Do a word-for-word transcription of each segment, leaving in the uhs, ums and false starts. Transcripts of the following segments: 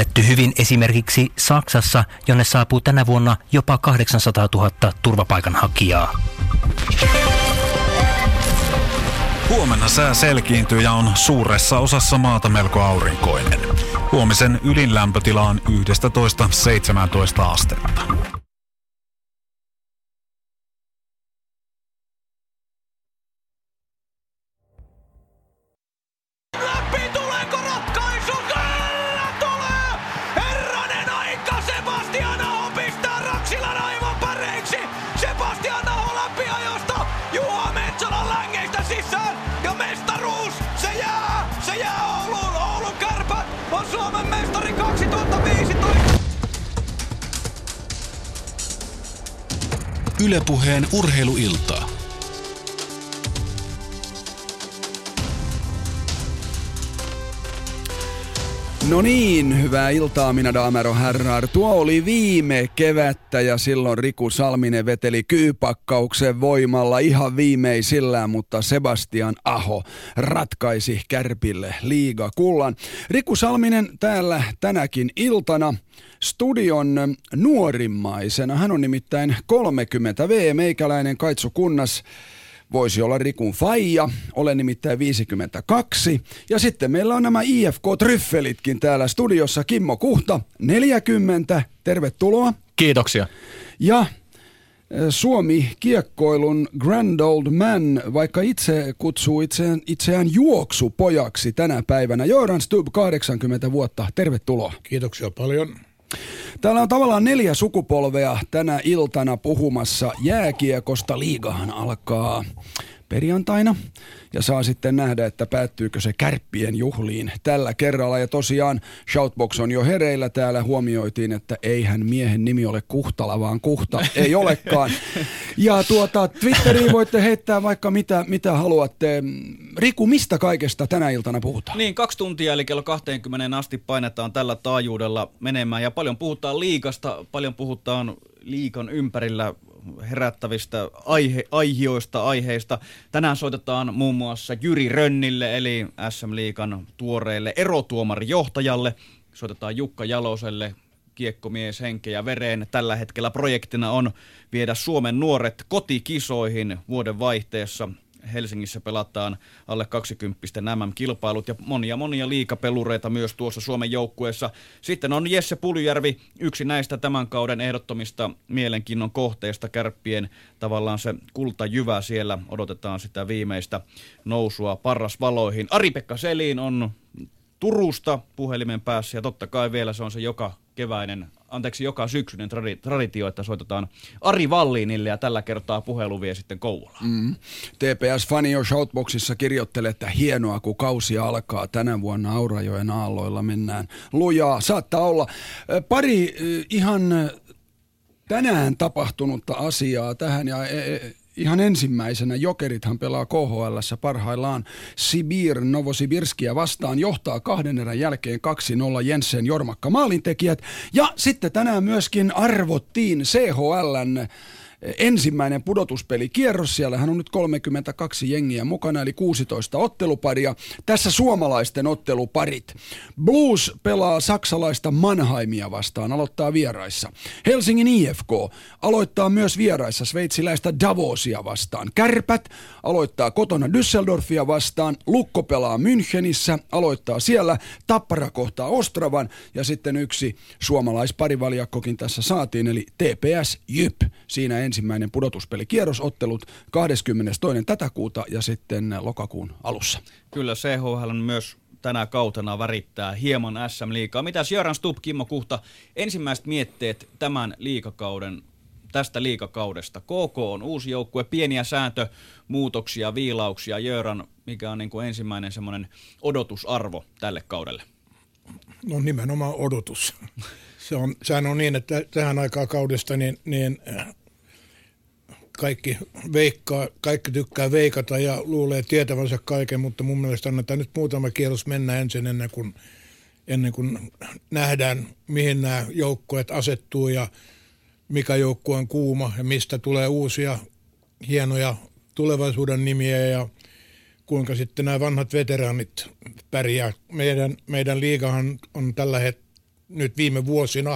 pidetty hyvin esimerkiksi Saksassa, jonne saapuu tänä vuonna jopa kahdeksansataatuhatta turvapaikanhakijaa. Huomenna sää selkiintyy ja on suuressa osassa maata melko aurinkoinen. Huomisen ylin lämpötila on yksitoista seitsemäntoista astetta. Yle Puheen urheiluiltaa. No niin, hyvää iltaa minä damer och herrar. Tuo oli viime kevättä ja silloin Riku Salminen veteli kyypakkauksen voimalla ihan viimeisillään, mutta Sebastian Aho ratkaisi Kärpille liigakullan. Riku Salminen täällä tänäkin iltana studion nuorimmaisena. Hän on nimittäin kolmekymmentä vuotta, meikäläinen Kaitsu Kunnas. Voisi olla Rikun faija, olen nimittäin viisikymmentäkaksi. Ja sitten meillä on nämä I F K-tryffelitkin täällä studiossa. Kimmo Kuhta, neljäkymmentä, tervetuloa. Kiitoksia. Ja Suomi-kiekkoilun grand old man, vaikka itse kutsuu itseään, itseään juoksupojaksi tänä päivänä. Göran Stubb, kahdeksankymmentä vuotta, tervetuloa. Kiitoksia paljon. Täällä on tavallaan neljä sukupolvea tänä iltana puhumassa jääkiekosta. Liigahan alkaa perjantaina ja saa sitten nähdä, että päättyykö se Kärppien juhliin tällä kerralla. Ja tosiaan Shoutbox on jo hereillä. Täällä huomioitiin, että eihän miehen nimi ole Kuhtala, vaan Kuhta ei olekaan. Ja tuota, Twitteriin voitte heittää vaikka mitä, mitä haluatte. Riku, mistä kaikesta tänä iltana puhutaan? Niin, kaksi tuntia eli kello kaksikymmentä asti painetaan tällä taajuudella menemään ja paljon puhutaan liigasta, paljon puhutaan liigan ympärillä herättävistä aihe, aihioista, aiheista. Tänään soitetaan muun muassa Jyri Rönnille eli S M-liigan tuoreelle erotuomarijohtajalle. Soitetaan Jukka Jaloselle, kiekkomies henkeä ja vereen. Tällä hetkellä projektina on viedä Suomen nuoret kotikisoihin vuoden vaihteessa. Helsingissä pelataan alle kaksikymppisten M M-kilpailut ja monia monia liigapelureita myös tuossa Suomen joukkueessa. Sitten on Jesse Puljujärvi, yksi näistä tämän kauden ehdottomista mielenkiinnon kohteista. Kärppien tavallaan se kultajyvä siellä, odotetaan sitä viimeistä nousua parrasvaloihin. Ari-Pekka Selin on Turusta puhelimen päässä ja totta kai vielä se on se joka keväinen, anteeksi joka syksyinen tradi- traditio, että soitetaan Ari Valliinille ja tällä kertaa puhelu vie sitten Kouvolaan. Mm. T P S-fani jo Shoutboxissa kirjoittelee, että hienoa kun kausi alkaa tänä vuonna Aurajoen aalloilla mennään lujaa. Saattaa olla pari ihan tänään tapahtunutta asiaa tähän ja ihan ensimmäisenä Jokerithan pelaa K H L:ssä parhaillaan Sibir Novosibirskia vastaan, johtaa kahden erän jälkeen kaksi nolla Jensen Jormakka maalintekijät. Ja sitten tänään myöskin arvottiin C H L:n ensimmäinen pudotuspelikierros. Siellähän on nyt kolmekymmentäkaksi jengiä mukana, eli kuusitoista otteluparia. Tässä suomalaisten otteluparit. Blues pelaa saksalaista Mannheimia vastaan, aloittaa vieraissa. Helsingin I F K aloittaa myös vieraissa sveitsiläistä Davosia vastaan. Kärpät aloittaa kotona Düsseldorfia vastaan. Lukko pelaa Münchenissä, aloittaa siellä. Tappara kohtaa Ostravan ja sitten yksi suomalaisparivaljakkokin tässä saatiin, eli T P S Jyp. Siinä ensimmäinen pudotuspelikierros, ottelut kahdeskymmenestoinen tätä kuuta ja sitten lokakuun alussa. Kyllä C H L myös tänä kautena värittää hieman S M-liigaa. Mitäs Göran Stubb, Kimmo Kuhta, ensimmäiset mietteet tämän liigakauden, tästä liigakaudesta? K K on uusi joukkue, pieniä sääntömuutoksia, viilauksia. Göran, mikä on niin kuin ensimmäinen semmoinen odotusarvo tälle kaudelle? No nimenomaan odotus. Se on, sehän on niin, että tähän aikaan kaudesta niin, niin kaikki veikkaa, kaikki tykkää veikata ja luulee tietävänsä kaiken, mutta mun mielestä annetaan nyt muutama kierros mennä ensin ennen kuin, ennen kuin nähdään, mihin nämä joukkueet asettuu ja mikä joukkue on kuuma ja mistä tulee uusia hienoja tulevaisuuden nimiä ja kuinka sitten nämä vanhat veteraanit pärjää. Meidän, meidän liigahan on tällä hetkellä nyt viime vuosina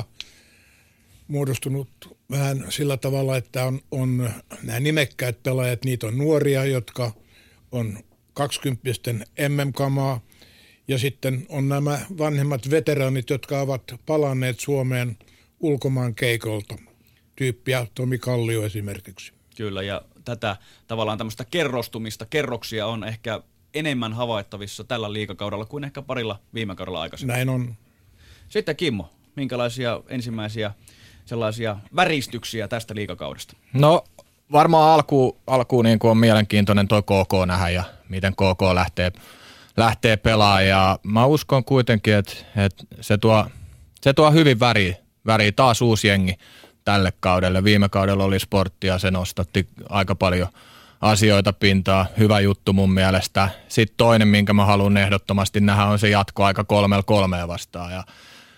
muodostunut vähän sillä tavalla, että on, on nämä nimekkäät pelaajat, niitä on nuoria, jotka on kaksikymppisten M M-kamaa, ja sitten on nämä vanhemmat veteraanit, jotka ovat palanneet Suomeen ulkomaan keikolta, tyyppiä Tomi Kallio esimerkiksi. Kyllä, ja tätä tavallaan tämmöistä kerrostumista, kerroksia on ehkä enemmän havaittavissa tällä liigakaudella kuin ehkä parilla viime kaudella aikaisemmin. Näin on. Sitten Kimmo, minkälaisia ensimmäisiä sellaisia väristyksiä tästä liigakaudesta? No varmaan alkuun, alkuun niin kuin on mielenkiintoinen toi K K nähdä ja miten K K lähtee, lähtee pelaamaan. Ja mä uskon kuitenkin, että, että se, tuo, se tuo hyvin väriä, väriä. Taas uusi jengi tälle kaudelle. Viime kaudella oli Sporttia, se nostatti aika paljon asioita pintaa. Hyvä juttu mun mielestä. Sitten toinen, minkä mä haluan ehdottomasti nähdä, on se jatkoaika kolmella kolmea vastaan. Ja,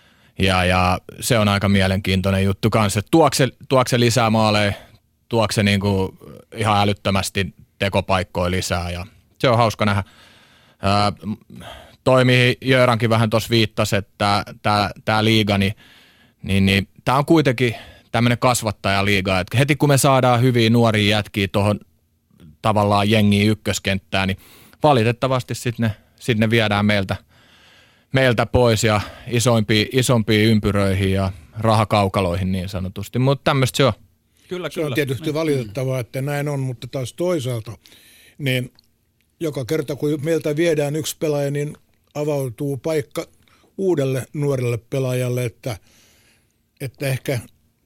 ja, ja se on aika mielenkiintoinen juttu kanssa. Tuokse, tuokse lisää maaleja, tuokse niinku ihan älyttömästi tekopaikkoja lisää ja se on hauska nähdä. Ää, toi, mihin Jörankin vähän tuossa viittasi, että tämä liiga, niin, niin, niin tämä on kuitenkin tämmöinen kasvattajaliiga, että heti kun me saadaan hyviä nuoria jätkiä tuohon tavallaan jengiin ykköskenttään, niin valitettavasti sitten ne, sit ne viedään meiltä, meiltä pois ja isompiin, isompiin ympyröihin ja rahakaukaloihin niin sanotusti, mutta tämmöistä se on. Kyllä, se kyllä. on tietysti valitettavaa, että näin on, mutta taas toisaalta, niin joka kerta kun meiltä viedään yksi pelaaja, niin avautuu paikka uudelle nuorelle pelaajalle, että, että ehkä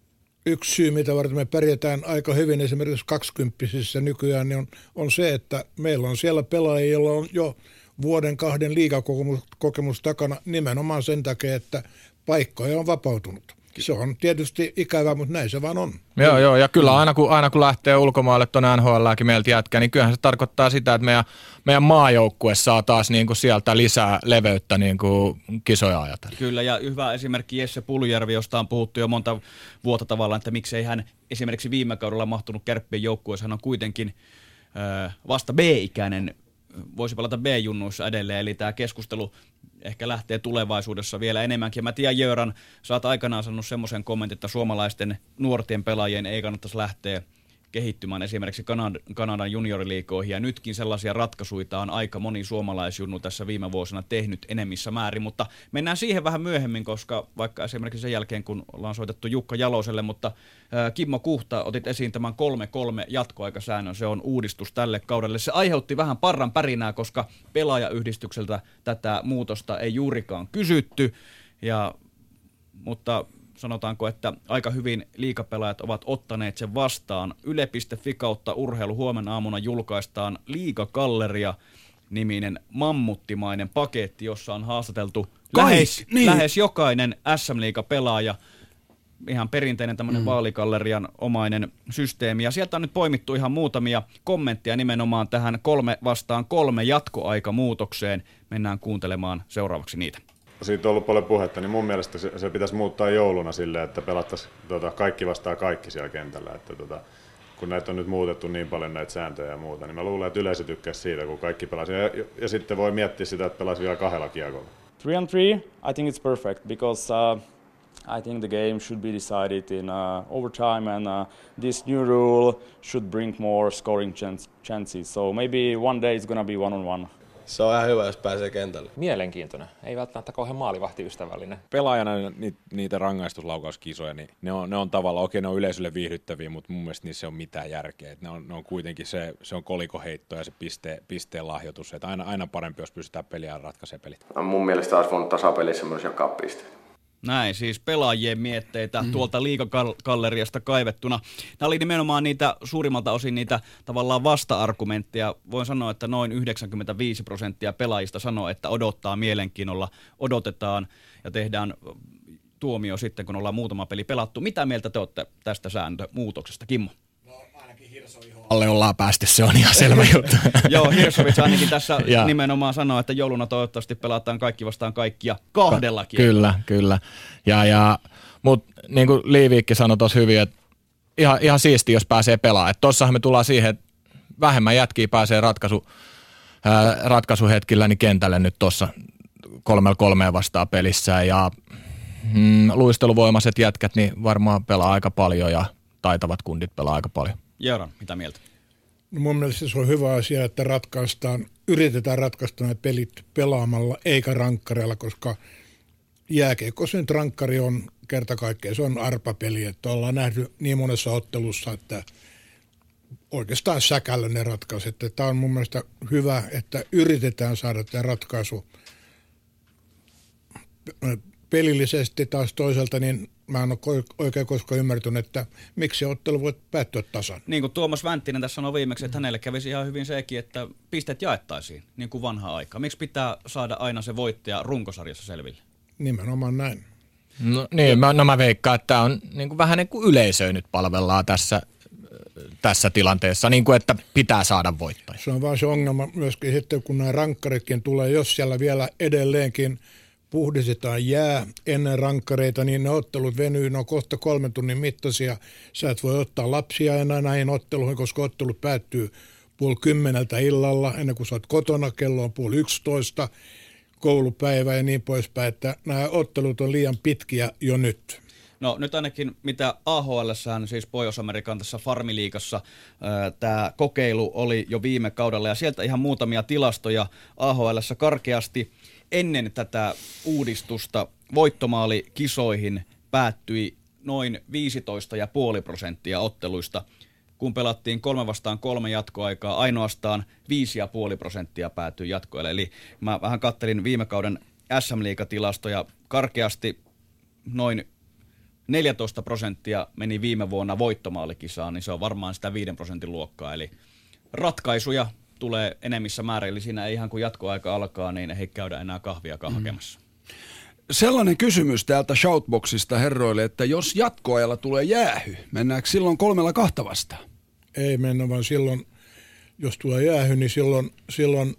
yksi syy, mitä varten me pärjätään aika hyvin esimerkiksi kaksikymppisissä nykyään, niin on, on se, että meillä on siellä pelaajia, joilla on jo vuoden kahden liigakokemus takana nimenomaan sen takia, että paikkoja on vapautunut. Se on tietysti ikävä, mutta näin se vaan on. Joo, joo, ja kyllä aina kun, aina kun lähtee ulkomaille tuonne N H L:ääkin meiltä jätkää, niin kyllähän se tarkoittaa sitä, että meidän, meidän maajoukkue saa taas niin kuin sieltä lisää leveyttä niin kuin kisoja ajatellen. Kyllä, ja hyvä esimerkki Jesse Puljärvi, josta on puhuttu jo monta vuotta tavallaan, että miksei hän esimerkiksi viime kaudella mahtunut Kärppien joukkueessa, hän on kuitenkin äh, vasta B-ikäinen, voisi palata B-junnuissa edelleen, eli tämä keskustelu ehkä lähtee tulevaisuudessa vielä enemmänkin. Ja mä tiedän, Jöran, sä oot aikanaan sanonut semmoisen kommentin, että suomalaisten nuorten pelaajien ei kannattaisi lähteä kehittymään esimerkiksi Kanad- Kanadan junioriliigoihin, ja nytkin sellaisia ratkaisuja on aika moni suomalaisjunnu tässä viime vuosina tehnyt enemmissä määrin, mutta mennään siihen vähän myöhemmin, koska vaikka esimerkiksi sen jälkeen, kun ollaan soitettu Jukka Jaloselle, mutta äh, Kimmo Kuhta otit esiin tämän kolme kolme jatkoaikasäännön, se on uudistus tälle kaudelle. Se aiheutti vähän parran pärinää, koska pelaajayhdistykseltä tätä muutosta ei juurikaan kysytty, ja, mutta sanotaanko, että aika hyvin liigapelaajat ovat ottaneet sen vastaan. Yle piste fi kautta urheilu huomenna aamuna julkaistaan Liigagalleria-niminen mammuttimainen paketti, jossa on haastateltu lähes, niin. lähes jokainen S M-liigapelaaja. Ihan perinteinen tämmöinen mm. vaaligallerian omainen systeemi. Ja sieltä on nyt poimittu ihan muutamia kommentteja nimenomaan tähän kolme vastaan kolme jatkoaikamuutokseen. Mennään kuuntelemaan seuraavaksi niitä. Siitä on ollut paljon puhetta, niin mun mielestä se, se pitäisi muuttaa jouluna silleen, että pelattaisiin tota, kaikki vastaan kaikki siellä kentällä. Että, tota, kun näitä on nyt muutettu niin paljon näitä sääntöjä ja muuta, niin mä luulen, että yleisö tykkäisi siitä, kun kaikki pelasi. Ja, ja, ja sitten voi miettiä sitä, että pelasi vielä kahdella kiekolla. Three on three, I think it's perfect because uh, I think the game should be decided in uh, overtime and uh, this new rule should bring more scoring chance, chances. So maybe one day it's gonna be one on one. Se on ihan hyvä, jos pääsee kentälle. Mielenkiintoinen. Ei välttämättä kauhean maalivahtiystävällinen. Pelaajana ni, niitä rangaistuslaukauskisoja, niin ne on, ne on tavallaan, okei ne on yleisölle viihdyttäviä, mutta mun mielestä niissä on mitään järkeä. Ne on, ne on kuitenkin se, se on kolikoheitto ja se piste, pisteen lahjoitus. Että aina, aina parempi, jos pystytään peliä ratkaisemaan pelit. No, mun mielestä olisi voinut tasapelissä myös jakaa pisteet. Näin, siis pelaajien mietteitä mm. tuolta liigagalleriasta kaivettuna. Nämä oli nimenomaan niitä suurimmalta osin niitä tavallaan vasta-argumentteja. Voin sanoa, että noin yhdeksänkymmentäviisi prosenttia pelaajista sanoo, että odottaa mielenkiinnolla, odotetaan ja tehdään tuomio sitten, kun ollaan muutama peli pelattu. Mitä mieltä te olette tästä sääntömuutoksesta, Kimmo? Alle ollaan päästy, se on ihan selvä juttu. Joo, Hirsovits ainakin tässä nimenomaan sanoo, että jouluna toivottavasti pelataan kaikki vastaan kaikkia kahdellakin. Kyllä, kyllä. Ja, ja, mutta niin kuin Liiviikki sanoi tuossa hyvin, että ihan, ihan siisti, jos pääsee pelaamaan. Tossahan me tullaan siihen, että vähemmän jätkiä pääsee ratkaisu, ää, ratkaisuhetkillä niin kentälle nyt tuossa kolmella kolmeen vastaan pelissä. Ja mm, luisteluvoimaiset jätkät niin varmaan pelaa aika paljon ja taitavat kundit pelaa aika paljon. Jöran, mitä mieltä? No mun mielestä se on hyvä asia, että ratkaistaan, yritetään ratkaista nämä pelit pelaamalla eikä rankkareilla, koska jääkiekkossa nyt rankkari on kerta kaikkiaan, se on arpapeli, että ollaan nähty niin monessa ottelussa, että oikeastaan säkällä ne ratkaiset. Tämä on mun mielestä hyvä, että yritetään saada tämä ratkaisu pelillisesti taas toisaalta, niin mä en ole oikein koskaan ymmärtänyt, että miksi ottelu voi päättyä tasan. Niin kuin Tuomas Vänttinen tässä sanoi viimeksi, että hänelle kävisi ihan hyvin sekin, että pisteet jaettaisiin, niin kuin vanha aika. Miksi pitää saada aina se voittaja runkosarjassa selville? Nimenomaan näin. No niin, mä, no mä veikkaan, että tämä on niin kuin vähän niin kuin yleisöä nyt palvellaan tässä, tässä tilanteessa, niin kuin että pitää saada voittajia. Se on vaan se ongelma myöskin sitten, kun nämä rankkaritkin tulee, jos siellä vielä edelleenkin puhdistetaan jää ennen rankkareita, niin ne ottelut venyy, ne on kohta kolmen tunnin mittaisia. Sä et voi ottaa lapsia enää näihin otteluihin, koska ottelut päättyy puoli kymmeneltä illalla, ennen kuin sä oot kotona, kello on puoli yksitoista, koulupäivä ja niin poispäin, että nämä ottelut on liian pitkiä jo nyt. No nyt ainakin mitä A H L:ssähän, siis Pohjois-Amerikan tässä Farmiliigassa, tämä kokeilu oli jo viime kaudella ja sieltä ihan muutamia tilastoja A H L:ssä karkeasti. Ennen tätä uudistusta voittomaalikisoihin päättyi noin viisitoista pilkku viisi prosenttia otteluista. Kun pelattiin kolme vastaan kolme jatkoaikaa, ainoastaan viisi pilkku viisi prosenttia päätyi jatkoille. Eli mä vähän kattelin viime kauden S M-liigatilastoja. Karkeasti noin neljätoista prosenttia meni viime vuonna voittomaalikisaan, niin se on varmaan sitä viiden prosentin luokkaa. Eli ratkaisuja tulee enemmissä määrin, eli siinä ei ihan kun jatkoaika alkaa, niin ei käydä enää kahviakaan mm. hakemassa. Sellainen kysymys täältä Shoutboxista herroille, että jos jatkoajalla tulee jäähy, mennäänkö silloin kolmella kahta vastaan? Ei mennä, vaan silloin, jos tulee jäähy, niin silloin, silloin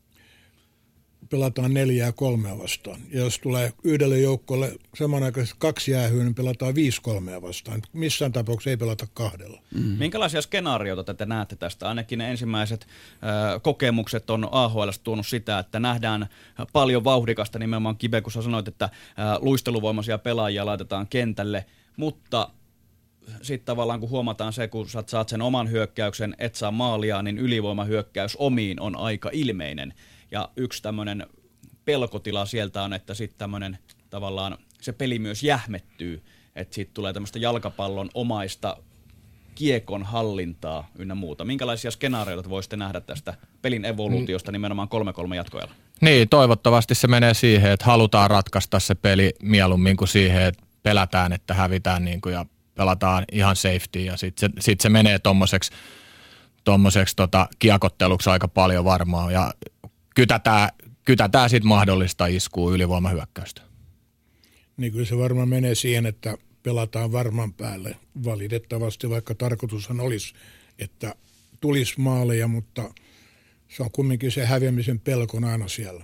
pelataan neljää kolmea vastaan. Ja jos tulee yhdelle joukkolle samanaikaisesti kaksi jäähyä, niin pelataan viisi kolmea vastaan. Missään tapauksessa ei pelata kahdella. Mm. Minkälaisia skenaarioita te näette tästä? Ainakin ne ensimmäiset äh, kokemukset on A H L:ssä tuonut sitä, että nähdään paljon vauhdikasta, nimenomaan Kibe, kun sä sanoit, että äh, luisteluvoimaisia pelaajia laitetaan kentälle, mutta sitten tavallaan kun huomataan se, kun sä saat sen oman hyökkäyksen, et saa maalia, niin ylivoimahyökkäys omiin on aika ilmeinen. Ja yksi tämmöinen pelkotila sieltä on, että sitten tämmöinen tavallaan se peli myös jähmettyy, että siitä tulee tämmöistä jalkapallon omaista kiekon hallintaa ynnä muuta. Minkälaisia skenaarioita voisitte nähdä tästä pelin evoluutiosta nimenomaan kolme kolme jatkoajalla? Niin, toivottavasti se menee siihen, että halutaan ratkaista se peli mieluummin kuin siihen, että pelätään, että hävitään niin kuin ja pelataan ihan safety ja sitten se, sit se menee tommoseksi tommoseksi tota, kiekotteluksi aika paljon varmaan ja kytätään, kytätään sitten mahdollista iskua ylivoimahyökkäystä. Niin kyllä se varmaan menee siihen, että pelataan varman päälle valitettavasti, vaikka tarkoitushan olisi, että tulisi maaleja, mutta se on kumminkin se häviämisen pelko aina siellä.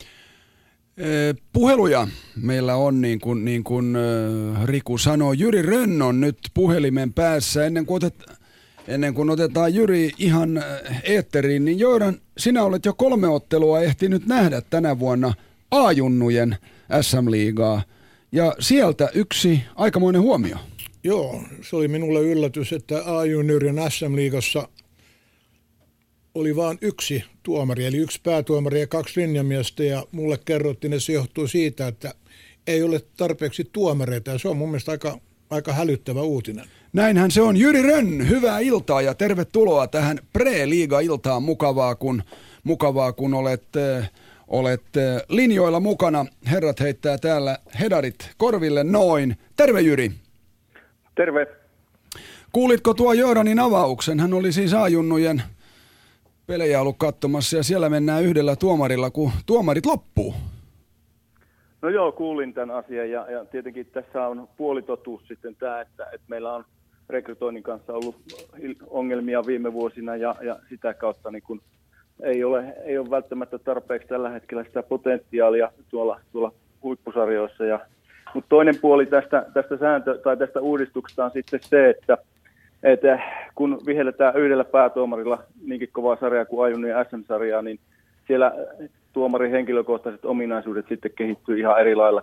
Puheluja meillä on, niin kuin, niin kuin Riku sanoo. Jyri Rönn on nyt puhelimen päässä. Ennen kuin, otet, ennen kuin otetaan Jyri ihan eetteriin, niin Jöran, sinä olet jo kolme ottelua ehtinyt nähdä tänä vuonna A-junnujen S M-liigaa. Ja sieltä yksi aikamoinen huomio. Joo, se oli minulle yllätys, että A-junnurin S M-liigassa oli vain yksi tuomari, eli yksi päätuomari ja kaksi linjamiestä, ja mulle kerrottiin, että se johtuu siitä, että ei ole tarpeeksi tuomareita, ja se on mun mielestä aika, aika hälyttävä uutinen. Näinhän se on. Jyri Rönn, hyvää iltaa ja tervetuloa tähän Pre-liiga-iltaan. Mukavaa, kun, mukavaa, kun olet, äh, olet äh, linjoilla mukana. Herrat heittää täällä hedarit korville noin. Terve Jyri. Terve. Kuulitko tuo Jöranin avauksen? Hän oli siis A-junnujen pelejä ollut katsomassa ja siellä mennään yhdellä tuomarilla, kun tuomarit loppuu. No joo, kuulin tämän asian ja, ja tietenkin tässä on puolitotuus sitten tämä, että, että meillä on rekrytoinnin kanssa ollut ongelmia viime vuosina ja, ja sitä kautta niin kun ei, ole, ei ole välttämättä tarpeeksi tällä hetkellä sitä potentiaalia tuolla, tuolla huippusarjoissa. Ja, mutta toinen puoli tästä, tästä, sääntö, tai tästä uudistuksesta on sitten se, että että kun vihelletään yhdellä päätuomarilla niinkin kovaa sarjaa kuin A-junnujen S M-sarjaa, niin siellä tuomarin henkilökohtaiset ominaisuudet sitten kehittyy ihan eri lailla kuin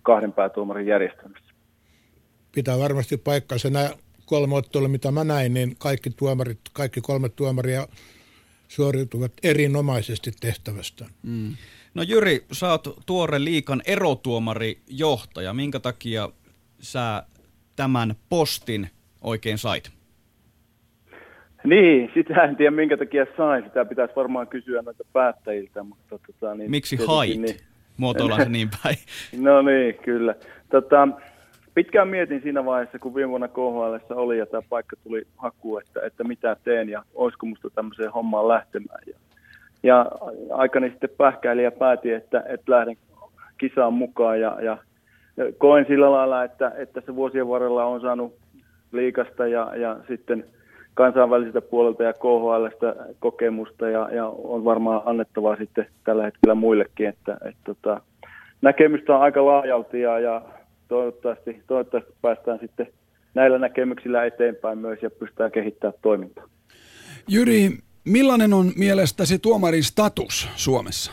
kahden päätuomarin järjestelmässä. Pitää varmasti paikkansa. Nämä kolme ottelua, mitä mä näin, niin kaikki tuomarit, kaikki kolme tuomaria suoriutuvat erinomaisesti tehtävästään. Mm. No Jyri, sä oot tuore liikan erotuomarijohtaja. Minkä takia sä tämän postin oikein sait? Niin, sitä en tiedä minkä takia sain. Sitä pitäisi varmaan kysyä noita päättäjiltä. Mutta, tota, niin, miksi hait? Niin, muotoillaan se niin päin. No niin, kyllä. Tota, pitkään mietin siinä vaiheessa, kun viime vuonna K H L:ssä oli ja tämä paikka tuli hakuun, että, että mitä teen ja olisiko musta tämmöiseen hommaan lähtemään. Ja, ja aikani sitten pähkäili ja päätin, että, että lähden kisaan mukaan ja, ja koen sillä lailla, että, että se vuosien varrella on saanut liigasta ja, ja sitten kansainväliseltä puolelta ja K H L:stä kokemusta ja, ja on varmaan annettavaa sitten tällä hetkellä muillekin, että, että, että tota, näkemystä on aika laajalti ja, ja toivottavasti, toivottavasti päästään sitten näillä näkemyksillä eteenpäin myös ja pystytään kehittämään toimintaa. Jyri, millainen on mielestäsi tuomarin status Suomessa?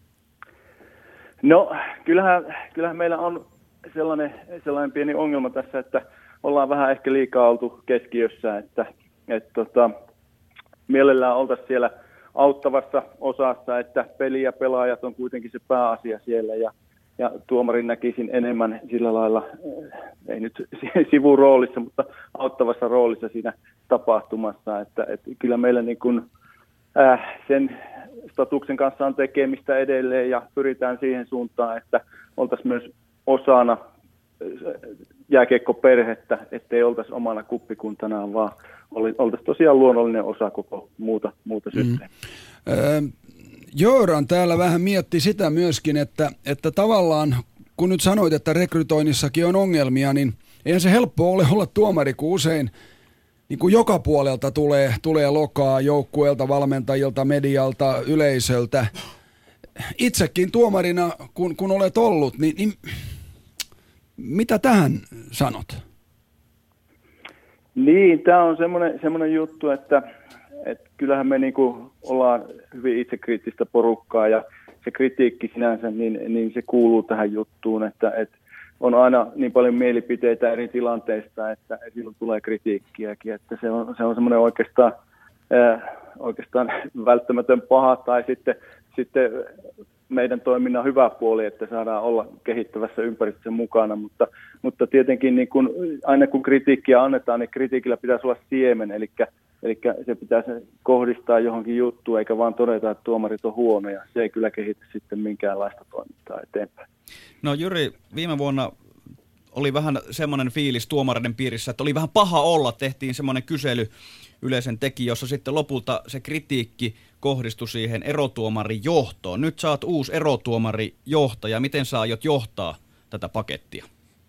No, kyllähän, kyllähän meillä on sellainen, sellainen pieni ongelma tässä, että ollaan vähän ehkä liikaa oltu keskiössä, että et tota, mielellään oltaisiin siellä auttavassa osassa, että peli ja pelaajat on kuitenkin se pääasia siellä ja, ja tuomarin näkisin enemmän sillä lailla, ei nyt sivuroolissa, mutta auttavassa roolissa siinä tapahtumassa, että, että kyllä meillä niin kuin, äh, sen statuksen kanssa on tekemistä edelleen ja pyritään siihen suuntaan, että oltaisiin myös osana jääkiekkoperhettä, ettei oltaisi omana kuppikuntanaan, vaan oltaisiin tosiaan luonnollinen osa koko muuta, muuta systeemiä. Mm. Öö, Jöran täällä vähän mietti sitä myöskin, että, että tavallaan kun nyt sanoit, että rekrytoinnissakin on ongelmia, niin eihän se helppo ole olla tuomari, kun usein niin kuin joka puolelta tulee, tulee lokaa joukkueelta, valmentajilta, medialta, yleisöltä. Itsekin tuomarina, kun, kun olet ollut, niin, niin mitä tähän sanot? Niin, tämä on semmoinen, semmoinen juttu, että, että kyllähän me niinku ollaan hyvin itsekriittistä porukkaa ja se kritiikki sinänsä, niin, niin se kuuluu tähän juttuun, että, että on aina niin paljon mielipiteitä eri tilanteista, että silloin tulee kritiikkiäkin, että se on, se on semmoinen oikeastaan, äh, oikeastaan välttämätön paha tai sitten, sitten meidän toiminnan hyvä puoli, että saadaan olla kehittävässä ympäristössä mukana, mutta, mutta tietenkin niin kun, aina kun kritiikkiä annetaan, niin kritiikillä pitäisi olla siemen, eli, eli se pitäisi kohdistaa johonkin juttuun, eikä vaan todeta, että tuomarit on huonoja. Se ei kyllä kehitä sitten minkäänlaista toimintaa eteenpäin. No Jyri, viime vuonna oli vähän semmoinen fiilis tuomareiden piirissä, että oli vähän paha olla, tehtiin semmoinen kysely yleisen teki, jossa sitten lopulta se kritiikki kohdistui siihen erotuomarin johtoon. Nyt sä oot uusi erotuomarijohtaja. Miten sä aiot johtaa tätä pakettia?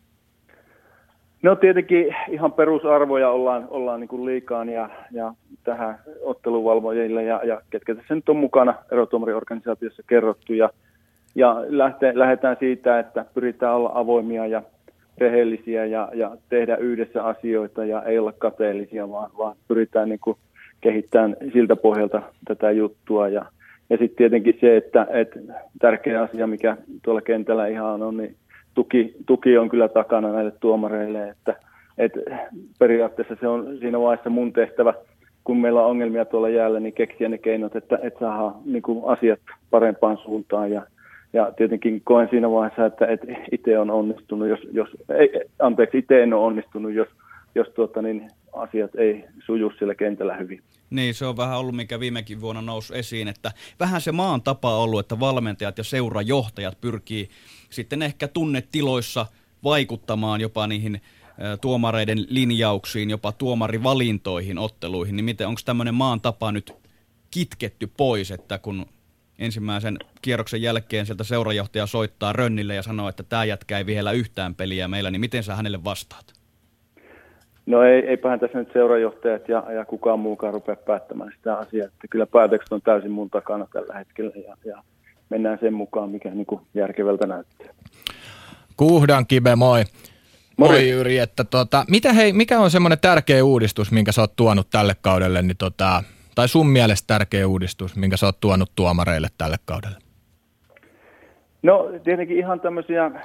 No tietenkin ihan perusarvoja ollaan, ollaan niin kuin liikaan ja, ja tähän otteluvalvojille ja, ja ketkä tässä nyt on mukana erotuomariorganisaatiossa kerrottu. Ja, ja lähte, lähdetään siitä, että pyritään olla avoimia ja rehellisiä ja, ja tehdä yhdessä asioita ja ei olla kateellisia, vaan, vaan pyritään niin kuin kehittämään siltä pohjalta tätä juttua. Ja, ja sitten tietenkin se, että, että tärkeä asia, mikä tuolla kentällä ihan on, niin tuki, tuki on kyllä takana näille tuomareille, että, että periaatteessa se on siinä vaiheessa mun tehtävä, kun meillä on ongelmia tuolla jäällä, niin keksiä ne keinot, että, että saadaan niin kuin asiat parempaan suuntaan. Ja, ja tietenkin koen siinä vaiheessa, että, että itse on onnistunut, jos, jos ei, anteeksi, itse en ole onnistunut, jos, jos tuota, niin asiat ei suju siellä kentällä hyvin. Niin, se on vähän ollut, mikä viimekin vuonna nousi esiin, että vähän se maan tapa on ollut, että valmentajat ja seurajohtajat pyrkii sitten ehkä tunnetiloissa vaikuttamaan jopa niihin tuomareiden linjauksiin, jopa tuomarivalintoihin, otteluihin, niin miten, onko tämmöinen maan tapa nyt kitketty pois, että kun ensimmäisen kierroksen jälkeen sieltä seurajohtaja soittaa Rönnille ja sanoo, että tämä jätkä ei vielä yhtään peliä meillä, niin miten sä hänelle vastaat? No ei, eipähän tässä nyt seurajohtajat ja, ja kukaan muukaan rupea päättämään sitä asiaa, että kyllä päätökset on täysin mun takana tällä hetkellä ja, ja mennään sen mukaan, mikä niin kuin järkevältä näyttää. Kuhdankibe, moi. Moi, moi Jyri, että tota, mitä hei, mikä on semmoinen tärkeä uudistus, minkä sä oot tuonut tälle kaudelle, niin tota, tai sun mielestä tärkeä uudistus, minkä sä oot tuonut tuomareille tälle kaudelle? No tietenkin ihan tämmöisiä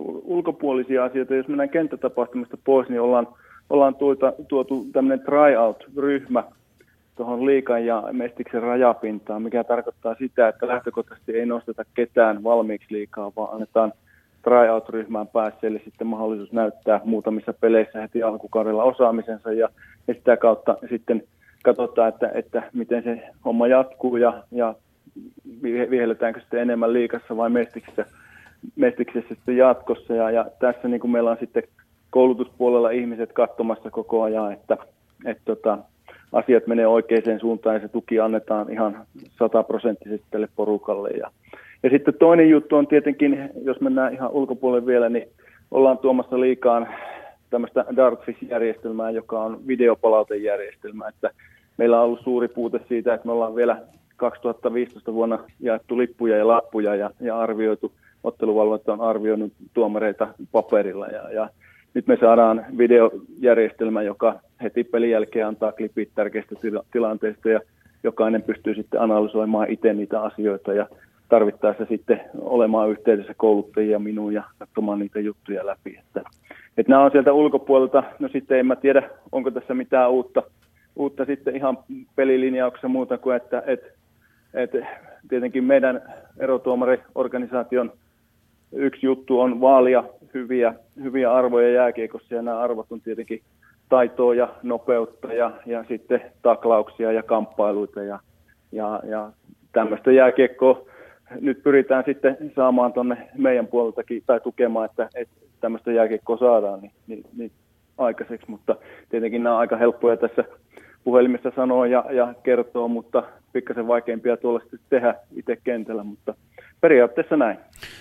ulkopuolisia asioita. Jos mennään kenttätapahtumista pois, niin ollaan, ollaan tuota, tuotu tämmöinen tryout-ryhmä tuohon liigan ja Mestiksen rajapintaan, mikä tarkoittaa sitä, että lähtökohtaisesti ei nosteta ketään valmiiksi liikaa, vaan annetaan tryout-ryhmään päässeelle sitten mahdollisuus näyttää muutamissa peleissä heti alkukaudella osaamisensa ja, ja sitä kautta sitten katsotaan, että, että miten se homma jatkuu ja, ja vihelletäänkö sitten enemmän liigassa vai Mestiksessä, Mestiksessä sitten jatkossa. Ja, ja tässä niin kuin meillä on sitten koulutuspuolella ihmiset katsomassa koko ajan, että, että tota, asiat menee oikeaan suuntaan ja se tuki annetaan ihan sataprosenttisesti tälle porukalle. Ja, ja sitten toinen juttu on tietenkin, jos mennään ihan ulkopuolelle vielä, niin ollaan tuomassa liikaan tämmöistä Dartfish-järjestelmää, joka on videopalautejärjestelmä. Että meillä on ollut suuri puute siitä, että me ollaan vielä kaksituhattaviisitoista vuonna jaettu lippuja ja lappuja ja, ja arvioitu, otteluvalvonta on arvioinut tuomareita paperilla. Ja, ja nyt me saadaan videojärjestelmä, joka heti pelin jälkeen antaa klipit tärkeistä tila- tilanteista ja jokainen pystyy sitten analysoimaan itse niitä asioita ja tarvittaessa sitten olemaan yhteydessä kouluttajia minuun ja katsomaan niitä juttuja läpi. Että, että nämä on sieltä ulkopuolelta, no sitten en mä tiedä, onko tässä mitään uutta, uutta sitten ihan pelilinjauksessa muuta kuin, että, että, että tietenkin meidän erotuomariorganisaation yksi juttu on vaalia hyviä, hyviä arvoja jääkiekossa ja nämä arvot on tietenkin taitoa ja nopeutta ja, ja sitten taklauksia ja kamppailuita ja, ja, ja tämmöistä jääkiekkoa nyt pyritään sitten saamaan tuonne meidän puoleltakin tai tukemaan, että, että tämmöistä jääkiekkoa saadaan niin, niin, niin aikaiseksi, mutta tietenkin nämä on aika helppoja tässä puhelimessa sanoa ja, ja kertoa, mutta pikkasen vaikeampia tuolla sitten tehdä itse kentällä, mutta periaatteessa näin.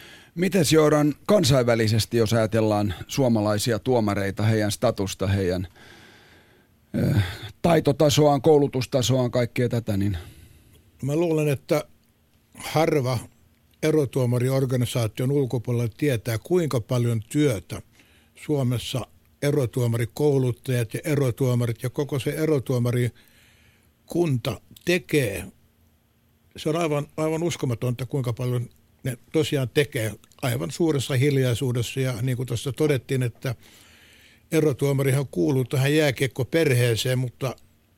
Mites Jooran kansainvälisesti, jos ajatellaan suomalaisia tuomareita, heidän statusta, heidän äh, taitotasoaan, koulutustasoaan, kaikkea tätä, niin... Mä luulen, että harva erotuomariorganisaation ulkopuolella tietää, kuinka paljon työtä Suomessa erotuomarikouluttajat ja erotuomarit ja koko se erotuomarikunta tekee. Se on aivan, aivan uskomatonta, kuinka paljon ne tosiaan tekee aivan suuressa hiljaisuudessa. Ja niin kuin tuossa todettiin, että erotuomarihan kuuluu tähän jääkiekkoperheeseen, mutta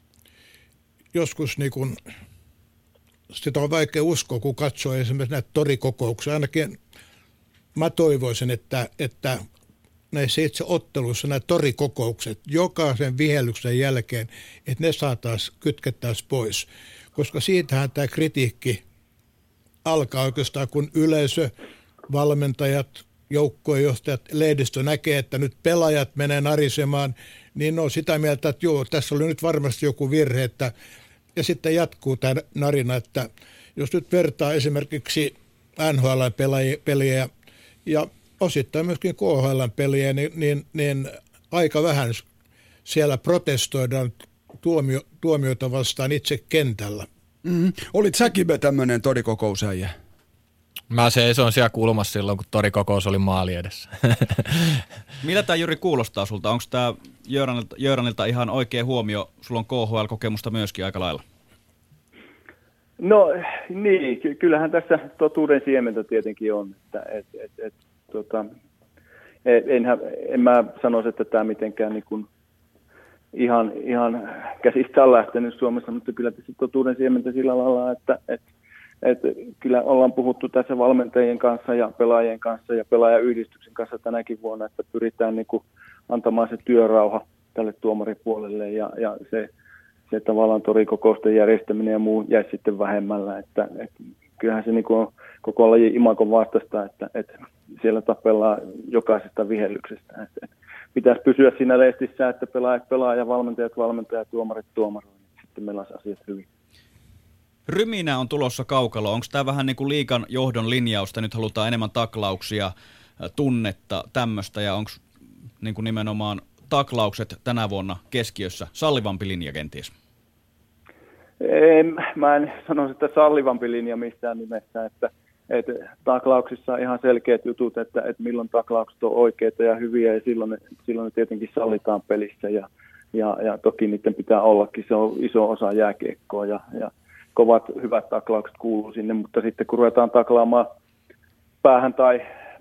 joskus niin kuin sitä on vaikea uskoa, kun katsoo esimerkiksi näitä torikokouksia. Ainakin mä toivoisin, että, että näissä itse otteluissa nämä torikokoukset jokaisen vihellyksen jälkeen, että ne saataisiin, kytkettäisiin pois. Koska siitähän tämä kritiikki alkaa oikeastaan, kun yleisö, valmentajat, joukkuejohtajat, lehdistö näkee, että nyt pelaajat menee narisemaan, niin on sitä mieltä, että joo, tässä oli nyt varmasti joku virhe, että ja sitten jatkuu tämä narina, että jos nyt vertaa esimerkiksi N H L-peliä ja osittain myöskin K H L-peliä, niin, niin, niin aika vähän siellä protestoidaan tuomio, tuomioita vastaan itse kentällä. Mm-hmm. Olit säkin tämmöinen torikokousäijä? Mä seisoin siellä kulmassa silloin, kun torikokous oli maali edessä. Mitä tämä Jyri kuulostaa sulta? Onko tämä Jöranilta, Jöranilta ihan oikea huomio? Sulla on K H L-kokemusta myöskin aika lailla. No niin, ky- kyllähän tässä totuuden siementä tietenkin on. Että, et, et, et, tota, enhän, en mä sanoisi, että tämä mitenkään niin kuin ihan, ihan käsistä on lähtenyt Suomessa, mutta kyllä tässä totuuden siementä sillä lailla, että et, Että kyllä ollaan puhuttu tässä valmentajien kanssa ja pelaajien kanssa ja pelaajayhdistyksen kanssa tänäkin vuonna, että pyritään niin kuin antamaan se työrauha tälle tuomaripuolelle ja, ja se, se tavallaan torikokousten järjestäminen ja muu jäi sitten vähemmällä. Että, että kyllähän se niin kuin on koko lajin imakon vastaista, että, että siellä tapellaan jokaisesta vihellyksestä. Että, että pitäisi pysyä siinä lestissä, että pelaajat pelaa ja valmentajat valmentajat, tuomarit tuomaroivat. Sitten meillä on asiat hyvin. Ryminä on tulossa kaukalo. Onko tämä vähän niin kuin liigan johdon linjausta? Nyt halutaan enemmän taklauksia, tunnetta, tämmöistä. Ja onko niin kuin nimenomaan taklaukset tänä vuonna keskiössä? Sallivampi linja kenties? En, mä en sanoisi, että sallivampi linja missään nimessä. Että, että taklauksissa on ihan selkeät jutut, että, että milloin taklaukset on oikeita ja hyviä. Ja silloin ne, silloin ne tietenkin sallitaan pelissä. Ja, ja, ja toki niiden pitää ollakin. Se on iso osa jääkiekkoa ja, ja kovat, hyvät taklaukset kuuluu sinne, mutta sitten kun ruvetaan taklaamaan päähän tai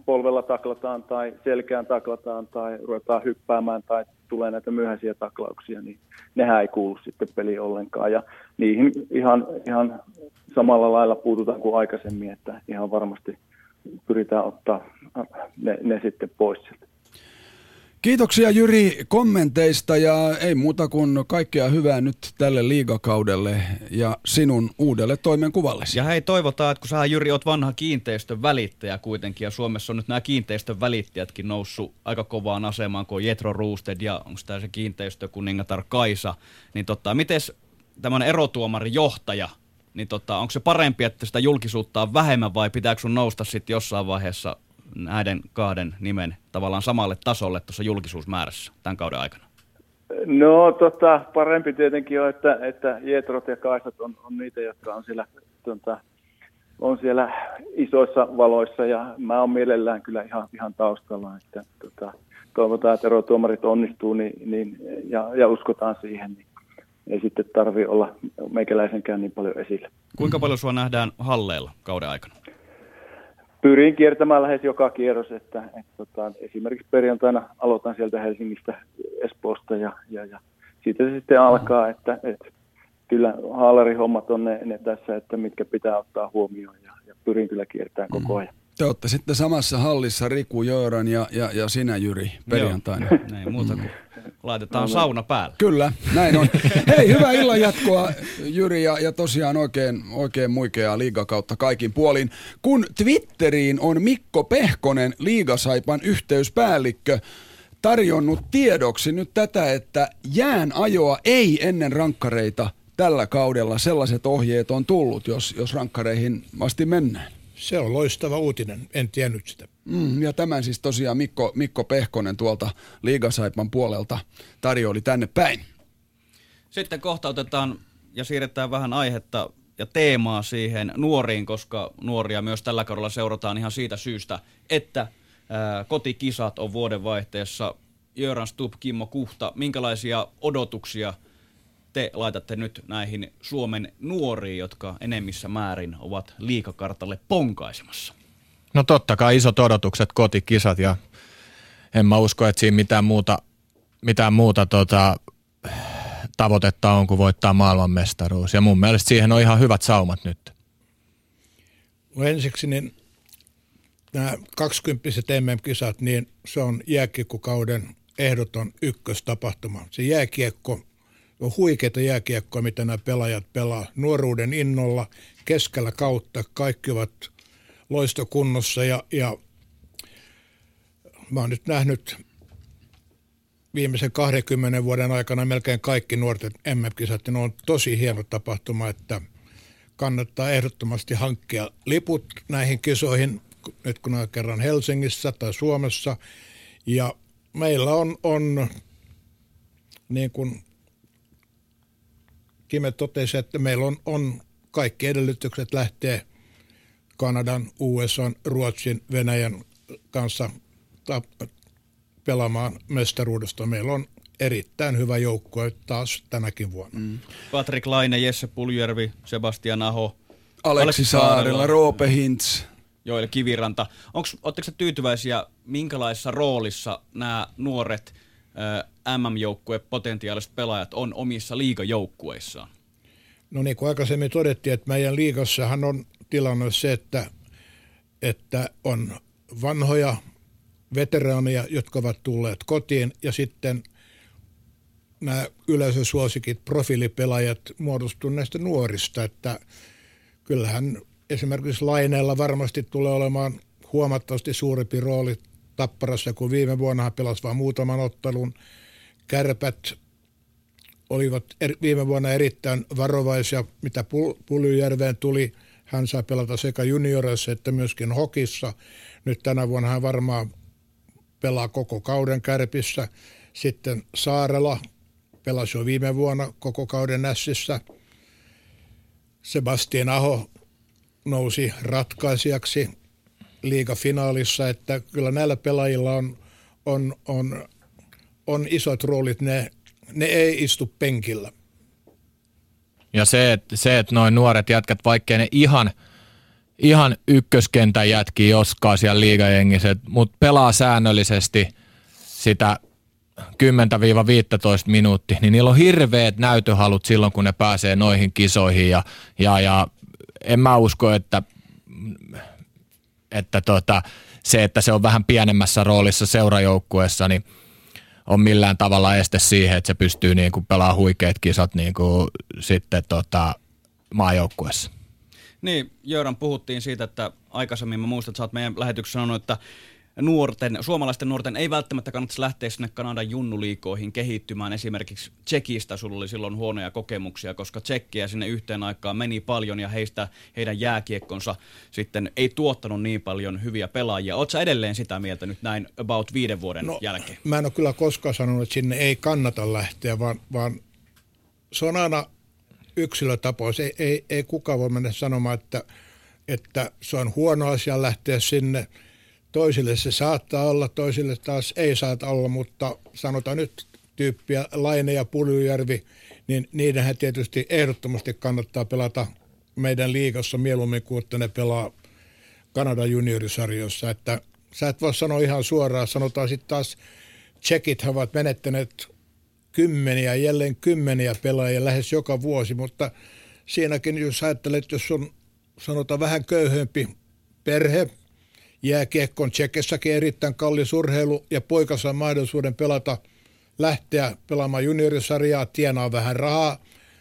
polvella taklataan tai selkään taklataan tai ruvetaan hyppäämään tai tulee näitä myöhäisiä taklauksia, niin nehän ei kuulu sitten peliin ollenkaan. Ja niihin ihan, ihan samalla lailla puututaan kuin aikaisemmin, että ihan varmasti pyritään ottaa ne, ne sitten pois sieltä. Kiitoksia Jyri kommenteista ja ei muuta kuin kaikkea hyvää nyt tälle liigakaudelle ja sinun uudelle toimenkuvallesi. Ja hei, toivotaan, että kun sä Jyri oot vanha kiinteistön välittäjä kuitenkin ja Suomessa on nyt nämä kiinteistön välittäjätkin noussut aika kovaan asemaan, kun on Jetro Roosted ja onko tämä se kiinteistökuningatar Kaisa, niin tota, mites tämmöinen erotuomarijohtaja, niin tota, onko se parempi, että sitä julkisuutta on vähemmän vai pitääkö sun nousta sitten jossain vaiheessa näiden kahden nimen tavallaan samalle tasolle tuossa julkisuusmäärässä tämän kauden aikana? No tota, parempi tietenkin on, että, että Jetrot ja Kaisat on, on niitä, jotka on siellä, tota, on siellä isoissa valoissa ja mä oon mielellään kyllä ihan, ihan taustalla, että tota, toivotaan, että erotuomarit onnistuu niin, niin, ja, ja uskotaan siihen, niin ei sitten tarvitse olla meikäläisenkään niin paljon esillä. Kuinka paljon sua nähdään halleilla kauden aikana? Pyrin kiertämään lähes joka kierros, että, että tota, esimerkiksi perjantaina aloitan sieltä Helsingistä, Espoosta ja, ja, ja siitä se sitten alkaa, että, että kyllä haalarihommat on ne, ne tässä, että mitkä pitää ottaa huomioon ja, ja pyrin kyllä kiertämään koko ajan. Te olette sitten samassa hallissa, Riku Jöran ja, ja, ja sinä Jyri perjantaina. Joo, näin muuta kuin laitetaan no, sauna päälle. Kyllä, näin on. Hei, hyvää illan jatkoa Jyri ja, ja tosiaan oikein, oikein muikeaa liigakautta kaikin puolin. Kun Twitteriin on Mikko Pehkonen, Liigasaipan yhteyspäällikkö, tarjonnut tiedoksi nyt tätä, että jään ajoa ei ennen rankkareita tällä kaudella. Sellaiset ohjeet on tullut, jos, jos rankkareihin asti mennään. Se on loistava uutinen, en tiennyt sitä. Mm, ja tämän siis tosiaan Mikko, Mikko Pehkonen tuolta Liigasaipan puolelta tarjoili tänne päin. Sitten kohta otetaan ja siirretään vähän aihetta ja teemaa siihen nuoriin, koska nuoria myös tällä kaudella seurataan ihan siitä syystä, että ää, kotikisat on vuodenvaihteessa. Jöran Stubb, Kimmo Kuhta, minkälaisia odotuksia te laitatte nyt näihin Suomen nuoriin, jotka enemmissä määrin ovat liigakartalle ponkaisemassa? No totta kai isot odotukset, kotikisat ja en mä usko, että siinä mitään muuta, mitään muuta tota, tavoitetta on kuin voittaa maailmanmestaruus. Ja mun mielestä siihen on ihan hyvät saumat nyt. No ensiksi niin nämä kaksikymppiset M M-kisat, niin se on jääkiekkokauden ehdoton ykköstapahtuma. Se jääkiekko on huikeita jääkiekkoa, mitä nämä pelaajat pelaa nuoruuden innolla, keskellä kautta. Kaikki ovat loistokunnossa ja, ja mä oon nyt nähnyt viimeisen kahdenkymmenen vuoden aikana melkein kaikki nuorten M M-kisat. Ne on tosi hieno tapahtuma, että kannattaa ehdottomasti hankkia liput näihin kisoihin, nyt kun on kerran Helsingissä tai Suomessa. Ja meillä on, on niin kuin Kime totesi, että meillä on, on kaikki edellytykset lähteä Kanadan, U S A, Ruotsin, Venäjän kanssa ta- pelaamaan mestaruudesta. Meillä on erittäin hyvä joukkue taas tänäkin vuonna. Mm. Patrik Laine, Jesse Puljärvi, Sebastian Aho, Aleksi Saarela, Roope Hintz, Joel Kiviranta. Oletteko te tyytyväisiä, minkälaisessa roolissa nämä nuoret M M-joukkueen potentiaaliset pelaajat on omissa liigajoukkueissaan? No niin kuin aikaisemmin todettiin, että meidän liigassahan on tilanne se, että, että on vanhoja veteraaneja, jotka ovat tulleet kotiin ja sitten nämä yleisösuosikit, profiilipelaajat muodostuu näistä nuorista, että kyllähän esimerkiksi Laineella varmasti tulee olemaan huomattavasti suurempi rooli Tapparassa, kun viime vuonna hän pelasi vain muutaman ottelun. Kärpät olivat er, viime vuonna erittäin varovaisia, mitä Puljujärveen tuli. Hän saa pelata sekä junioreissa että myöskin hokissa. Nyt tänä vuonna hän varmaan pelaa koko kauden Kärpissä. Sitten Saarela pelasi jo viime vuonna koko kauden Ässissä. Sebastian Aho nousi ratkaisijaksi liigafinaalissa, että kyllä näillä pelaajilla on, on, on, on isot roolit, ne, ne ei istu penkillä. Ja se, että, se, että noin nuoret jätkät, vaikkei ne ihan ihan ykköskentän jätkiä joskaan siellä liigajengissä, mutta pelaa säännöllisesti sitä kymmenen viisitoista minuuttia, niin niillä on hirveät näytöhalut silloin, kun ne pääsee noihin kisoihin ja, ja, ja en mä usko, että, että tota, se, että se on vähän pienemmässä roolissa seurajoukkueessa, niin on millään tavalla este siihen, että se pystyy niinku pelaamaan huikeat kisat niinku sitten tota, maajoukkueessa. Niin, Jöran, puhuttiin siitä, että aikaisemmin mä muistan, että sä oot meidän lähetyksessä sanonut, että nuorten, suomalaisten nuorten ei välttämättä kannattaisi lähteä sinne Kanadan junnuliikoihin kehittymään. Esimerkiksi Tsekistä sulla oli silloin huonoja kokemuksia, koska Tsekkiä sinne yhteen aikaan meni paljon ja heistä, heidän jääkiekkonsa sitten ei tuottanut niin paljon hyviä pelaajia. Ootko sä edelleen sitä mieltä nyt näin about viiden vuoden no, jälkeen? Mä en ole kyllä koskaan sanonut, että sinne ei kannata lähteä, vaan, vaan se on aina yksilötapaus. Ei, ei, ei kukaan voi mennä sanomaan, että, että se on huono asia lähteä sinne. Toisille se saattaa olla, toisille taas ei saata olla, mutta sanotaan nyt tyyppiä Laine ja Puljujärvi, niin niidenhän tietysti ehdottomasti kannattaa pelata meidän liigassa mieluummin kuin että ne pelaa Kanadan juniorisarjoissa. Että sä et voi sanoa ihan suoraan, sanotaan sitten taas tsekit ovat menettäneet kymmeniä, jälleen kymmeniä pelaajia lähes joka vuosi, mutta siinäkin jos ajattelet, jos on sanotaan vähän köyhempi perhe, jääkiekko on Tsekissäkin erittäin kallis urheilu ja poika saa mahdollisuuden pelata, lähteä pelaamaan juniorisarjaa, tienaa vähän rahaa,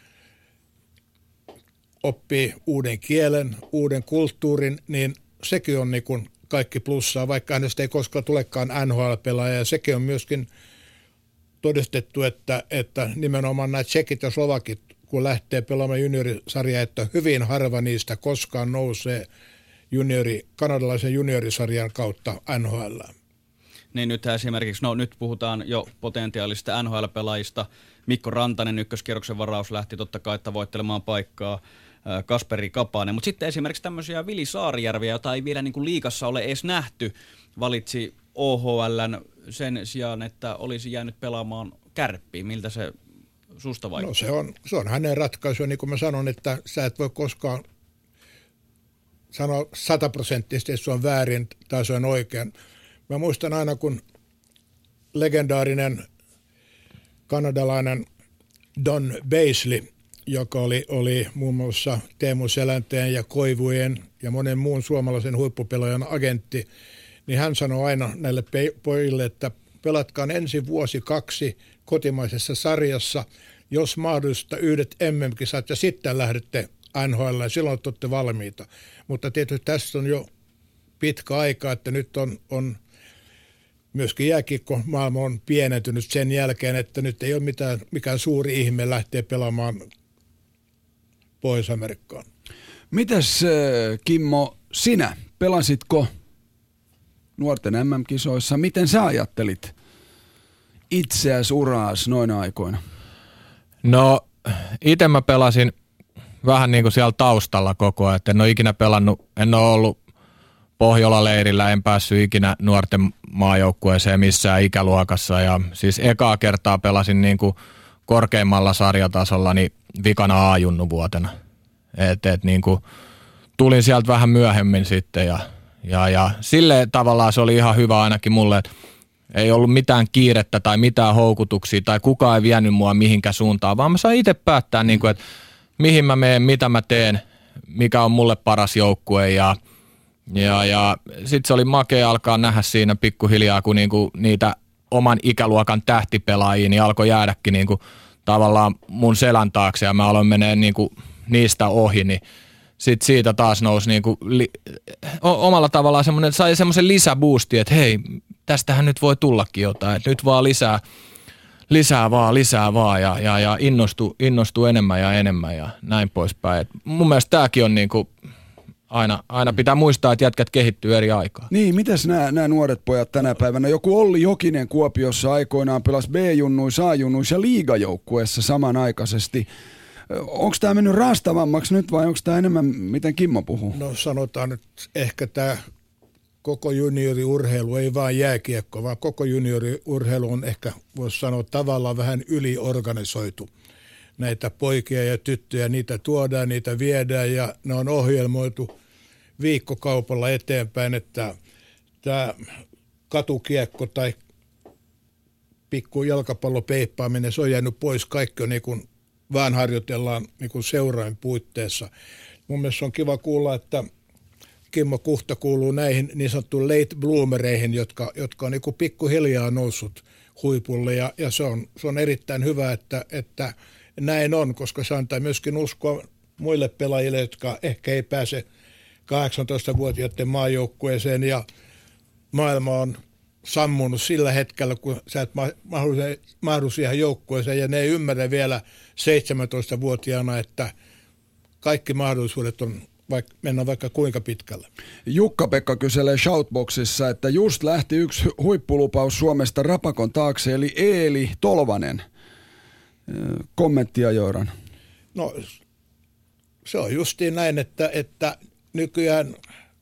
oppii uuden kielen, uuden kulttuurin, niin sekin on niin kuin kaikki plussaa, vaikka hänestä ei koskaan tulekaan N H L-pelaaja. Ja sekin on myöskin todistettu, että, että nimenomaan nämä tsekit ja slovakit, kun lähtee pelaamaan juniorisarjaa, että hyvin harva niistä koskaan nousee juniori, kanadalaisen juniorisarjan kautta N H L. Niin nyt esimerkiksi, no nyt puhutaan jo potentiaalista N H L-pelaajista. Mikko Rantanen ykköskierroksen varaus lähti totta kai tavoittelemaan paikkaa, Kasperi Kapanen. Mutta sitten esimerkiksi tämmöisiä Vili Saarijärviä, jota ei vielä niin kuin liigassa ole edes nähty, valitsi O H L:n sen sijaan, että olisi jäänyt pelaamaan Kärppiin. Miltä se susta vaikuttaa? No se on, se on hänen ratkaisuja, niin kuin mä sanon, että sä et voi koskaan sanoa sataprosenttisesti, että se on väärin tai se on oikein. Mä muistan aina, kun legendaarinen kanadalainen Don Beisley, joka oli, oli muun muassa Teemu Selänteen ja Koivujen ja monen muun suomalaisen huippupelaajan agentti, niin hän sanoi aina näille pojille, että pelatkaan ensi vuosi kaksi kotimaisessa sarjassa, jos mahdollista yhdet M M-kisat ja sitten lähdette N H L, silloin olette valmiita. Mutta tietysti tässä on jo pitkä aika, että nyt on, on myöskin jääkiekko maailma on pienentynyt sen jälkeen, että nyt ei ole mitään, mikään suuri ihme lähteä pelaamaan Pohjois-Amerikkaan. Mitäs Kimmo, sinä pelasitko nuorten M M-kisoissa? Miten sä ajattelit itseäsi, uraas noina aikoina? No itse mä pelasin vähän niin kuin siellä taustalla koko ajan, että en ole ikinä pelannut, en ole ollut Pohjola-leirillä, en päässyt ikinä nuorten maajoukkueeseen missään ikäluokassa ja siis ekaa kertaa pelasin niin kuin korkeimmalla sarjatasolla niin vikana A-junnuvuotena. Et, et niin kuin tulin sieltä vähän myöhemmin sitten ja, ja, ja silleen tavallaan se oli ihan hyvä ainakin mulle, että ei ollut mitään kiirettä tai mitään houkutuksia tai kukaan ei vienyt mua mihinkään suuntaan, vaan mä sain itse päättää, niin kuin, että mihin mä menen, mitä mä teen, mikä on mulle paras joukkue ja Ja, ja sitten se oli makea alkaa nähdä siinä pikkuhiljaa, kun niinku niitä oman ikäluokan tähtipelaajia niin alkoi jäädäkin niinku tavallaan mun selän taakse ja mä aloin menee niinku niistä ohi, niin sitten siitä taas nousi niinku li, omalla tavallaan semmoinen, sai semmoisen lisäboostin, että hei, tästähän nyt voi tullakin jotain, että nyt vaan lisää, lisää vaan, lisää vaan ja, ja, ja innostuu, innostuu enemmän ja enemmän ja näin poispäin. Et mun mielestä tämäkin on niinku Aina, aina pitää muistaa, että jätkät kehittyy eri aikaa. Niin, mitäs nämä, nämä nuoret pojat tänä päivänä? Joku Olli Jokinen Kuopiossa aikoinaan pelasi B-junnuissa, A-junnuissa ja liigajoukkueessa samanaikaisesti. Onko tämä mennyt raastavammaksi nyt vai onko tämä enemmän, miten Kimmo puhuu? No sanotaan nyt ehkä tämä koko junioriurheilu, ei vaan jääkiekko, vaan koko junioriurheilu on ehkä, voisi sanoa, tavallaan vähän yliorganisoitu. Näitä poikia ja tyttöjä, niitä tuodaan, niitä viedään ja ne on ohjelmoitu viikkokaupalla eteenpäin, että tämä katukiekko tai pikku jalkapallopeippaaminen, se on jäänyt pois. Kaikki on niin kuin vaan harjoitellaan niin kuin seurain puitteissa. Mun mielestä on kiva kuulla, että Kimmo Kuhta kuuluu näihin niin sanottuun late bloomereihin, jotka, jotka on niin kuin pikkuhiljaa noussut huipulle. Ja, ja se, on, se on erittäin hyvä, että, että näin on, koska se antaa myöskin uskoa muille pelaajille, jotka ehkä ei pääse kahdeksantoistavuotiaiden maajoukkueeseen. Ja maailma on sammunut sillä hetkellä, kun sä et mahdu siihen joukkueeseen, ja ne ei ymmärrä vielä seitsemäntoistavuotiaana, että kaikki mahdollisuudet on vaikka, mennä vaikka kuinka pitkälle. Jukka-Pekka kyselee Shoutboxissa, että just lähti yksi huippulupaus Suomesta Rapakon taakse, eli Eeli Tolvanen. Kommenttia Jooran. No se on justiin näin, että, että nykyään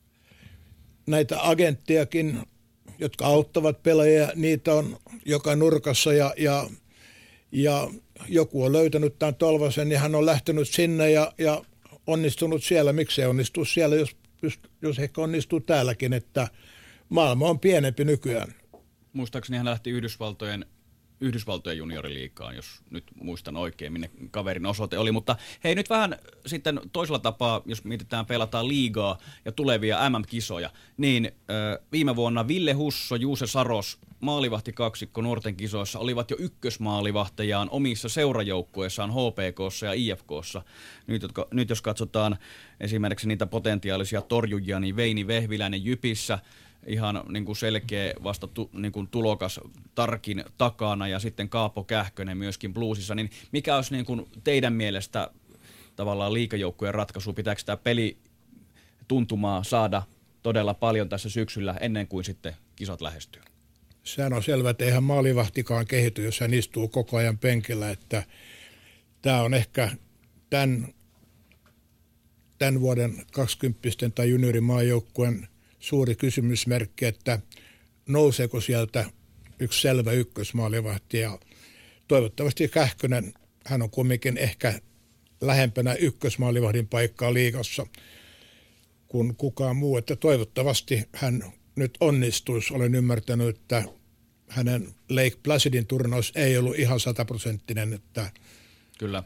näitä agenttiakin, jotka auttavat pelaajia, niitä on joka nurkassa ja, ja, ja joku on löytänyt tämän Tolvasen ja hän on lähtenyt sinne ja, ja onnistunut siellä. Miksei onnistu siellä, jos, jos ehkä onnistuu täälläkin, että maailma on pienempi nykyään. Muistaakseni hän lähti Yhdysvaltojen Yhdysvaltojen junioriliigaan, jos nyt muistan oikein, minne kaverin osoite oli. Mutta hei, nyt vähän sitten toisella tapaa, jos mietitään pelataan liigaa ja tulevia M M-kisoja, niin äh, viime vuonna Ville Husso, Juuse Saros, maalivahtikaksikko nuorten kisoissa olivat jo ykkösmaalivahtejaan omissa seurajoukkueissaan H P K:ssa ja I F K:ssa. Nyt, jotka, nyt jos katsotaan esimerkiksi niitä potentiaalisia torjujia, niin Veini Vehviläinen Jypissä, ihan niin kuin selkeä vasta tu, niin kuin tulokas Tarkin takana ja sitten Kaapo Kähkönen myöskin Bluesissa, niin mikä olisi niin kuin teidän mielestä tavallaan liigajoukkueen ratkaisu? Pitääkö tämä peli tuntumaa saada todella paljon tässä syksyllä ennen kuin sitten kisat lähestyy? Sehän on selvä, että eihän maalivahtikaan kehity, jos hän istuu koko ajan penkillä, että tämä on ehkä tämän, tämän vuoden kaksikymppisten tai juniorimaajoukkueen suuri kysymysmerkki, että nouseeko sieltä yksi selvä ykkösmaalivahti ja toivottavasti Kähkönen, hän on kumminkin ehkä lähempänä ykkösmaalivahdin paikkaa liigassa kuin kukaan muu, että toivottavasti hän nyt onnistuisi. Olen ymmärtänyt, että hänen Lake Placidin turnaus ei ollut ihan sataprosenttinen, että kyllä.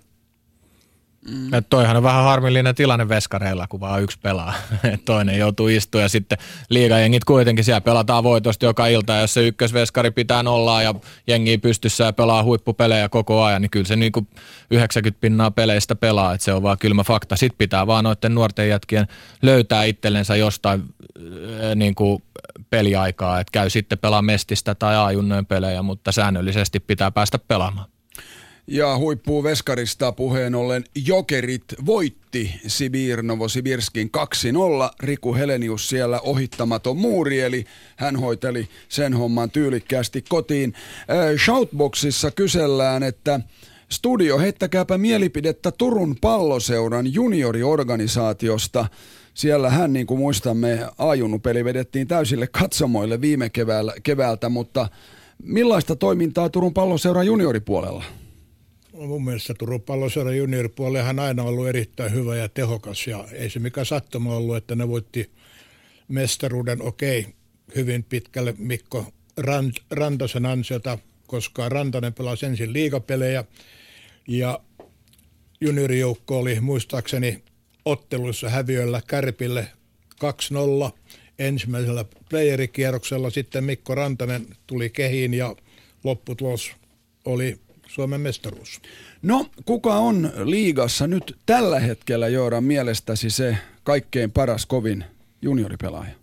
Mm. Että toihan on vähän harmillinen tilanne veskareilla, kun vaan yksi pelaa. Toinen joutuu istumaan ja sitten liigajengit kuitenkin siellä pelataan voitosta joka ilta. Ja jos se ykkösveskari pitää nollaa ja jengi pystyssä ja pelaa huippupelejä koko ajan, niin kyllä se niin kuin yhdeksänkymmentä pinnaa peleistä pelaa. Että se on vaan kylmä fakta. Sitten pitää vaan noiden nuorten jätkien löytää itsellensä jostain niin kuin peliaikaa. Että käy sitten pelaa Mestistä tai A-junnojen pelejä, mutta säännöllisesti pitää päästä pelaamaan. Ja huippuu veskarista puheen ollen Jokerit voitti Sibir Novosibirskin kaksi nolla. Riku Helenius siellä ohittamaton muuri, eli hän hoiteli sen homman tyylikkäästi kotiin. Shoutboxissa kysellään, että studio, heittäkääpä mielipidettä Turun Palloseuran junioriorganisaatiosta. Siellä hän, niin kuin muistamme, A-junnupeli vedettiin täysille katsomoille viime keväällä, keväältä, mutta millaista toimintaa Turun Palloseuran junioripuolella? Mun mielestä Turun Palloseuran junioripuolella on aina ollut erittäin hyvä ja tehokas ja ei se mikään sattuma ollut, että ne voitti mestaruuden okei hyvin pitkälle Mikko Rant, Rantasen ansiota, koska Rantanen pelasi ensin liigapelejä ja juniorijoukko oli muistaakseni otteluissa häviöllä Kärpille kaksi nolla ensimmäisellä playerikierroksella, sitten Mikko Rantanen tuli kehiin ja lopputulos oli Suomen mestaruus. No, kuka on liigassa nyt tällä hetkellä, Jooran, mielestäsi se kaikkein paras kovin junioripelaaja?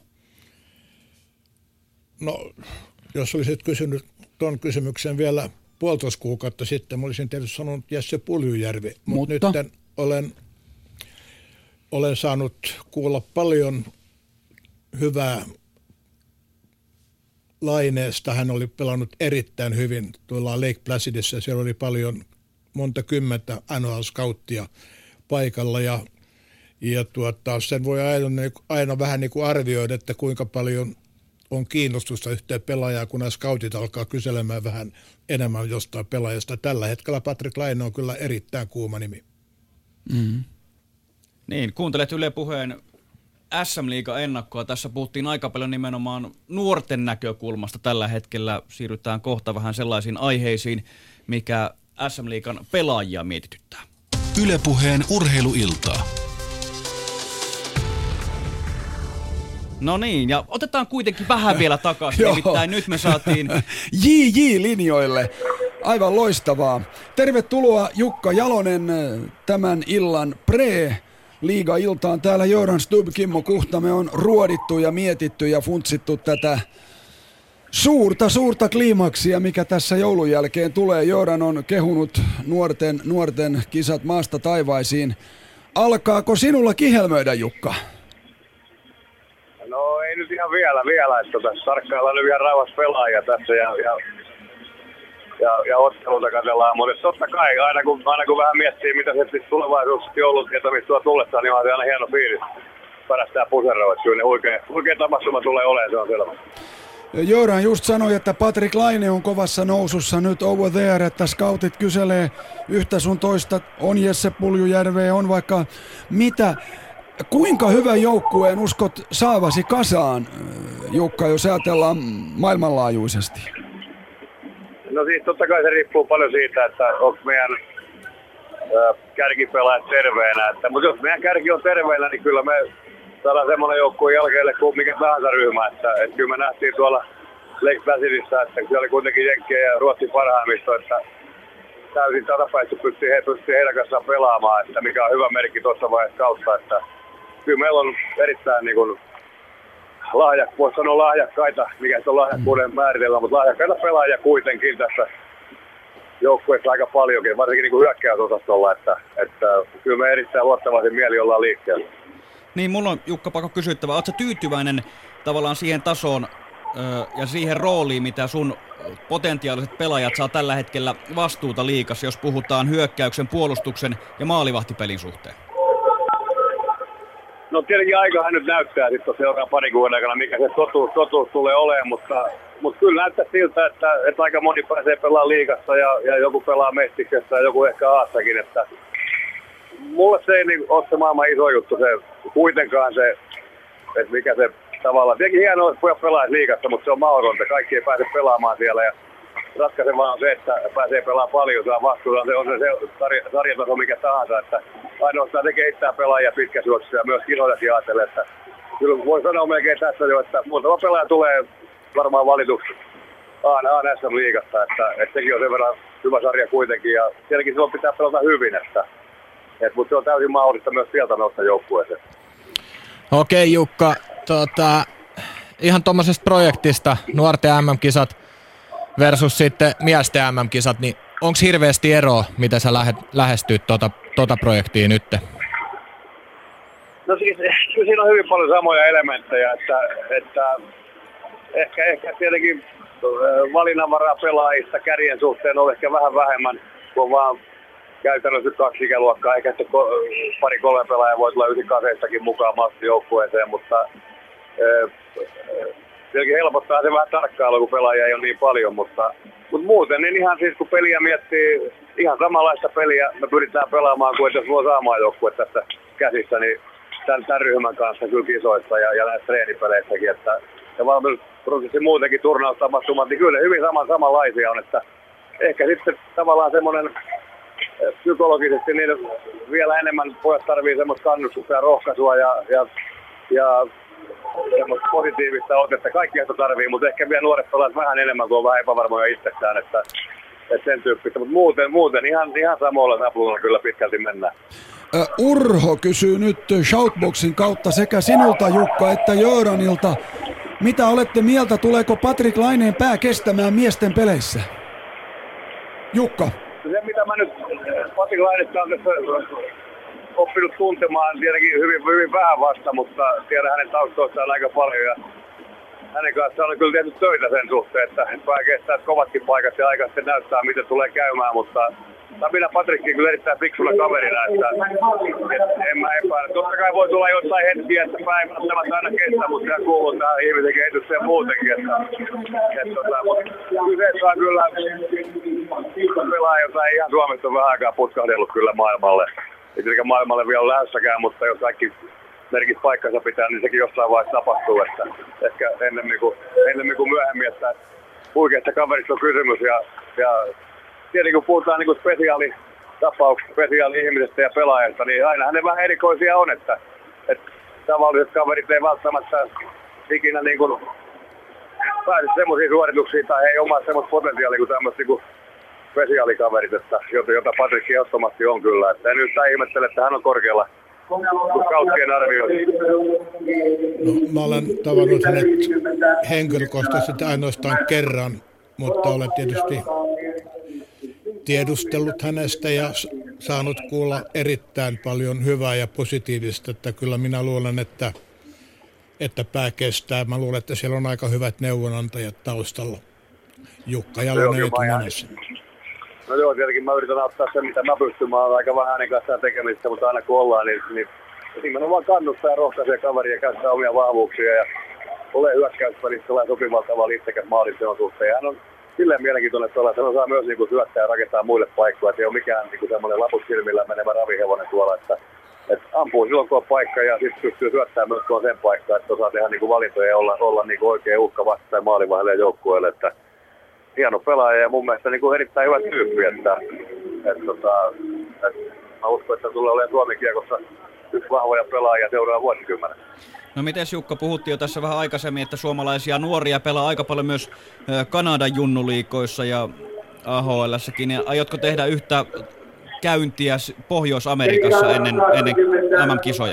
No, jos olisit kysynyt tuon kysymyksen vielä puolitoista kuukautta sitten, mä olisin tietysti sanonut Jesse Puljujärvi. Mutta nyt olen, olen saanut kuulla paljon hyvää Laineesta. Hän oli pelannut erittäin hyvin tuolla Lake Placidissa. Siellä oli paljon, monta kymmentä N H L-skauttia paikalla ja, ja tuota, sen voi aina, aina vähän niin kuin arvioida, että kuinka paljon on kiinnostusta yhteen pelaajaa, kun nämä scoutit alkaa kyselemään vähän enemmän jostain pelaajasta. Tällä hetkellä Patrick Laine on kyllä erittäin kuuma nimi. Mm. Niin, kuuntelet Yle Puheen S M-liigan ennakkoa. Tässä puhuttiin aika paljon nimenomaan nuorten näkökulmasta. Tällä hetkellä siirrytään kohta vähän sellaisiin aiheisiin, mikä S M-liigan pelaajia mietityttää. Yle Puheen urheiluiltaa. No niin, ja otetaan kuitenkin vähän vielä takaisin, nimittäin nyt me saatiin J J-linjoille. Aivan loistavaa. Tervetuloa Jukka Jalonen tämän illan pre-liiga-iltaan. Täällä Göran Stubb, Kimmo Kuhta. Me on ruodittu ja mietitty ja funtsittu tätä suurta, suurta kliimaksia, mikä tässä joulun jälkeen tulee. Göran on kehunut nuorten, nuorten kisat maasta taivaisiin. Alkaako sinulla kihelmöidä, Jukka? No ei nyt ihan vielä, vielä että tässä tarkkaillaan nyt vielä rauhassa pelaajia tässä ja, ja, ja, ja otteluita katsellaan, mutta totta kai aina kun, aina kun vähän miettii mitä se tulevaisuudessa joulun tietämistä tuo tullessaan, niin on se aina hieno fiilis päästään puseroon, että kyllä ne huikea, huikea tapahtuma tulee olemaan, se on selvä. Göran just sanoi, että Patrik Laine on kovassa nousussa nyt over there, että scoutit kyselee yhtä sun toista, on Jesse Puljujärveä, on vaikka mitä. Kuinka hyvän joukkueen uskot saavasi kasaan, Jukka, jos ajatellaan maailmanlaajuisesti? No siis totta kai se riippuu paljon siitä, että onko meidän äh, kärkipelaajat terveenä. Että, mutta jos meidän kärki on terveenä, niin kyllä me saadaan semmoinen joukkue jälkeelle kuin mikä tahansa ryhmä. Että, että kyllä me nähtiin tuolla Lake Placidissa, että siellä oli kuitenkin Jenkkien ja Ruotsin parhaimmisto, että täysin tasapäisesti pystyy, he, pystyy heidän kanssaan pelaamaan, että mikä on hyvä merkki tuossa vaiheessa kautta. Että kyllä meillä on erittäin niin kuin lahjak, voisi sanoa lahjakkaita, mikä se on lahjakkuuden määritellä, mutta lahjakkaita pelaajia kuitenkin tässä joukkueessa aika paljonkin, varsinkin niin kuin hyökkäysosastolla, että, että kyllä me erittäin luottavaisin mieli ollaan liikkeellä. Niin, mulla on Jukka pakko kysyttävä, ootko sä tyytyväinen tavallaan siihen tasoon öö, ja siihen rooliin, mitä sun potentiaaliset pelaajat saa tällä hetkellä vastuuta liigassa, jos puhutaan hyökkäyksen, puolustuksen ja maalivahtipelin suhteen? No tietenkin aikahan nyt näyttää sitten seuraavan parin kuuden aikana, mikä se totuus, totuus tulee olemaan, mutta, mutta kyllä näyttää siltä, että, että aika moni pääsee pelaamaan liigassa ja, ja joku pelaa Mestiksessä ja joku ehkä Aassakin. Että mulle se ei niin ole se maailman iso juttu, se kuitenkaan se, että mikä se tavallaan. Tietenkin hienoa, että pojat pelaa liigassa, mutta se on mahdotonta, kaikki ei pääse pelaamaan siellä. Ja ratkaisevaa on se, että pääsee pelaamaan paljon, saa vastuuta, se on se, se sarja, sarjataso mikä tahansa, että ainoastaan se kehittää pelaajia pitkäsuoksissa ja myös kilojakin ajatellen, että kyllä voi sanoa melkein tässä jo, että muutama pelaaja tulee varmaan valituksi A N S M-liigasta, että, että sekin on sen verran hyvä sarja kuitenkin ja sielläkin silloin pitää pelata hyvin, että, että, mutta se on täysin mahdollista myös sieltä nousta joukkueeseen. Okei Jukka, tota, ihan tuommoisesta projektista, nuorten M M-kisat versus sitten miesten M M-kisat, niin onko hirveästi eroa, mitä sä lähet, lähestyt tuota, tuota projektia nyt? No siis kyllä siinä on hyvin paljon samoja elementtejä, että, että ehkä, ehkä tietenkin valinnanvaraa pelaajista kärjen suhteen on ehkä vähän vähemmän, kun vaan käytännössä kaksi ikäluokkaa, eikä sitten pari kolme pelaajaa voi tulla yhdeksänkymmentäkahdeksankin mukaan massijoukkueeseen, mutta äh, tietenkin helpottaa se vähän tarkkailua, kun pelaajia ei ole niin paljon, mutta, mutta muuten niin ihan siis kun peliä miettii, ihan samanlaista peliä me pyritään pelaamaan kuin jos luo saamaan joukkue tässä käsissä, niin tämän, tämän ryhmän kanssa kyllä kisoissa ja, ja näissä treenipeleissäkin, että ja valmennusprosessi muutenkin turnaustapahtumat, niin kyllä hyvin saman, samanlaisia on, että ehkä sitten tavallaan semmoinen psykologisesti niin vielä enemmän pojat tarvii semmoista kannustusta ja rohkaisua ja, ja, ja semmoista positiivista otetta. Kaikkia sitä tarvii, mutta ehkä vielä nuoret pelaat vähän enemmän, kun on vähän epävarmoja itsestään, että, että sen tyyppistä. Mutta muuten, muuten ihan, ihan samalla naplulla kyllä pitkälti mennään. Urho kysyy nyt Shoutboxin kautta sekä sinulta Jukka että Göranilta. Mitä olette mieltä, tuleeko Patrik Laineen pää kestämään miesten peleissä? Jukka. Se mitä mä nyt Patrik Lainetta on tässä oppinut tuntemaan tietenkin hyvin, hyvin vähän vasta, mutta tiedän hänen taustoistaan aika paljon ja hänen kanssaan on kyllä tehty töitä sen suhteen, että pää kestää kovatkin paikat ja aika sitten näyttää miten tulee käymään, mutta minä Patrikkiin kyllä erittäin fiksuna kaverina, että, että en mä epäile. Totta kai voi tulla jotain hetkiä, että pää ei välttämättä aina kestä, mutta sehän kuuluu tähän ihmisen kehitykseen muutenkin. Että, että, tota, mutta kyseessä on kyllä pelaaja, jota ei ihan Suomessa ole vähän aikaa putkahdellut kyllä maailmalle. Ei tietenkään maailmalle vielä lähdössäkään, mutta jos kaikki merkit paikkansa pitää, niin sekin jossain vaiheessa tapahtuu, että ehkä ennemmin kuin, ennemmin kuin myöhemmin, että huikeasta kaverista on kysymys ja, ja tietenkin kun puhutaan niin spesiaalitapauksista, spesiaali-ihmisestä ja pelaajasta, niin ainahan ne vähän erikoisia on, että, että tavalliset kaverit ei välttämättä ikinä niin kuin pääse semmoisiin suorituksiin tai he ei omaa semmoista potentiaalia kuin tämmöistä niin spesiaalikaverit, että, jota, jota Patrik ehdottomasti on kyllä. Että en nyt ihmettele, että hän on korkealla kauttien arvioissa. No, mä olen tavannut hänet henkilökohtaisesti ainoastaan kerran, mutta olen tietysti tiedustellut hänestä ja saanut kuulla erittäin paljon hyvää ja positiivista, että kyllä minä luulen, että, että pää kestää. Mä luulen, että siellä on aika hyvät neuvonantajat taustalla. Jukka Jalonen etumonessa. No joo, tietenkin mä yritän auttaa sen, mitä mä pystyn. Mä olen aika vähän hänen kanssaan tekemistä, mutta aina kun ollaan, niin, niin nimenomaan kannustaa ja rohkaisee kaveria ja käyttää omia vahvuuksia ja ole hyökkäyspelissä sellainen sopivalla tavalla itsekäs maalinteon suhteen. Hän on silleen mielenkiintoinen, että hän osaa myös niin kuin syöttää ja rakentaa muille paikkoja. Että ei ole mikään niin kuin semmoinen laput silmillä menevä ravihevonen tuolla, että, että ampuu silloin kun on paikka ja sitten pystyy syöttämään myös kun on sen paikka, että osaa tehdä niin kuin valintoja ja olla, olla niin kuin oikein uhka vastaan maalivahdelle ja joukkueelle. Että hieno pelaaja ja mun mielestä niin kuin erittäin hyvä tyyppi, että, että, että, että mä uskon, että tulee olemaan Suomen kiekossa yksi vahvoja pelaajia seuraava vuosikymmenen. No mites Jukka, puhuttiin jo tässä vähän aikaisemmin, että suomalaisia nuoria pelaa aika paljon myös Kanadan junnuliikoissa ja A H L:ssäkin, niin aiotko tehdä yhtä käyntiä Pohjois-Amerikassa ennen, ennen M M-kisoja?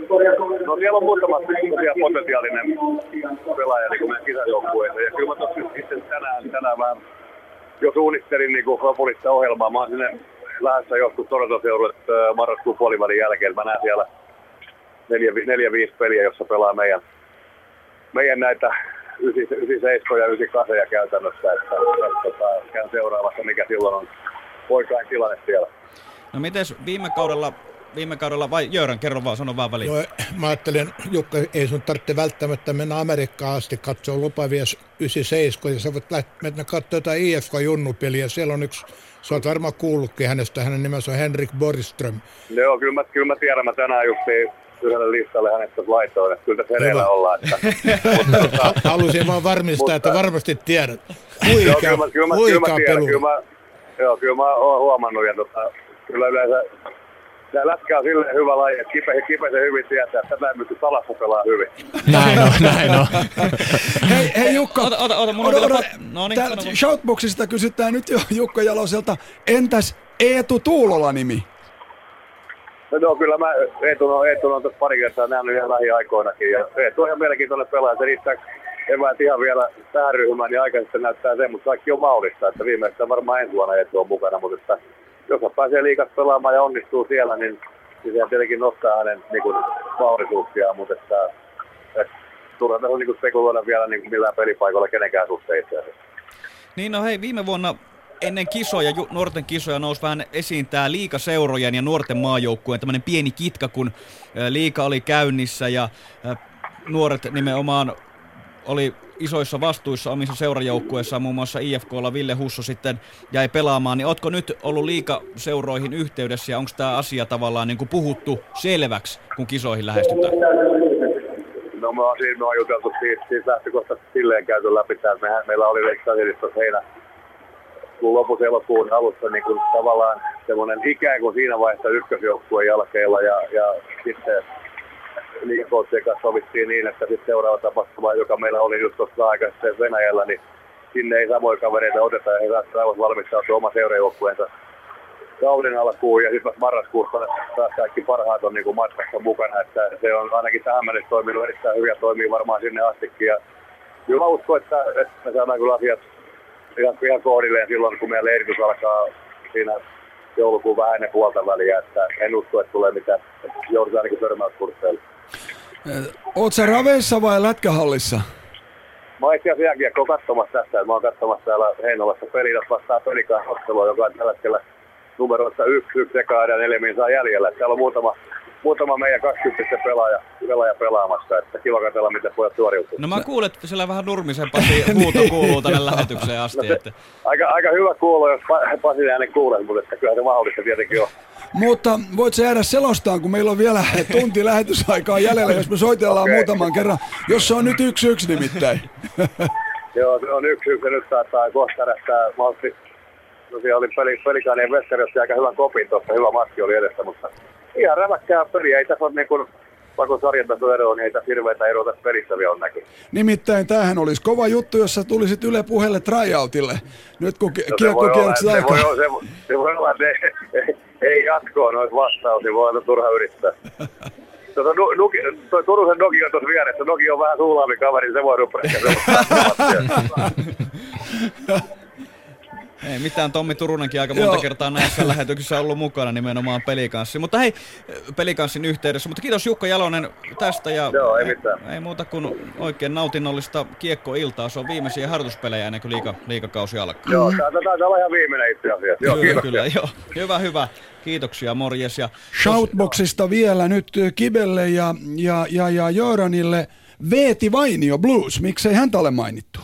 No siellä on muutama potentiaalinen pelaaja niin kuin meidän kisajoukkueessa. Ja kyllä mä tossa itse tänään, tänään vähän jo suunnittelin niin kuin lopullista ohjelmaa. Mä oon sinne lähdössä joskus Toronto-seudulle marraskuun puolivälin jälkeen. Mä näen siellä neljä, neljä viisi peliä, jossa pelaa meidän, meidän näitä yhdeksänkymmentäseitsemän ja yhdeksänkymmentäkahdeksan käytännössä. Että, että, että käyn seuraavassa, mikä silloin on poikain tilanne siellä. No mites viime kaudella, viime kaudella vai Jöran, kerro vaan, sano vaan väliin. Joo, mä ajattelen, Jukka, ei sun tarvitse välttämättä mennä Amerikkaan asti katsoa lupavia yhdeksänkymmentäseitsemän, ja sä voit mennä katsoa jotain I F K-junnupeliä. Siellä on yksi, sä oot varmaan kuullutkin hänestä, hänen nimensä on Henrik Borgström. Joo, kyllä mä, kyllä mä tiedän, mä tänään justiin yhdelle listalle hänestä laitoin, että kyllä tässä edellä ollaan. Että, mutta, halusin vaan varmistaa, mutta, että varmasti tiedät. Huikea, joo, kyllä mä, kyllä mä, kyllä mä tiedän, kyllä mä, joo, kyllä mä oon huomannut, ja tota, kyllä yleensä tämä lätkä on silleen hyvä laji, että kipe, kipe se hyvin tietää, että tätä ei pysty salassa pelaa hyvin. Näin on, näin on. hei, hei Jukka, ota, ota, ota, mun ota, on ota, vielä... No niin, täällä Shoutboxista kysytään nyt jo Jukka Jaloselta, entäs Eetu Tuulola-nimi? No joo, kyllä mä Eetun on, Eetun on tässä pari kertaa nähnyt ihan lähiaikoinakin, ja Eetu on ihan mielenkiintoinen pelaaja, se riittää eväät ihan vielä tähän ryhmään, niin aika sitten näyttää sen, mutta kaikki on mahdollista, että viimeistään varmaan ensi vuonna Eetu on mukana, mutta että jos hän pääsee liigassa pelaamaan ja onnistuu siellä, niin, niin se tietenkin nostaa hänen niin kuin, mahdollisuuksiaan, mutta että, että turha tässä on niin spekuloida vielä niin kuin millään pelipaikalla kenenkään suhteen itse asiassa. Niin no hei, viime vuonna ennen kisoja, nuorten kisoja nousi vähän esiin tämä liigaseurojen ja nuorten maajoukkueen tämmöinen pieni kitka, kun liiga oli käynnissä ja nuoret nimenomaan oli isoissa vastuissa omissa seurajoukkueissaan, muun muassa I F K:lla Ville Husso sitten jäi pelaamaan, niin ootko nyt ollut liigaseuroihin yhteydessä ja onko tämä asia tavallaan niin kuin puhuttu selväksi, kun kisoihin lähestytään? No me on siinä me on juteltu siitä, siitä lähtökohtaisesti silleen käyty läpi, että mehän, meillä oli Leikkaisissa heinä kun lopussa elokuun alussa niin kuin tavallaan semmoinen ikään kuin siinä vaiheessa ykkösjoukkueen jalkeilla ja, ja sitten liikakoutsien kanssa sovittiin niin, että sitten seuraava tapahtuma, joka meillä oli just tuossa aikaisesti Venäjällä, niin sinne ei samoja kavereita oteta ja he saavat valmistautua oma seurajoukkueensa kauden alkuun ja sitten marraskuussa taas kaikki parhaat on niin kuin matkassa mukana, että se on ainakin tähän mennessä toiminut erittäin hyvin ja toimii varmaan sinne astikin ja kyllä mä uskon, että, että me saadaan kyllä asiat ihan, ihan kohdilleen silloin, kun meidän leiritys alkaa siinä joulukuun vähän ennen puolta väliä, että en usko, että tulee mitään, että joudutaan ainakin törmäyskursseille. Oot sä Raveissa vai Lätkähallissa? Mä oon itse asiassa jääkiekkoa katsomassa tässä, että mä oon katsomassa täällä Heinolassa Pelidas vastaan Pelikan-ottelua, joka on tällä hetkellä numeroissa yksi, yksi eka ja neljä minsaa jäljellä. Täällä on muutama, muutama meidän kaksikymmentä pelaaja, pelaaja pelaamassa, että kiva katsella, miten pojat suoriutuu. No mä kuulen, että siellä vähän Nurmisen Pasi huuto kuuluu tänne lähetykseen asti. No se, että... aika, aika hyvä kuulo, jos Pasi äänen kuulee, mutta että kyllä se mahdollista tietenkin on. Mutta voit sä jäädä selostaan, kun meillä on vielä tunti lähetysaikaa jäljellä, jos me soitellaan okay. muutaman kerran, jos se on nyt yksi yksi nimittäin. Joo, se on yksi yksi, nyt saattaa kohta nähdä maltti. Tosiaan oli peli, pelikaanien veskari, jossa aika hyvä kopin tuossa, hyvä maski oli edessä, mutta ihan räväkkää peli. Ei tässä ole niin kuin, vaikka sarjataso eroa, niin ei tässä hirveätä eroa tässä pelissä vielä on näkyy. Nimittäin tämähän olisi kova juttu, jos sä tulisit Yle Puheelle tryoutille, nyt kun no, kiekkokierrokset alkaa. Se voi, se, se voi olla, että ei, ei jatkoon olisi vastaus, niin voi olla turha yrittää. Tuota, nuki, toi Turusen Noki on tuossa vieressä, Noki on vähän suulaampi kaveri, niin se voi rupeaa. Ei mitään, Tommi Turunenkin aika monta Joo. kertaa näissä lähetyksissä ollut mukana nimenomaan Pelikanssin. Mutta hei, Pelikanssin yhteydessä. Mutta kiitos Jukka Jalonen tästä ja Joo, ei, mitään. ei muuta kuin oikein nautinnollista kiekkoiltaa. Se on viimeisiä harjoituspelejä ennen kuin liiga, liigakausi alkaa. Joo, tämä taitaa olla ihan viimeinen itse asiassa. Joo, kyllä, kyllä, joo. Hyvä, hyvä. Kiitoksia, morjes. Ja Shoutboxista vielä nyt Kibelle ja, ja, ja, ja Jöranille. Veeti Vainio Blues, miksei häntä ole mainittu?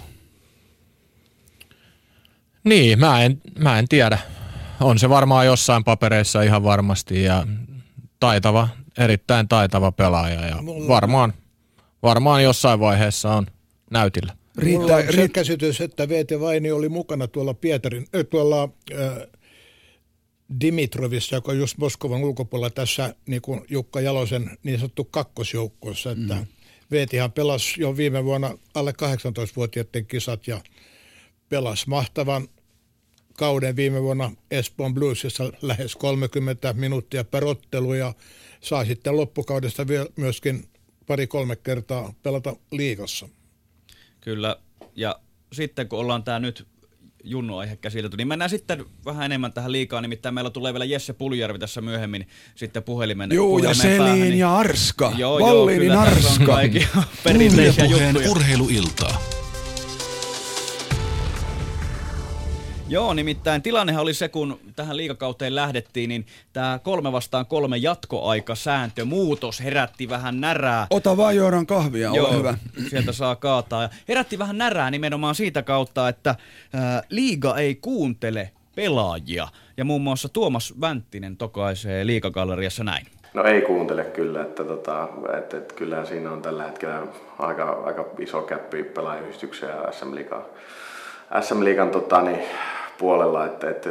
Niin, mä en, mä en tiedä. On se varmaan jossain papereissa ihan varmasti ja taitava, erittäin taitava pelaaja ja varmaan, varmaan jossain vaiheessa on näytillä. Riittää, on se käsitys, että Veeti Vainio oli mukana tuolla Pietarin, äh, tuolla äh, Dimitrovissa, joka on just Moskovan ulkopuolella tässä niin kuin Jukka Jalosen niin sanottu kakkosjoukkoissa, että mm. Veetihan pelasi jo viime vuonna alle kahdeksantoistavuotiaiden kisat ja pelasi mahtavan kauden viime vuonna Espoon Bluesissa lähes kolmekymmentä minuuttia per ottelu ja saa sitten loppukaudesta vielä myöskin pari-kolme kertaa pelata liigassa. Kyllä, ja sitten kun ollaan tämä nyt Junnu-aihe käsitelty, niin mennään sitten vähän enemmän tähän liigaan, nimittäin meillä tulee vielä Jesse Puljärvi tässä myöhemmin sitten puhelimen Joo, ja Selin päähän, niin ja Arska, joo, Vallinin joo, Arska. Yle Puheen urheiluiltaa. Joo, nimittäin tilannehan oli se, kun tähän liigakauteen lähdettiin, niin tämä kolme vastaan kolme jatkoaikasääntö muutos herätti vähän närää. Ota vaan Jooran kahvia, Joo, ole hyvä. Sieltä saa kaataa. Ja herätti vähän närää nimenomaan siitä kautta, että ää, liiga ei kuuntele pelaajia. Ja muun muassa Tuomas Vänttinen tokaisee liigagalleriassa näin. No ei kuuntele kyllä, että, tota, että, että kyllähän siinä on tällä hetkellä aika, aika iso käppi pelaajayhdistyksen ja S M-liigan, S M-liigan tota, niin, puolella, että, että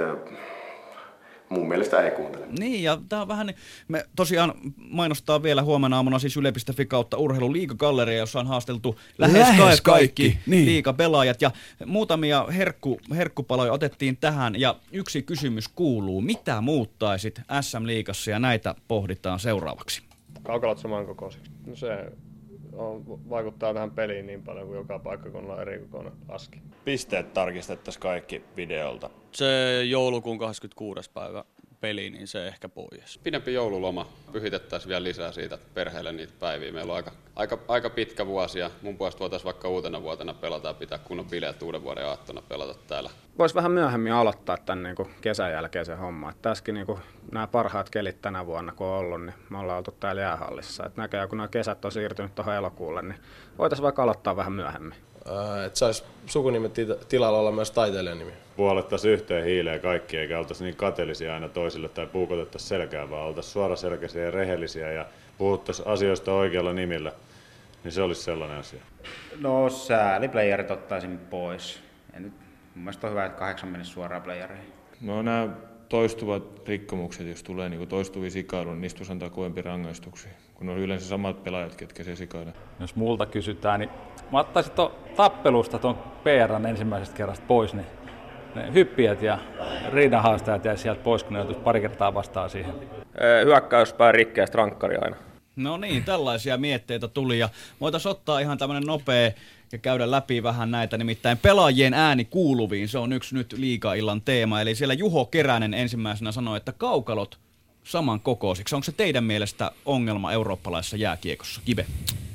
mun mielestä ei kuuntele. Niin, ja tämä on vähän, me tosiaan mainostaa vielä huomenna aamuna siis yle piste fi kautta urheiluliigagalleria, jossa on haasteltu lähes, lähes kaikki, kaikki niin. liigapelaajat, ja muutamia herkku, herkkupaloja otettiin tähän, ja yksi kysymys kuuluu, mitä muuttaisit S M-liigassa, ja näitä pohditaan seuraavaksi. Kaukalot samankokoisiksi. No se on, vaikuttaa tähän peliin niin paljon kuin joka paikkakunnalla eri kokoinen aski. Pisteet tarkistettaisiin kaikki videolta. Se joulukuun kahdeskymmeneskuudes päivä peli, niin se ehkä pois. Pidempi joululoma. Pyhitettäisiin vielä lisää siitä perheelle niitä päiviä. Meillä on aika, aika, aika pitkä vuosi ja mun puolesta voitaisiin vaikka uutena vuotena pelata ja pitää kunnon bileet uuden vuoden aattona pelata täällä. Voisi vähän myöhemmin aloittaa tämän niin kuin kesän jälkeen se homma. Että tässäkin niin kuin nämä parhaat kelit tänä vuonna, kun on ollut, niin me ollaan oltu täällä jäähallissa. Että näköjään kun nämä kesät on siirtynyt tuohon elokuulle, niin voitaisiin vaikka aloittaa vähän myöhemmin. Äh, että saisi sukunimen tilalla olla myös taiteilijan nimi. Puolettaisiin yhteen hiileen kaikki, eikä oltaisi niin kateellisia aina toisille tai puukotettaisiin selkää, vaan oltaisiin suoraselkäisiä ja rehellisiä ja puhuttaisiin asioista oikealla nimillä. Niin se olisi sellainen asia. No sääliplayerit ottaisin pois. Ja nyt mun mielestä on hyvä, että kahdeksan menisi suoraan playereihin. No nämä toistuvat rikkomukset, jos tulee niin toistuvia sikailuja, niin niistä antaa kovempi rangaistuksia, kun on yleensä samat pelaajat, ketkä se sikaida. Jos multa kysytään, niin mä ottaisin tuon tappelusta tuon P R:n ensimmäisestä kerrasta pois, niin ne hyppiät ja riidanhaastajat jäi sieltä pois, kun ne joutuisi pari kertaa vastaan siihen. Hyökkäyspää rikkeä strankkari aina. No niin, tällaisia mietteitä tuli ja voitaisiin ottaa ihan tämmöinen nopea ja käydä läpi vähän näitä, nimittäin pelaajien ääni kuuluviin, se on yksi nyt liigaillan teema, eli siellä Juho Keränen ensimmäisenä sanoi, että kaukalot samankokoisiksi. Onko se teidän mielestä ongelma eurooppalaisessa jääkiekossa? Kibe?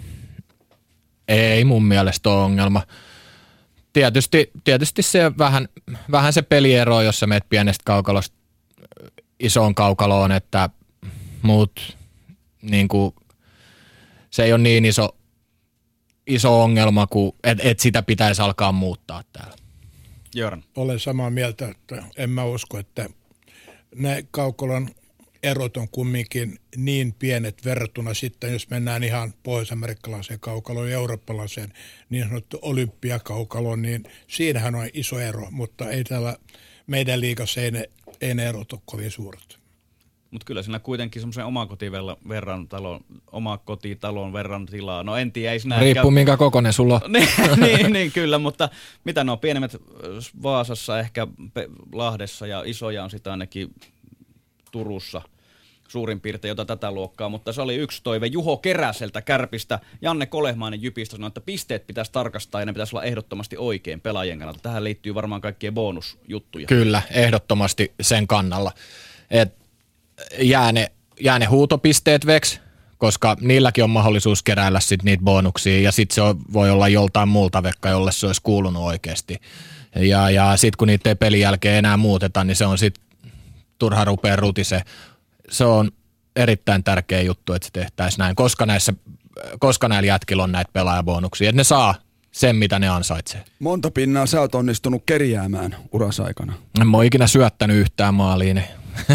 Ei mun mielestä ole ongelma. Tietysti, tietysti se vähän, vähän se peliero, jos sä meet pienestä kaukalosta isoon kaukaloon, että muut niin kuin, se ei ole niin iso, iso ongelma, että et sitä pitäisi alkaa muuttaa täällä. Jöran. Olen samaa mieltä, että en mä usko, että ne kaukolon erot on kumminkin niin pienet verrattuna sitten, jos mennään ihan pohjois-amerikkalaiseen kaukaloon ja eurooppalaiseen niin sanottu olympiakaukaloon, niin siinähän on iso ero, mutta ei täällä meidän liigassa ei ne, ei ne erot ole kovin suuret. Mutta kyllä siinä kuitenkin semmoisen omakotitalon verran, talon, omakotitalon verran tilaa. No en tiedä, ei siinä... Riippuu minkä kokoinen sulla on. niin, niin, niin, kyllä, mutta mitä ne on pienemmät Vaasassa, ehkä Lahdessa ja isoja on sitä ainakin Turussa suurin piirtein, jota tätä luokkaa, mutta se oli yksi toive Juho Keräseltä Kärpistä. Janne Kolehmainen Jypistä sanoi, että pisteet pitäisi tarkastaa ja ne pitäisi olla ehdottomasti oikein pelaajien kannalta. Tähän liittyy varmaan kaikkien bonusjuttuja. Kyllä, ehdottomasti sen kannalla. Et jää ne, jää ne huutopisteet veksi, koska niilläkin on mahdollisuus keräillä sit niitä bonuksia ja sitten se on, voi olla joltain muulta vekka, jolle se olisi kuulunut oikeasti. Ja, ja sitten kun niitä ei pelin jälkeen enää muuteta, niin se on sitten turha rupea rutise. Se on erittäin tärkeä juttu, että se tehtäisiin näin, koska, näissä, koska näillä jätkillä on näitä pelaajabonuksia, että ne saa sen, mitä ne ansaitsee. Monta pinnaa sä oot onnistunut kerjäämään urasaikana? En mä ole ikinä syöttänyt yhtään maaliin. Niin.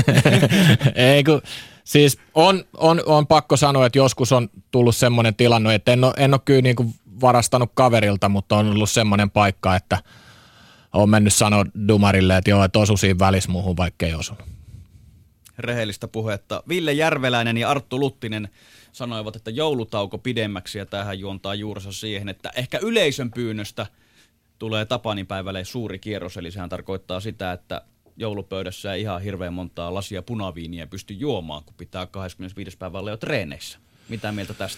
Ei kun, siis on, on, on pakko sanoa, että joskus on tullut semmoinen tilanne, että en ole, en ole kyllä niin kuin varastanut kaverilta, mutta on ollut semmoinen paikka, että on mennyt sanoa dumarille, että joo, että osu siinä välissä muuhun, vaikka ei osunut. Rehellistä puhetta. Ville Järveläinen ja Arttu Luttinen sanoivat, että joulutauko pidemmäksi, ja tämähän juontaa juurensa siihen, että ehkä yleisön pyynnöstä tulee Tapanipäivälle suuri kierros, eli sehän tarkoittaa sitä, että joulupöydässä ei ihan hirveän montaa lasia punaviiniä pysty juomaan, kun pitää kahdeskymmenesviides päivä olla jo treeneissä. Mitä mieltä tästä?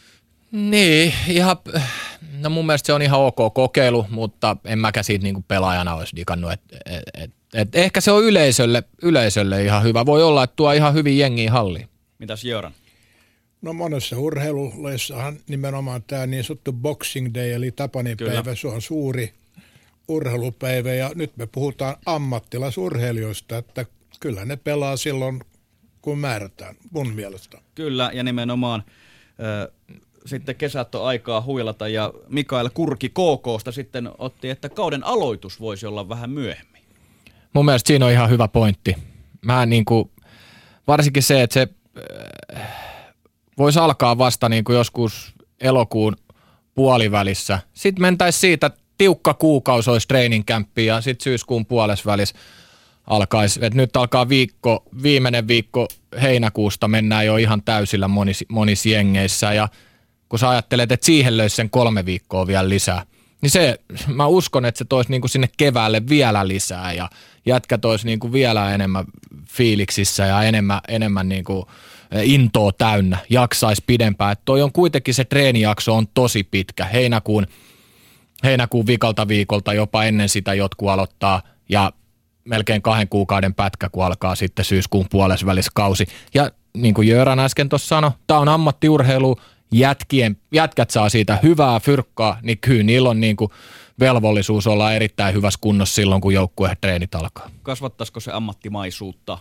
Niin, ihan, no mun mielestä se on ihan ok kokeilu, mutta en mäkään siitä niin kuin pelaajana olisi digannut, että et, et, et ehkä se on yleisölle, yleisölle ihan hyvä. Voi olla, että tuo ihan hyvin jengiä halliin. Mitäs Jöran? No monessa urheiluleissahan nimenomaan tämä niin sanottu Boxing Day, eli Tapaninpäivä, se on suuri urheilupäivä, ja nyt me puhutaan ammattilaisurheilijoista, että kyllä ne pelaa silloin, kun määrätään, mun mielestä. Kyllä, ja nimenomaan äh, sitten kesät on aikaa huilata, ja Mikael Kurki K K:sta sitten otti, että kauden aloitus voisi olla vähän myöhemmin. Mun mielestä siinä on ihan hyvä pointti. Mä niin kuin, varsinkin se, että se äh, voisi alkaa vasta niin kuin joskus elokuun puolivälissä. Sitten mentäisiin siitä, tiukka kuukausi olisi training campi ja sitten syyskuun puolesvälissä alkaisi. Et nyt alkaa viikko, viimeinen viikko heinäkuusta mennään jo ihan täysillä monis, monissa jengeissä. Ja kun sä ajattelet, että siihen löysi sen kolme viikkoa vielä lisää, niin se, mä uskon, että se toisi niinku sinne keväälle vielä lisää ja jätkät olisi niinku vielä enemmän fiiliksissä ja enemmän, enemmän niinku intoa täynnä, jaksaisi pidempään. Et toi on kuitenkin se treenijakso on tosi pitkä. Heinäkuun Heinäkuun viikolta viikolta, jopa ennen sitä jotkut aloittaa ja melkein kahden kuukauden pätkä, kun alkaa sitten syyskuun puolesvälissä kausi. Ja niin kuin Jöran äsken tuossa sanoi, tämä on ammattiurheilu, jätkien, jätkät saa siitä hyvää fyrkkaa, niin kyllä niillä on niin kuin velvollisuus olla erittäin hyvässä kunnossa silloin, kun joukkueen treenit alkaa. Kasvattaisiko se ammattimaisuutta?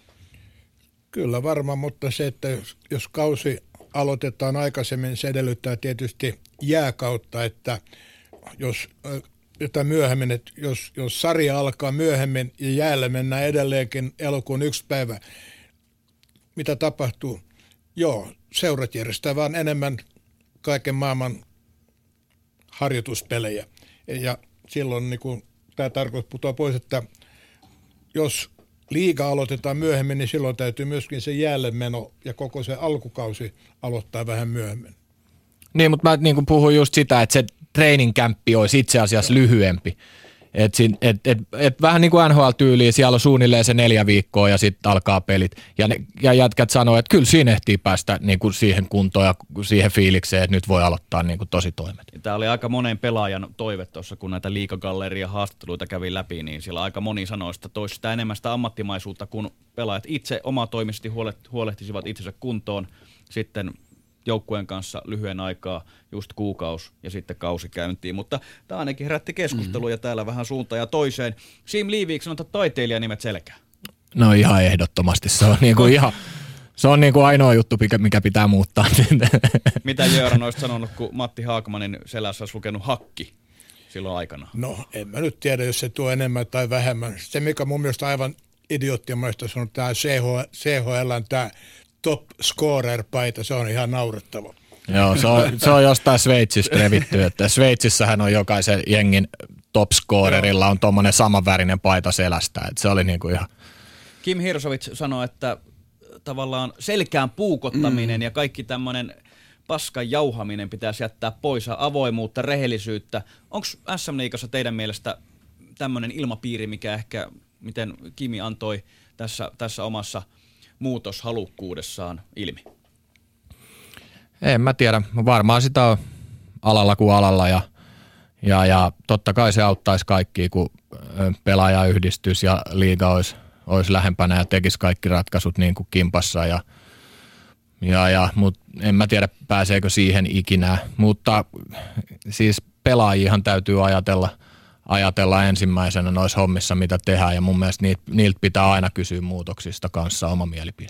Kyllä varmaan, mutta se, että jos, jos kausi aloitetaan aikaisemmin, se edellyttää tietysti jääkautta, että jos jotain myöhemmin, että jos, jos sarja alkaa myöhemmin ja jäälle mennään edelleenkin elokuun yksi päivä, mitä tapahtuu? Joo, seurat järjestää vaan enemmän kaiken maailman harjoituspelejä. Ja silloin niin kuin, tämä tarkoittaa putoaa pois, että jos liiga aloitetaan myöhemmin, niin silloin täytyy myöskin se jäälle meno ja koko se alkukausi aloittaa vähän myöhemmin. Niin, mutta mä niin kuin puhun just sitä, että se training campi olisi itse asiassa lyhyempi. Et, et, et, et vähän niin kuin N H L-tyyliin, siellä on suunnilleen se neljä viikkoa ja sitten alkaa pelit. Ja, ne, ja jätkät sanoo, että kyllä siinä ehtii päästä niin kuin siihen kuntoon ja siihen fiilikseen, että nyt voi aloittaa niin kuin tosi toimet. Tämä oli aika monen pelaajan toive tuossa, kun näitä liigagalleria haastatteluita kävi läpi, niin siellä aika moni sanoi, että toisi sitä enemmän sitä ammattimaisuutta, kun pelaajat itse omatoimisesti huolehtisivat itsensä kuntoon sitten joukkueen kanssa lyhyen aikaa, just kuukausi ja sitten kausi käyntiin. Mutta tämä ainakin herätti keskusteluja mm. täällä vähän suuntaan ja toiseen. Siim Liiviik sanoo, että taiteilijanimet selkää. No ihan ehdottomasti. Se on, niinku ihan, se on niinku ainoa juttu, mikä pitää muuttaa. Mitä Jöran olisi sanonut, kun Matti Haakmanin selässä olisi lukenut hakki silloin aikana? No en mä nyt tiedä, jos se tuo enemmän tai vähemmän. Se, mikä mun mielestä aivan idioottimaista sanoa, tämä C H L:n tämä top scorer-paita, se on ihan naurettava. Joo, se on, se on jostain Sveitsistä revitty, että Sveitsissähän on jokaisen jengin top scorerilla on tuommoinen samanvärinen paita selästä, että se oli niinku ihan... Kim Hirsovits sanoi, että tavallaan selkään puukottaminen mm. ja kaikki tämmöinen paskan jauhaminen pitäisi jättää pois, avoimuutta, rehellisyyttä. Onko S M-liigassa teidän mielestä tämmöinen ilmapiiri, mikä ehkä, miten Kimi antoi tässä, tässä omassa muutoshalukkuudessaan ilmi? En mä tiedä. Varmaan sitä on alalla kuin alalla ja, ja, ja totta kai se auttaisi kaikkia, kun pelaajayhdistys ja liiga olisi, olisi lähempänä ja tekisi kaikki ratkaisut niin kuin kimpassa. Ja, ja, ja, mutta en mä tiedä, pääseekö siihen ikinä. Mutta siis pelaajihan täytyy ajatella, ajatella ensimmäisenä noissa hommissa, mitä tehdään. Ja mun mielestä niiltä, niiltä pitää aina kysyä muutoksista kanssa oma mielipide.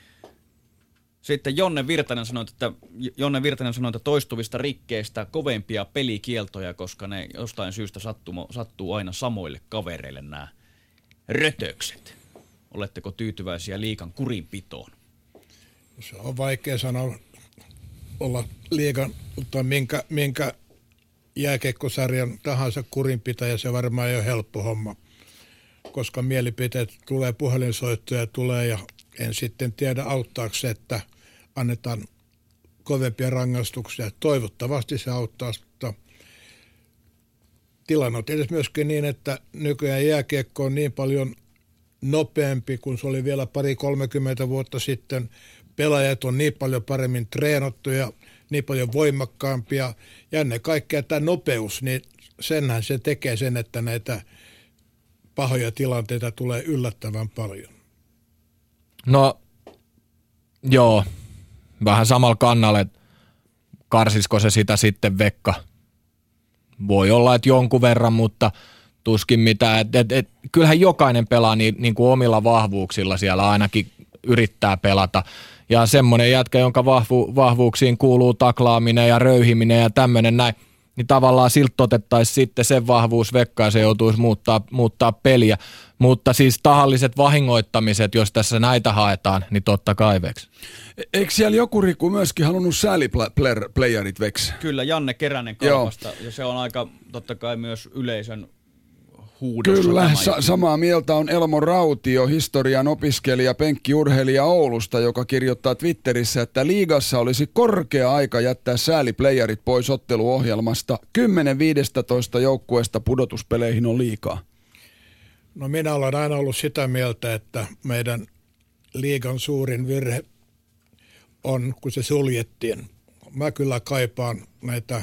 Sitten Jonne Virtanen sanoi, että, Jonne Virtanen sanoi, että toistuvista rikkeistä kovempia pelikieltoja, koska ne jostain syystä sattuu, sattuu aina samoille kavereille nämä rötökset. Oletteko tyytyväisiä liigan kurinpitoon? Se on vaikea sanoa olla liigan, mutta minkä, minkä jääkiekkosarjan tahansa kurinpitäjä, se varmaan ei ole helppo homma, koska mielipiteet tulee, puhelinsoittoja tulee ja en sitten tiedä auttaako se, että annetaan kovempia rangaistuksia. Toivottavasti se auttaa, mutta tilanne on tietysti myöskin niin, että nykyään jääkiekko on niin paljon nopeampi kuin se oli vielä pari kolmekymmentä vuotta sitten. Pelaajat on niin paljon paremmin treenattuja, niin paljon voimakkaampia ja ennen kaikkea tämä nopeus, niin senhän se tekee sen, että näitä pahoja tilanteita tulee yllättävän paljon. No joo, vähän samalla kannalla, että karsisiko se sitä sitten Vekka. Voi olla, että jonkun verran, mutta tuskin mitään. Et, et, et, kyllähän jokainen pelaa niin, niin kuin omilla vahvuuksilla siellä ainakin yrittää pelata. Ja semmoinen jätkä, jonka vahvu, vahvuuksiin kuuluu taklaaminen ja röyhiminen ja tämmöinen näin, niin tavallaan siltä otettaisiin sitten sen vahvuus Vekkaan ja se joutuisi muuttaa, muuttaa peliä. Mutta siis tahalliset vahingoittamiset, jos tässä näitä haetaan, niin totta kai Veks. Eikö siellä joku Riku myöskin halunnut sääliplayerit Veks? Kyllä, Janne Keränen Kalpasta, ja se on aika totta kai myös yleisön huudossa. Kyllä, sa- samaa mieltä on Elmo Rautio, historian opiskelija, penkkiurheilija Oulusta, joka kirjoittaa Twitterissä, että liigassa olisi korkea aika jättää sääliplayerit pois otteluohjelmasta. kymmenen viisitoista joukkueesta pudotuspeleihin on liikaa. No minä olen aina ollut sitä mieltä, että meidän liigan suurin virhe on, kun se suljettiin. Mä kyllä kaipaan näitä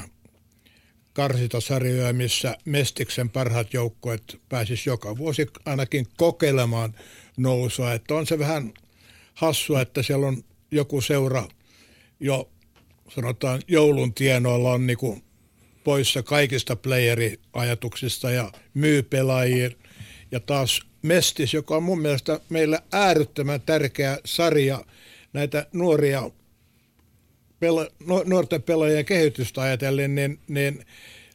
karsintasarjoja, missä Mestiksen parhaat joukkueet pääsis joka vuosi ainakin kokeilemaan nousua. Että on se vähän hassua, että siellä on joku seura jo sanotaan joulun tienoilla on niinku poissa kaikista playeri-ajatuksista ja myy pelaajia. Ja taas Mestis, joka on mun mielestä meillä äärettömän tärkeä sarja näitä nuoria pela, nuorten pelaajien kehitystä ajatellen, niin, niin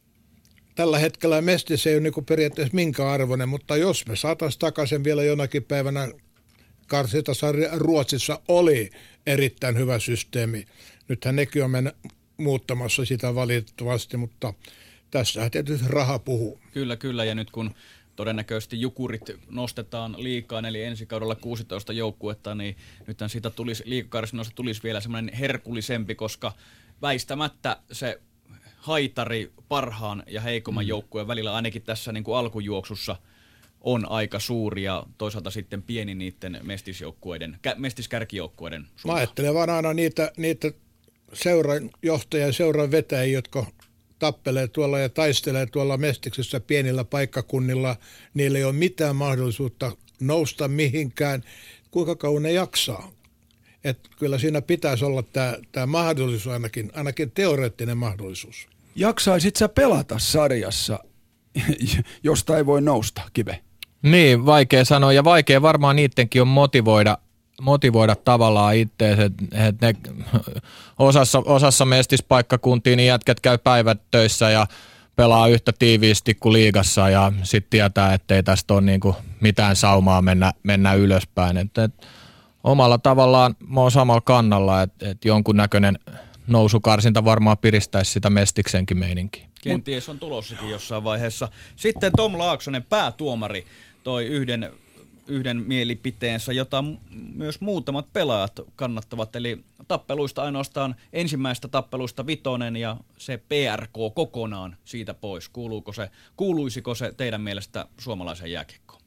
tällä hetkellä Mestis ei ole niin periaatteessa minkä arvoinen, mutta jos me saataisiin takaisin vielä jonakin päivänä karsintasarja Ruotsissa oli erittäin hyvä systeemi. Nythän nekin on mennä muuttamassa sitä valitettavasti, mutta tässä tietysti raha puhuu. Kyllä, kyllä, ja nyt kun todennäköisesti Jukurit nostetaan liikaan, eli ensi kaudella kuusitoista joukkuetta, niin nythän siitä tulisi, liigakarsinnoista tulisi vielä semmoinen herkullisempi, koska väistämättä se haitari parhaan ja heikomman mm. joukkueen välillä ainakin tässä niin kuin alkujuoksussa on aika suuri ja toisaalta sitten pieni niiden mestisjoukkueiden, mestiskärkijoukkueiden suuntaan. Mä ajattelen vaan aina niitä, niitä seuran johtajia ja seuran vetäjiä, jotka tappelee tuolla ja taistelee tuolla Mestiksessä pienillä paikkakunnilla. Niillä ei ole mitään mahdollisuutta nousta mihinkään. Kuinka kauan ne jaksaa? Et kyllä siinä pitäisi olla tämä, tämä mahdollisuus ainakin, ainakin teoreettinen mahdollisuus. Jaksaisit sä pelata sarjassa, josta ei voi nousta, Kive? Niin, vaikea sanoa ja vaikea varmaan niidenkin on motivoida, motivoida tavallaan itseänsä, että et osassa, osassa mestispaikkakuntiin niin jätkät käy päivät töissä ja pelaa yhtä tiiviisti kuin liigassa ja sitten tietää, ettei tästä ole niinku mitään saumaa mennä, mennä ylöspäin. Et, et, omalla tavallaan mä oon samalla kannalla, että et jonkunnäköinen nousukarsinta varmaan piristäisi sitä Mestiksenkin meininkiä. Kenties on tulossakin jossain vaiheessa. Sitten Tom Laaksonen, päätuomari, toi yhden, yhden mielipiteensä, jota myös muutamat pelaajat kannattavat. Eli tappeluista ainoastaan ensimmäistä tappeluista vitonen ja se P R K kokonaan siitä pois. Kuuluuko se, kuuluisiko se teidän mielestä suomalaisen jääkiekkoon?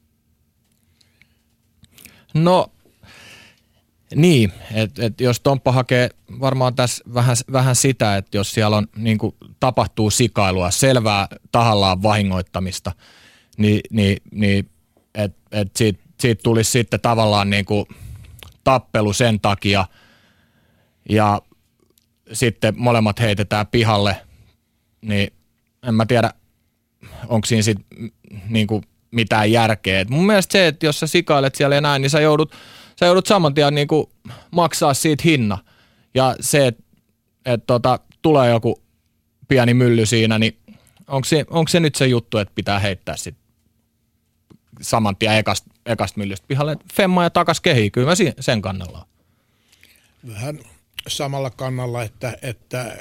No niin, että et jos Tomppa hakee varmaan tässä vähän, vähän sitä, että jos siellä on, niin kuin, tapahtuu sikailua, selvää tahallaan vahingoittamista, niin, niin, niin että et siitä, siitä tulisi sitten tavallaan niin kuin tappelu sen takia ja sitten molemmat heitetään pihalle, niin en mä tiedä, onko siinä sitten niin kuin mitään järkeä. Et mun mielestä se, että jos sä sikailet siellä ja näin, niin sä joudut Sä joudut saman tien niin kuin maksaa siitä hinna. Ja se, että et tota, tulee joku pieni mylly siinä, niin onko se, onko se nyt se juttu, että pitää heittää sit saman tien ekasta, ekasta myllystä pihalle femma ja takas kehiin? Kyllä mä sen kannalla on. Vähän samalla kannalla, että, että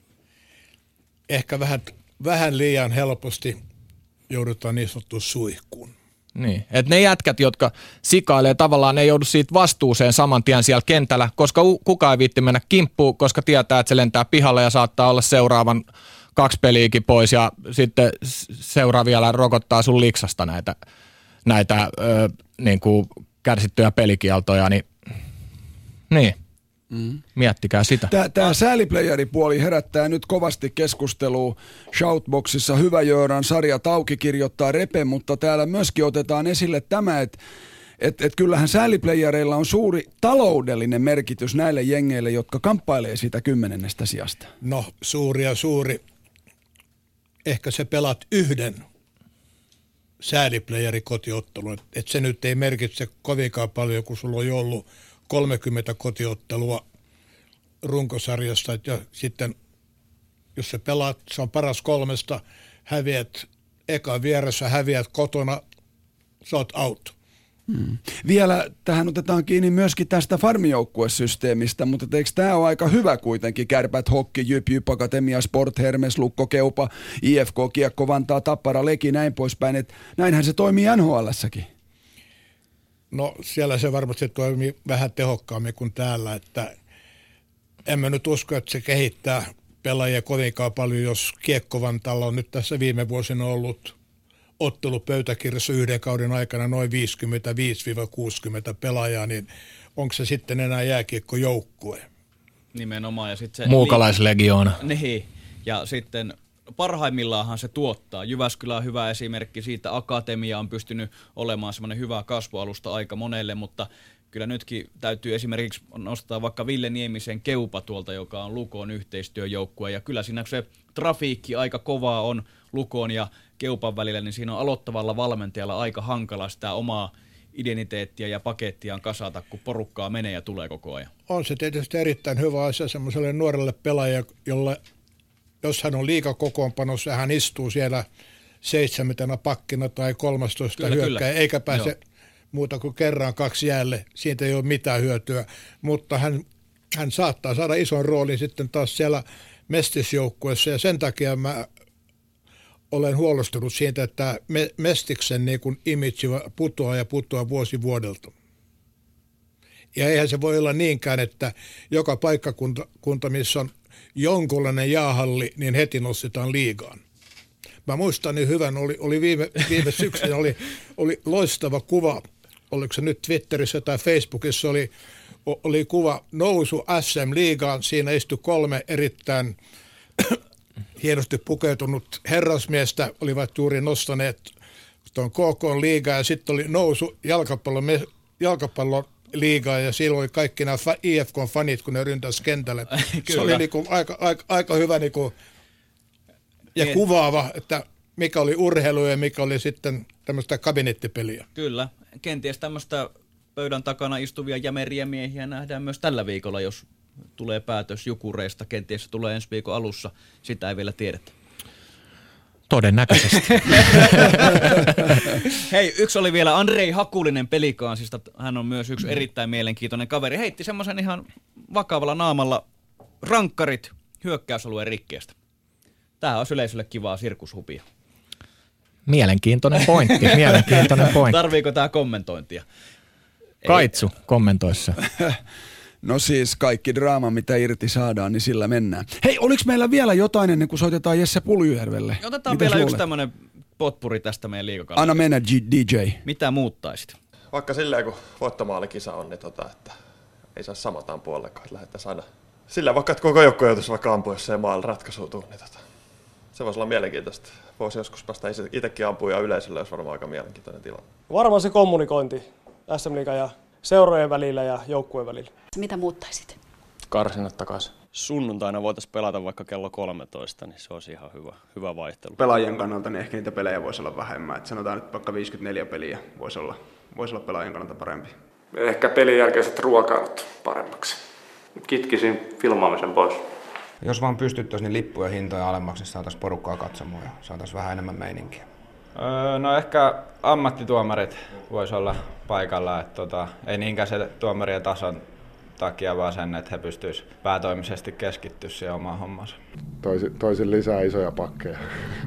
ehkä vähän, vähän liian helposti joudutaan niin sanottuun suihkuun. Niin, että ne jätkät, jotka sikailee, tavallaan ne ei joudu siitä vastuuseen saman tien siellä kentällä, koska kukaan ei viitti mennä kimppuun, koska tietää, että se lentää pihalle ja saattaa olla seuraavan kaksi peliäkin pois ja sitten seuraa vielä rokottaa sun liksasta näitä, näitä ö, niin kuin kärsittyjä pelikieltoja, niin, niin. Mm. Miettikää sitä. Tämä sääliplayeripuoli herättää nyt kovasti keskustelua Shoutboxissa. Hyvä Jöran, Sarja Tauki kirjoittaa Repe, mutta täällä myöskin otetaan esille tämä, että et, et kyllähän sääliplayereilla on suuri taloudellinen merkitys näille jengeille, jotka kamppailee siitä kymmenennestä sijasta. No suuri ja suuri. Ehkä sä pelaat yhden sääliplayeri kotiottelun. Että et se nyt ei merkitse kovinkaan paljon, kun sulla on jo ollut kolmekymmentä kotiottelua runkosarjasta ja sitten jos sä pelaat, se on paras kolmesta, häviät eka vieressä, häviät kotona, sä oot out. Hmm. Vielä tähän otetaan kiinni myöskin tästä farmijoukkuesysteemistä, mutta eikö tämä ole aika hyvä kuitenkin? Kärpät, Hokki, Jyp, Jyp, Akatemia, Sport, Hermes, Lukko, Keupa, I F K, Kiekko, Vantaa, Tappara, Leki, näin poispäin. Et näinhän se toimii N H L:ssäkin. No siellä se varmasti toimii vähän tehokkaammin kuin täällä, että en mä nyt usko, että se kehittää pelaajia kovinkaan paljon, jos Kiekko Vantaalla on nyt tässä viime vuosina ollut ottelupöytäkirjassa yhden kauden aikana noin viisikymmentäviisi kuusikymmentä pelaajaa, niin onko se sitten enää jääkiekkojoukkue? Nimenomaan. Ja sit se muukalaislegioona. Niin, ja sitten parhaimmillaanhan se tuottaa. Jyväskylä on hyvä esimerkki siitä. Akatemia on pystynyt olemaan semmoinen hyvä kasvualusta aika monelle, mutta kyllä nytkin täytyy esimerkiksi nostaa vaikka Ville Niemisen Keupa tuolta, joka on Lukon yhteistyöjoukkue. Ja kyllä siinä se trafiikki aika kovaa on Lukon ja Keupan välillä, niin siinä on aloittavalla valmentajalla aika hankala sitä omaa identiteettiä ja pakettiaan kasata, kun porukkaa menee ja tulee koko ajan. On se tietysti erittäin hyvä asia semmoiselle nuorelle pelaajalle, jolle jos hän on liigakokoonpanossa ja hän istuu siellä seitsemäntenä pakkina tai kolmastoista hyökkääjä, eikä pääse Joo. muuta kuin kerran kaksi jäälle, siitä ei ole mitään hyötyä, mutta hän, hän saattaa saada ison roolin sitten taas siellä mestisjoukkueessa ja sen takia mä olen huolestunut siitä, että me, Mestiksen niin kuin image putoaa ja putoaa vuosi vuodelta. Ja eihän se voi olla niinkään, että joka paikkakunta, kunta, missä on jonkunlainen jäähalli, niin heti nostetaan liigaan. Mä muistan niin hyvän, oli, oli viime, viime syksynä oli, oli loistava kuva, oliko se nyt Twitterissä tai Facebookissa, oli, oli kuva nousu S M-liigaan, siinä istui kolme erittäin hienosti pukeutunut herrasmiestä, olivat juuri nostaneet tuon K K-liigaa ja sitten oli nousu jalkapallon, jalkapallon liigaa ja silloin oli kaikki nämä I F K-fanit, kun ne ryntäisi kentälle. Se oli niinku aika, aika, aika hyvä niinku ja niin. kuvaava, että mikä oli urheilu ja mikä oli sitten tämmöistä kabinettipeliä. Kyllä, kenties tämmöistä pöydän takana istuvia jämeriä miehiä nähdään myös tällä viikolla, jos tulee päätös Jukureista, kenties se tulee ensi viikon alussa, sitä ei vielä tiedetä. Todennäköisesti. Hei, yksi oli vielä Andrei Hakulinen Pelikaansista. Hän on myös yksi erittäin mielenkiintoinen kaveri. Heitti semmoisen ihan vakavalla naamalla rankkarit hyökkäysalueen rikkeestä. Tämähän olisi yleisölle kivaa sirkushupia. Mielenkiintoinen pointti, mielenkiintoinen pointti. Tarviiko tämä kommentointia? Kaitsu kommentoissa. No siis kaikki draama, mitä irti saadaan, niin sillä mennään. Hei, oliko meillä vielä jotain ennen kuin soitetaan Jesse Puljujärvelle? Otetaan Miten vielä sulle? yksi tämmöinen potpuri tästä meidän liigakaudesta. Anna mennä D J. Mitä muuttaisit? Vaikka silleen, kun voittomaalikisa on, niin tota, että ei saa samataan puolellekaan, että lähdettäisiin aina sillä vaikka, että koko joukko joutuisi vaikka ampua, jos ei maalla ratkaisua tule, niin tota, se voisi olla mielenkiintoista. Voisi joskus päästä itsekin ampua ja yleisölle olisi varmaan aika mielenkiintoinen tilanne. Varmaan se kommunikointi S M-liigan ja seurojen välillä ja joukkueen välillä. Mitä muuttaisit? Karsinat takaisin. Sunnuntaina voitaisiin pelata vaikka kello kolmetoista, niin se olisi ihan hyvä, hyvä vaihtelu. Pelaajien kannalta niin ehkä niitä pelejä voisi olla vähemmän. Et sanotaan nyt vaikka viisikymmentäneljä peliä voisi olla, voisi olla pelaajien kannalta parempi. Ehkä pelin jälkeiset ruokailut paremmaksi. Kitkisin filmaamisen pois. Jos vaan pystyttäisiin niin lippujen hintoja alemmaksi, niin saataisiin porukkaa katsomaan ja saataisiin vähän enemmän meininkiä. Öö, no ehkä ammattituomarit voisi olla paikalla. Että tota, ei niinkään se tuomarien tason takia, vaan sen, että he pystyisivät päätoimisesti keskittyä siihen omaan hommansa. Toisin, toisin lisää isoja pakkeja.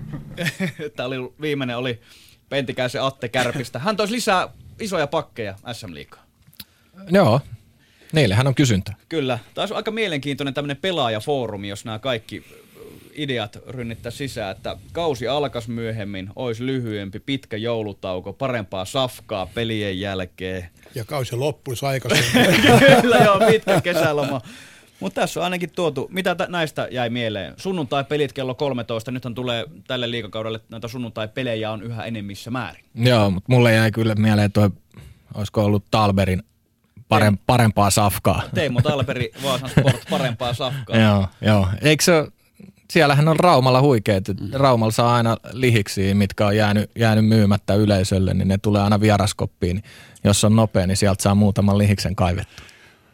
Tämä oli, viimeinen oli Pentikäisen Atte Kärpistä. Hän toisi lisää isoja pakkeja S M-liigaan. Joo, niillehän on kysyntä. Kyllä. Tämä on aika mielenkiintoinen tämmöinen pelaajafoorumi, jos nämä kaikki ideat rynnittää sisään, että kausi alkas myöhemmin, olisi lyhyempi, pitkä joulutauko, parempaa safkaa pelien jälkeen. Ja kausi loppuisi aikaisemmin. Kyllä joo, pitkä kesäloma. Mutta tässä on ainakin tuotu, mitä t- näistä jäi mieleen? Sunnuntai-pelit kello kolmetoista, nythän tulee tälle liigakaudelle näitä sunnuntai-pelejä on yhä enemmissä määrin. Joo, mutta mulle jäi kyllä mieleen toi, olisiko ollut Talberin parem, parempaa safkaa. Teemu Talberi, Vaasan Sport, parempaa safkaa. Joo, joo. Eikö se siellähän on Raumalla huikeet. Mm. Raumalla saa aina lihiksi, mitkä on jäänyt, jäänyt myymättä yleisölle, niin ne tulee aina vieraskoppiin. Jos on nopea, niin sieltä saa muutaman lihiksen kaivettua.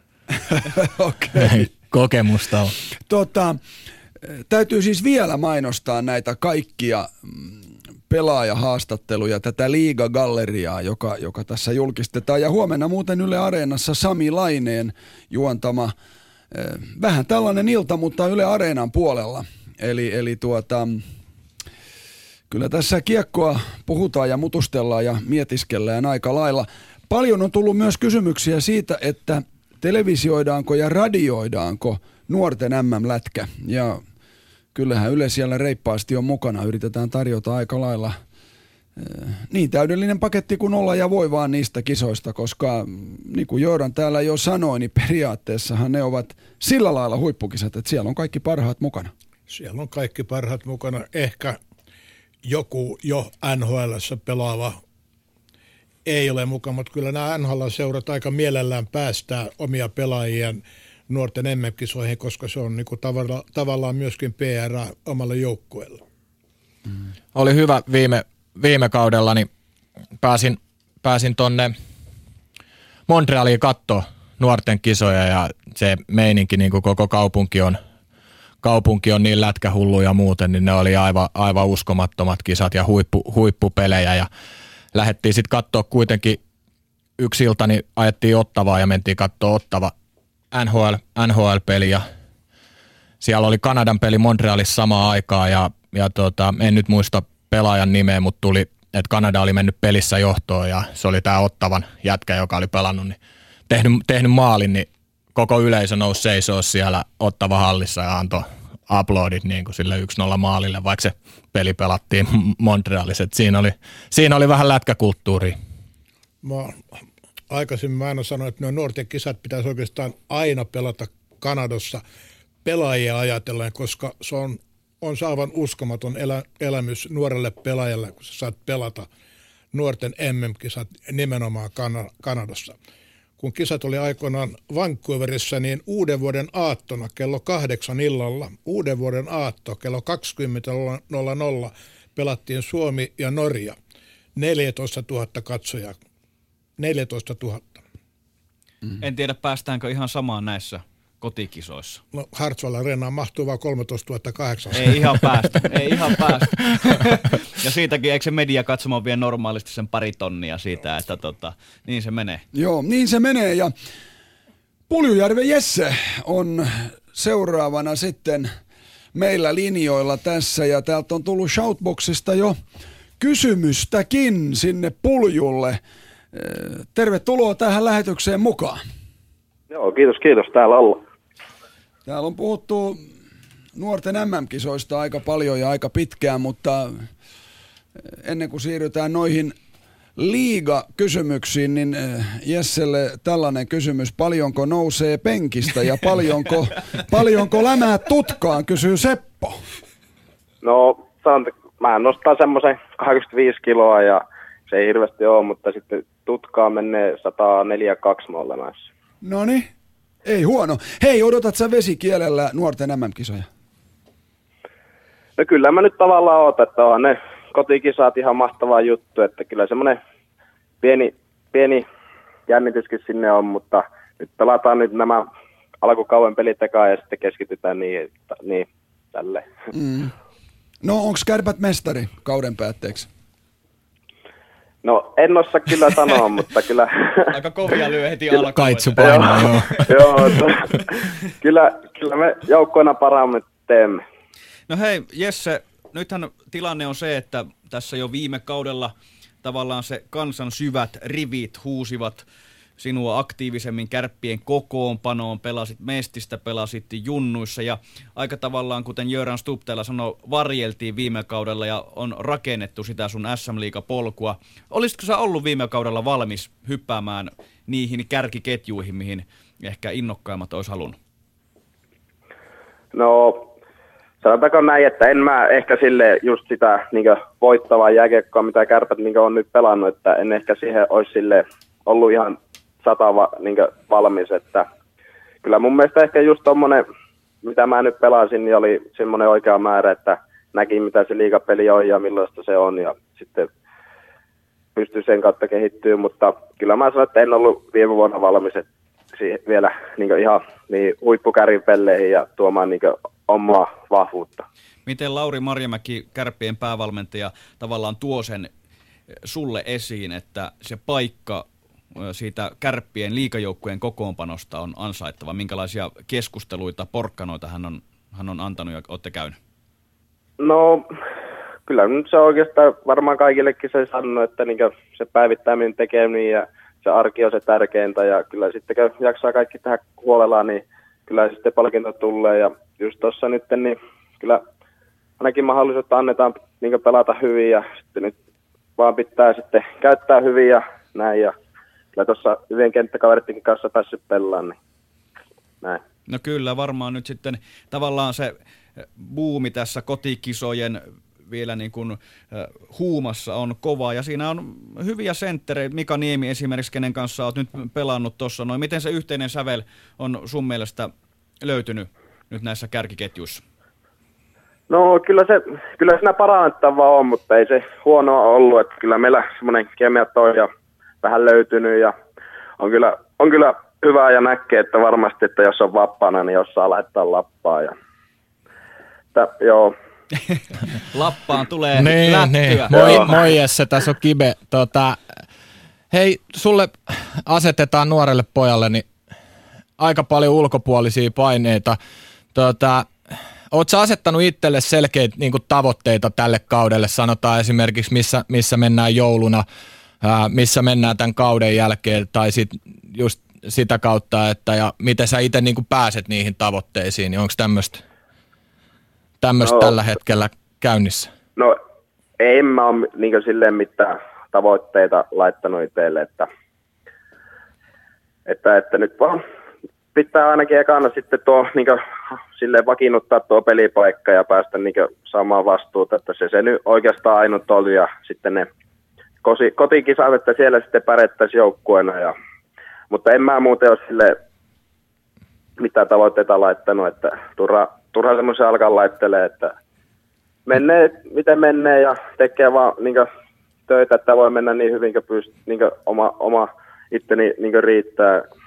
Okei. Kokemusta on. Tota, täytyy siis vielä mainostaa näitä kaikkia pelaajahaastatteluja, tätä liigagalleriaa, joka, joka tässä julkistetaan. Ja huomenna muuten Yle Areenassa Sami Laineen juontama vähän tällainen ilta, mutta Yle Areenan puolella. Eli, eli tuota, kyllä tässä kiekkoa puhutaan ja mutustellaan ja mietiskellään aika lailla. Paljon on tullut myös kysymyksiä siitä, että televisioidaanko ja radioidaanko nuorten M M-lätkä. Ja kyllähän Yle siellä reippaasti on mukana. Yritetään tarjota aika lailla niin täydellinen paketti kuin olla ja voi vaan niistä kisoista, koska niin kuin Jordan täällä jo sanoi, niin periaatteessahan ne ovat sillä lailla huippukisat, että siellä on kaikki parhaat mukana. Siellä on kaikki parhaat mukana. Ehkä joku jo N H L:ssä pelaava ei ole mukana, mutta kyllä nämä N H L-seurat aika mielellään päästää omia pelaajien nuorten M M-kisoihin, koska se on niin kuin tavalla, tavallaan myöskin P R omalle joukkueelle. Mm. Oli hyvä viime, viime kaudella, niin pääsin, pääsin tonne Montrealiin katsoa nuorten kisoja ja se meininki, niin kuin koko kaupunki on, kaupunki on niin lätkähullu ja muuten, niin ne oli aivan, aivan uskomattomat kisat ja huippu, huippupelejä ja lähdettiin sitten katsoa kuitenkin yksi ilta, niin ajettiin Ottavaa ja mentiin katsoa Ottava N H L, N H L-peli ja siellä oli Kanadan peli Montrealissa samaan aikaan ja, ja tota, en nyt muista pelaajan nimeä, mutta tuli, että Kanada oli mennyt pelissä johtoon ja se oli tämä Ottavan jätkä, joka oli pelannut, niin tehnyt, tehnyt maalin, niin koko yleisö nousi seisoo siellä Ottava hallissa ja antoi aplodit niin kuin sille yksi nolla maalille, vaikka se peli pelattiin Montrealissa. Siinä oli, siinä oli vähän lätkäkulttuuria. Mä aikaisemmin mä aina sanoin, että nuo nuorten kisat pitäisi oikeastaan aina pelata Kanadassa pelaajia ajatellen, koska se on, on aivan uskomaton elä, elämys nuorelle pelaajalle, kun sä saat pelata nuorten M M-kisat nimenomaan Kana- Kanadassa. Kun kisat oli aikoinaan Vancouverissa, niin uuden vuoden aattona kello kahdeksan illalla, uuden vuoden aatto kello kaksikymmentä nolla nolla pelattiin Suomi ja Norja. neljätoista tuhatta katsojaa. neljätoista tuhatta. Mm. En tiedä, päästäänkö ihan samaan näissä kotikisoissa? No Hartwall Arenaan mahtuu vaan kolmetoistatuhatta kahdeksansataa. Ei ihan päästä, ei ihan päästä. Ja siitäkin, eikö se media katsomaan vie normaalisti sen pari tonnia siitä, että tota, niin se menee. Joo, niin se menee ja Puljujärven Jesse on seuraavana sitten meillä linjoilla tässä ja täältä on tullut Shoutboxista jo kysymystäkin sinne Puljulle. Tervetuloa tähän lähetykseen mukaan. Joo, kiitos, kiitos. Täällä ollaan. Täällä on puhuttu nuorten M M-kisoista aika paljon ja aika pitkään, mutta ennen kuin siirrytään noihin liiga-kysymyksiin, niin Jesselle tällainen kysymys. Paljonko nousee penkistä ja paljonko, paljonko lämää tutkaan, kysyy Seppo. No, sanon, mä nostan semmoisen kahdeksankymmentäviisi kiloa ja se ei hirveästi ole, mutta sitten tutkaa menee sata neljäkymmentäkaksi molemassa. Noniin, ei huono. Hei, odotat sä vesikielellä nuorten M M-kisoja? No kyllä mä nyt tavallaan ootan, että onhan ne kotikisat ihan mahtava juttu, että kyllä semmoinen pieni, pieni jännityskin sinne on, mutta nyt pelataan nyt nämä alkukauden pelit ekaan ja sitten keskitytään niin, niin tälleen. Mm. No onko Kärpät mestari kauden päätteeksi? No en osaa kyllä sanoa, mutta kyllä... Aika kovia lyö heti alkuun. Kaitsu painaa, joo. Joo, kyllä, kyllä me joukkoina paraamme teemme. No hei Jesse, nythän tilanne on se, että tässä jo viime kaudella tavallaan se kansan syvät rivit huusivat sinua aktiivisemmin Kärppien kokoonpanoon, pelasit Mestistä, pelasit junnuissa ja aika tavallaan, kuten Jöran Stubb täällä sanoi, varjeltiin viime kaudella ja on rakennettu sitä sun S M-liigapolkua. Olisitko sä ollut viime kaudella valmis hyppäämään niihin kärkiketjuihin, mihin ehkä innokkaimmat olisi halunnut? No, sanotaanko näin, että en mä ehkä sille just sitä niin voittavaa jääkiekkoa, mitä Kärpät niin on nyt pelannut, että en ehkä siihen olisi sille ollut ihan sata va, niin valmis, että kyllä mun mielestä ehkä just tommonen, mitä mä nyt pelasin, niin oli semmoinen oikea määrä, että näki mitä se liigapeli on ja millaista se on ja sitten pystyi sen kautta kehittyä, mutta kyllä mä sanoin, että en ollut viime vuonna valmis siihen vielä niin ihan niin huippukärin pelleihin ja tuomaan niin omaa vahvuutta. Miten Lauri Marjamäki, Kärppien päävalmentaja, tavallaan tuo sen sulle esiin, että se paikka siitä Kärppien liigajoukkueen kokoonpanosta on ansaittava? Minkälaisia keskusteluita, porkkanoita hän on, hän on antanut ja olette käynyt? No, kyllä nyt se oikeastaan varmaan kaikillekin se sanoo, että niin se päivittäminen tekeminen ja se arki on se tärkeintä. Ja kyllä sitten kun jaksaa kaikki tähän huolella, niin kyllä sitten palkinto tulee. Ja just tuossa nyt, niin kyllä ainakin mahdollisuutta annetaan niin pelata hyvin ja sitten nyt vaan pitää sitten käyttää hyvin ja näin. Ja kyllä tuossa hyvien kenttäkaverittikin kanssa päässyt pelaamaan, niin näin. No kyllä, varmaan nyt sitten tavallaan se buumi tässä kotikisojen vielä niin kuin huumassa on kova, ja siinä on hyviä senttereitä. Mika Niemi esimerkiksi, kenen kanssa olet nyt pelannut tuossa noin. Miten se yhteinen sävel on sun mielestä löytynyt nyt näissä kärkiketjuissa? No kyllä se kyllä siinä parannettavaa on, mutta ei se huonoa ollut, että kyllä meillä semmoinen kemia toi ja vähän löytynyt ja on kyllä, on kyllä hyvä ja näkee, että varmasti, että jos on vapaana, niin jos saa laittaa lappaa. Ja, että, joo. Lappaan tulee niin, lättyä. Niin. Moi, moi Jesse, tässä on Kibe. Tota, hei, sulle asetetaan nuorelle pojalle niin aika paljon ulkopuolisia paineita. Tota, ootko sä asettanut itselle selkeitä niin kuin tavoitteita tälle kaudelle? Sanotaan esimerkiksi, missä, missä mennään jouluna, ää, missä mennään tämän kauden jälkeen, tai sit just sitä kautta, että ja miten sä itse niin kuin pääset niihin tavoitteisiin, niin onko tämmöistä tämmöistä no, tällä hetkellä käynnissä? No en mä ole niin silleen mitään tavoitteita laittanut itselle, että, että, että nyt vaan pitää ainakin ekana sitten tuo niin silleen vakiinnuttaa tuo pelipaikka ja päästä niin saamaan vastuuta, että se, se nyt oikeastaan ainut oli ja sitten ne kotikisat, että siellä sitten pärjättäisiin joukkueena. Ja, mutta en mä muuten ole silleen mitään tavoitteita laittanut, että turha, turha semmoisen alkaa laittelee, että menee miten menee ja tekee vaan niin töitä, että voi mennä niin hyvin kuin pystyy, niin oma, oma itteni niin riittää.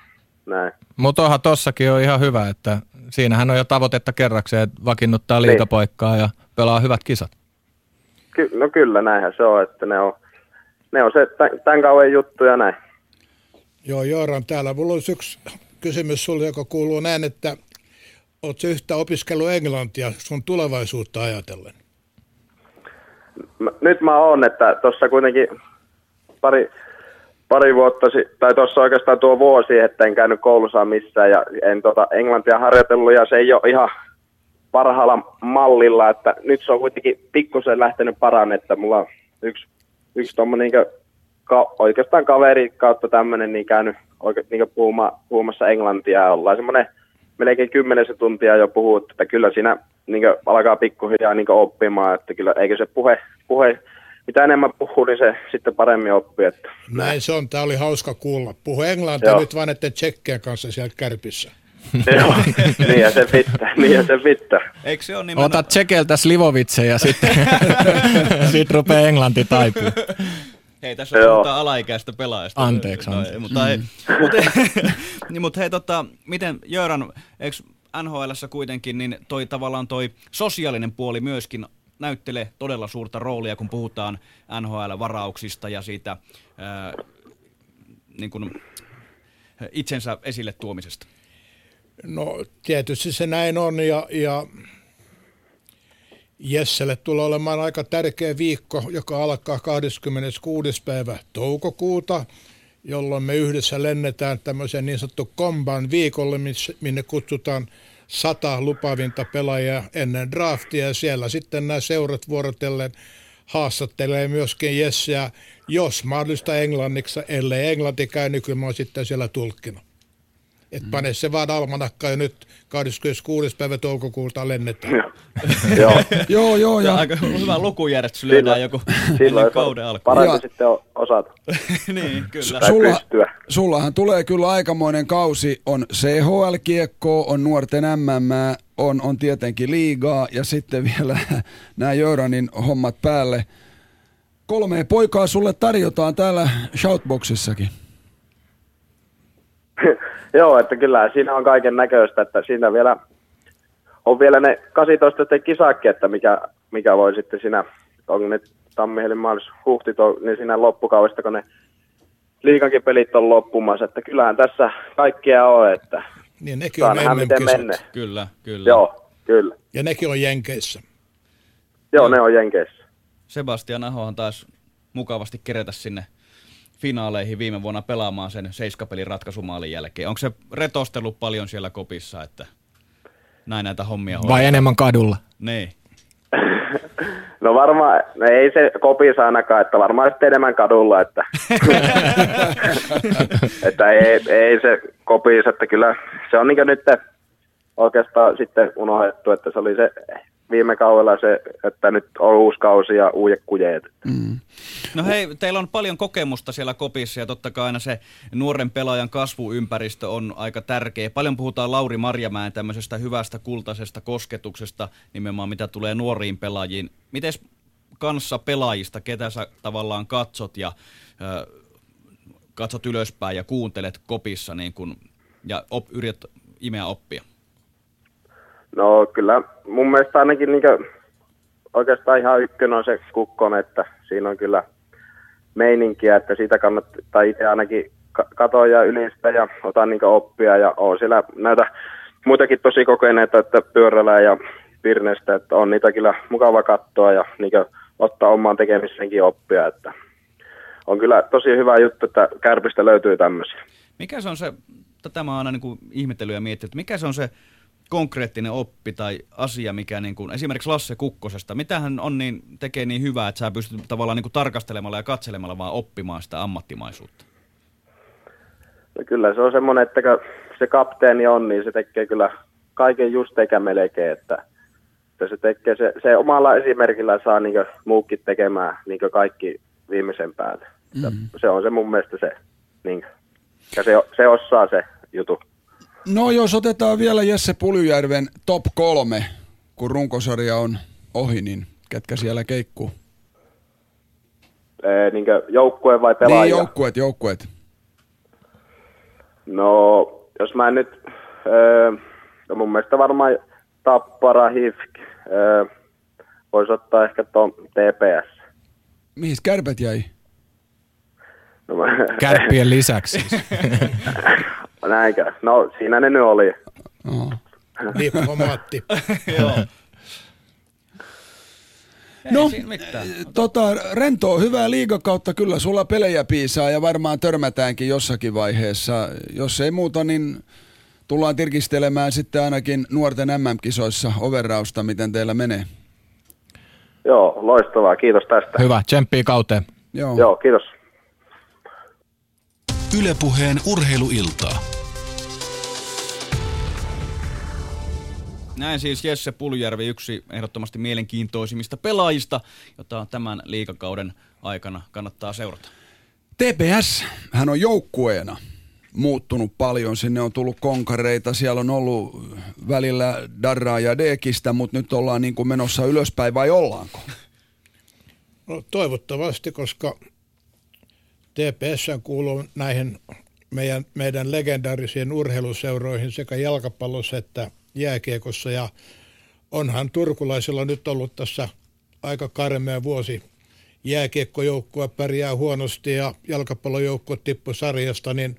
näin. Mutta onhan tossakin on ihan hyvä, että siinähän on jo tavoitetta kerrakseen, että vakiinnuttaa liigapaikkaa ja pelaa hyvät kisat. Ky- no kyllä, näinhän se on, että ne on, ne on se tämän kauan juttu ja näin. Joo, Jooran, täällä mulla olisi yksi kysymys sulle, joka kuuluu näin, että ootko yhtä opiskellut englantia sun tulevaisuutta ajatellen? Mä, nyt mä oon, että tuossa kuitenkin pari, pari vuotta, tai tuossa oikeastaan tuo vuosi, että en käynyt koulussa missään ja en tota englantia harjoitellut ja se ei ole ihan parhaalla mallilla, että nyt se on kuitenkin pikkusen lähtenyt paranne, että mulla on yksi, yksi tommonen niin ka, oikeastaan kaveri kautta tämmönen niin käynyt oike, niin puhuma, puhumassa englantia ja ollaan semmoinen melkein kymmenessä tuntia jo puhuttu, että kyllä siinä niin alkaa pikkuhiljaa niin oppimaan, että kyllä eikö se puhe, puhe, mitä enemmän puhuu, niin se sitten paremmin oppii. Että. Näin se on, tämä oli hauska kuulla. Puhu englantia nyt vaan, että tsekkien kanssa siellä Kärpissä. Joo, niinhän se pitää, niinhän se pitää. Eikö se ole nimenomaan... Ota tsekeltä slivovitseja ja sitten sit rupeaa englanti taipuu. Hei, tässä on puhutaan alaikäistä pelaajasta. Anteeksi, anteeksi. No, mutta, hei, mutta, niin, mutta hei, tota, miten Jöran, eikö N H L:ssä kuitenkin, niin toi tavallaan toi sosiaalinen puoli myöskin näyttelee todella suurta roolia, kun puhutaan N H L-varauksista ja siitä ää, niin kuin, itsensä esille tuomisesta? No tietysti se näin on ja, ja Jesselle tulee olemaan aika tärkeä viikko, joka alkaa kahdeskymmeneskuudes päivä toukokuuta, jolloin me yhdessä lennetään tämmöisen niin sanottu komban viikolle, minne kutsutaan sata lupavinta pelaajaa ennen draftia ja siellä sitten nämä seurat vuorotellen haastattelee myöskin Jesseä, jos mahdollista englanniksi, ellei englanti käy, niin kyllä mä oon sitten siellä tulkkina. Et mm. pane se vaan almanakkaan ja nyt kahdeskymmeneskuudes päivä toukokuuta lennetään. Joo, joo, joo. Ja... Aika hyvä lukujärjestys lyödään joku silloin kauden alkuun. Parempi ja... sitten osata. Niin, kyllä. Sulla, sullahan tulee kyllä aikamoinen kausi. On C H L-kiekko, on nuorten M M A, on, on tietenkin liigaa ja sitten vielä nämä Jöranin hommat päälle. Kolme poikaa sulle tarjotaan täällä Shoutboxissakin. Joo, että kyllä siinä on kaiken näköistä, että siinä vielä on vielä ne kahdeksantoista kisakki, että mikä, mikä voi sitten siinä, onko ne tammi, maalis, huhti, niin siinä loppukaudesta, kun ne liigankin pelit on loppumassa, että kyllähän tässä kaikkea on, että niin, nekin on M M-kisat. Kyllä, kyllä. Joo, kyllä. Ja nekin on Jenkeissä. Joo, ne on Jenkeissä. Sebastian Ahohan taisi mukavasti kerätä sinne finaaleihin viime vuonna pelaamaan sen seiskapelin ratkaisumaalin jälkeen. Onko se retostellut paljon siellä kopissa, että näin näitä hommia hoitaa? Vai enemmän kadulla? Niin. No varmaan, no ei se kopissa ainakaan, että varmaan sitten enemmän kadulla, että, että ei, ei se kopissa, että kyllä se on niin kuin nyt oikeastaan sitten unohdettu, että se oli se viime kaudella se, että nyt on uusi kausi ja uudet kujeet. Mm. No hei, teillä on paljon kokemusta siellä kopissa ja totta kai aina se nuoren pelaajan kasvuympäristö on aika tärkeä. Paljon puhutaan Lauri Marjamäen tämmöisestä hyvästä kultaisesta kosketuksesta, nimenomaan mitä tulee nuoriin pelaajiin. Mites kanssa pelaajista, ketä sä tavallaan katsot ja äh, katsot ylöspäin ja kuuntelet kopissa niin kun, ja op, yrität imeä oppia? No kyllä mun mielestä ainakin niin oikeastaan ihan ykkönen on se Kukkonen, että siinä on kyllä meininkiä, että siitä kannattaa itse ainakin katoa ja ylistä ja otan niin oppia ja on siellä näitä muitakin tosi kokeneita, että Pyörälää ja Pirnestä, että on niitä kyllä mukava katsoa ja niin ottaa omaan tekemiseenkin oppia, että on kyllä tosi hyvä juttu, että Kärpistä löytyy tämmöisiä. Mikä se on se, tätä mä oon aina niin ihmetellyt ja miettinyt, mikä se on se konkreettinen oppi tai asia, mikä niin kuin, esimerkiksi Lasse Kukkosesta, mitä hän on niin, tekee niin hyvää, että sä pystyt tavallaan niin kuin tarkastelemalla ja katselemalla vaan oppimaan sitä ammattimaisuutta? No kyllä se on semmoinen, että se kapteeni on, niin se tekee kyllä kaiken just eikä melkein, että, että se, tekee, se, se omalla esimerkillä saa niin muukin tekemään niin kaikki viimeisen päälle. Mm-hmm. Se on se mun mielestä se, niin, ja se, se osaa se jutu. No jos otetaan vielä Jesse Puljujärven top kolme, kun runkosarja on ohi, niin ketkä siellä keikkuu? Ee, niinkö joukkue vai pelaajia? Niin, joukkueet, joukkueet. No jos mä nyt, öö, no mun mielestä varmaan Tappara, H I F K, öö, voisi ottaa ehkä tuon T P S. Mihin Kärpät jäi? No, mä... Kärppien lisäksi. Näinkö? No siinä ne nyt oli. Oh. Diplomaatti. Joo. No, tota, Rento, hyvää liigakautta, kyllä sulla pelejä piisaa ja varmaan törmätäänkin jossakin vaiheessa. Jos ei muuta, niin tullaan tirkistelemään sitten ainakin nuorten M M-kisoissa overrausta, miten teillä menee. Joo, loistavaa, kiitos tästä. Hyvä, tsemppii kauteen. Joo, Joo kiitos. Yle Puheen urheiluiltaa. Näin siis Jesse Puljärvi, yksi ehdottomasti mielenkiintoisimmista pelaajista, jota tämän liigakauden aikana kannattaa seurata. T P S, hän on joukkueena muuttunut paljon. Sinne on tullut konkareita, siellä on ollut välillä Darraa ja Dekistä, mutta nyt ollaan niin kuin menossa ylöspäin, vai ollaanko? No, toivottavasti, koska T P S kuuluu näihin meidän, meidän legendaarisiin urheiluseuroihin sekä jalkapallossa että jääkiekossa, ja onhan turkulaisilla nyt ollut tässä aika karmea vuosi. Jääkiekkojoukkue pärjää huonosti ja jalkapallojoukkue tippui sarjasta, niin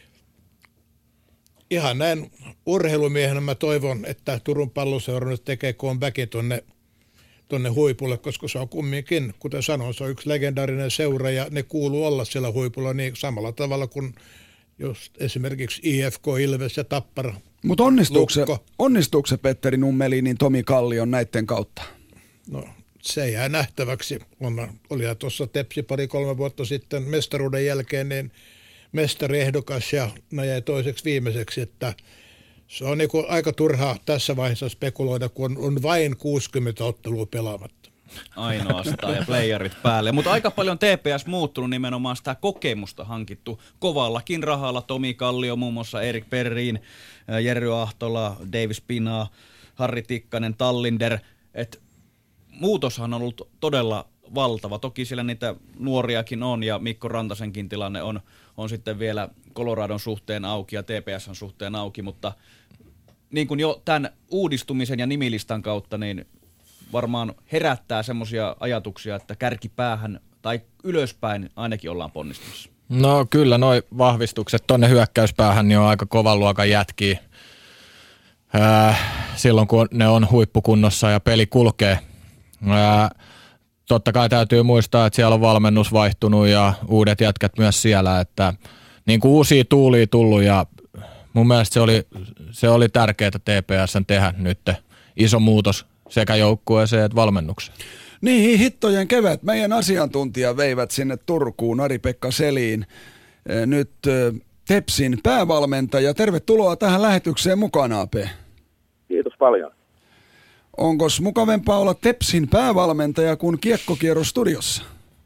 ihan näin urheilumiehenä mä toivon, että Turun Palloseura nyt tekee comebackin tonne, tonne huipulle, koska se on kumminkin, kuten sanoin, se on yksi legendaarinen seura ja ne kuuluu olla siellä huipulla niin samalla tavalla kuin just esimerkiksi I F K, Ilves ja Tappara. Mutta onnistuuko se, onnistuuko se Petteri Nummeli, niin Tomi Kallion näiden kautta? No se jää nähtäväksi. Olihan tuossa Tepsi pari-kolme vuotta sitten mestaruuden jälkeen niin mestariehdokas ja ne jäi toiseksi viimeiseksi, että se on niinku aika turhaa tässä vaiheessa spekuloida, kun on vain kuusikymmentä ottelua pelaamatta. Ainoastaan ja playerit päälle. Mutta aika paljon T P S muuttunut nimenomaan sitä kokemusta hankittu kovallakin rahalla. Tomi Kallio muun muassa, Erik Perrin, Jerry Ahtola, Davis Pinaa, Harri Tikkanen, Tallinder. Et muutoshan on ollut todella valtava. Toki siellä niitä nuoriakin on ja Mikko Rantasenkin tilanne on, on sitten vielä Coloradon suhteen auki ja T P S:n suhteen auki, mutta niin kuin jo tämän uudistumisen ja nimilistan kautta, niin varmaan herättää semmoisia ajatuksia, että kärkipäähän tai ylöspäin ainakin ollaan ponnistumassa. No kyllä, noi vahvistukset tonne hyökkäyspäähän niin on aika kovan luokan jätkiä ää, silloin, kun ne on huippukunnossa ja peli kulkee. Ää, totta kai täytyy muistaa, että siellä on valmennus vaihtunut ja uudet jätkät myös siellä, että niin kuin uusia tuulia tullut ja mun mielestä se oli, se oli tärkeää T P S:n tehdä nyt iso muutos sekä joukkueeseen että valmennukseen. Niin, hittojen kevät. Meidän asiantuntija veivät sinne Turkuun, Ari-Pekka Selin, nyt Tepsin päävalmentaja. Tervetuloa tähän lähetykseen mukaan, A P. Kiitos paljon. Onkos mukavempaa olla Tepsin päävalmentaja kuin Kiekkokierros studiossa?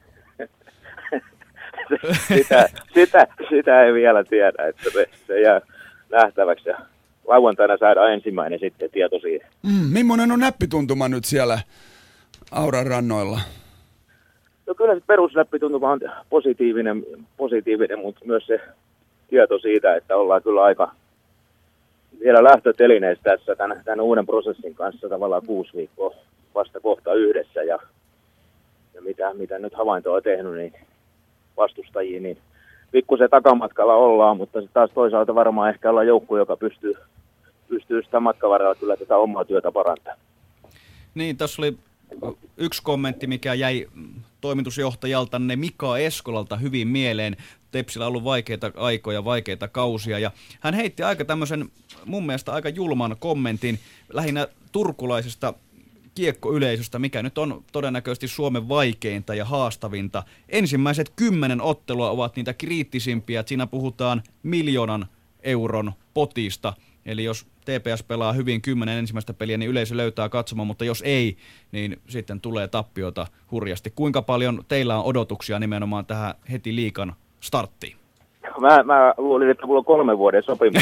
sitä, sitä, sitä ei vielä tiedä, että se, se jää nähtäväksi ja lauantaina saadaan ensimmäinen sitten tieto siihen. Mm, millainen on näppituntuma nyt siellä Auran rannoilla? No kyllä se perusnäppituntuma on positiivinen, positiivinen, mutta myös se tieto siitä, että ollaan kyllä aika vielä lähtötelineissä tässä tämän, tämän uuden prosessin kanssa tavallaan kuusi viikkoa vasta kohta yhdessä ja, ja mitä, mitä nyt havaintoa on tehnyt niin vastustajiin, niin pikkusen takamatkalla ollaan, mutta taas toisaalta varmaan ehkä ollaan joukkue, joka pystyy, pystyy sitä matkan varrella kyllä tätä omaa työtä parantamaan. Niin, tässä oli yksi kommentti, mikä jäi toimitusjohtajaltanne Mika Eskolalta hyvin mieleen. Tepsillä on ollut vaikeita aikoja, vaikeita kausia, ja hän heitti aika tämmöisen mun mielestä aika julman kommentin lähinnä turkulaisesta kiekkoyleisöstä, mikä nyt on todennäköisesti Suomen vaikeinta ja haastavinta. Ensimmäiset kymmenen ottelua ovat niitä kriittisimpiä, että siinä puhutaan miljoonan euron potista. Eli jos T P S pelaa hyvin kymmenen ensimmäistä peliä, niin yleisö löytää katsomaan, mutta jos ei, niin sitten tulee tappiota hurjasti. Kuinka paljon teillä on odotuksia nimenomaan tähän heti liigan starttiin? Mä, mä luulin, että mulla on kolmen vuoden sopimus.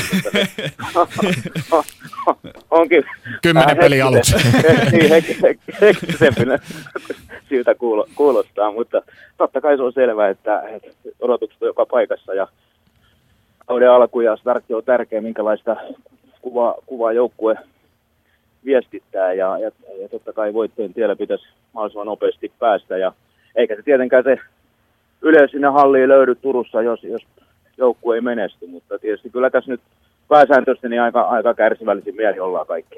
Onkin kymmenen peli aluksi. Niin, hektisempi siltä kuulostaa, mutta totta kai se on selvää, että odotukset on joka paikassa ja kauden alku ja startti on tärkeä, minkälaista kuvaa, kuvaa joukkue viestittää ja, ja, ja totta kai voittojen tiellä pitäisi mahdollisimman nopeasti päästä ja eikä se tietenkään se yleensä sinne halliin löydy Turussa, jos, jos joukkue ei menesty, mutta tietysti kyllä tässä nyt pääsääntöisesti niin aika, aika kärsivällisin mieli ollaan kaikki.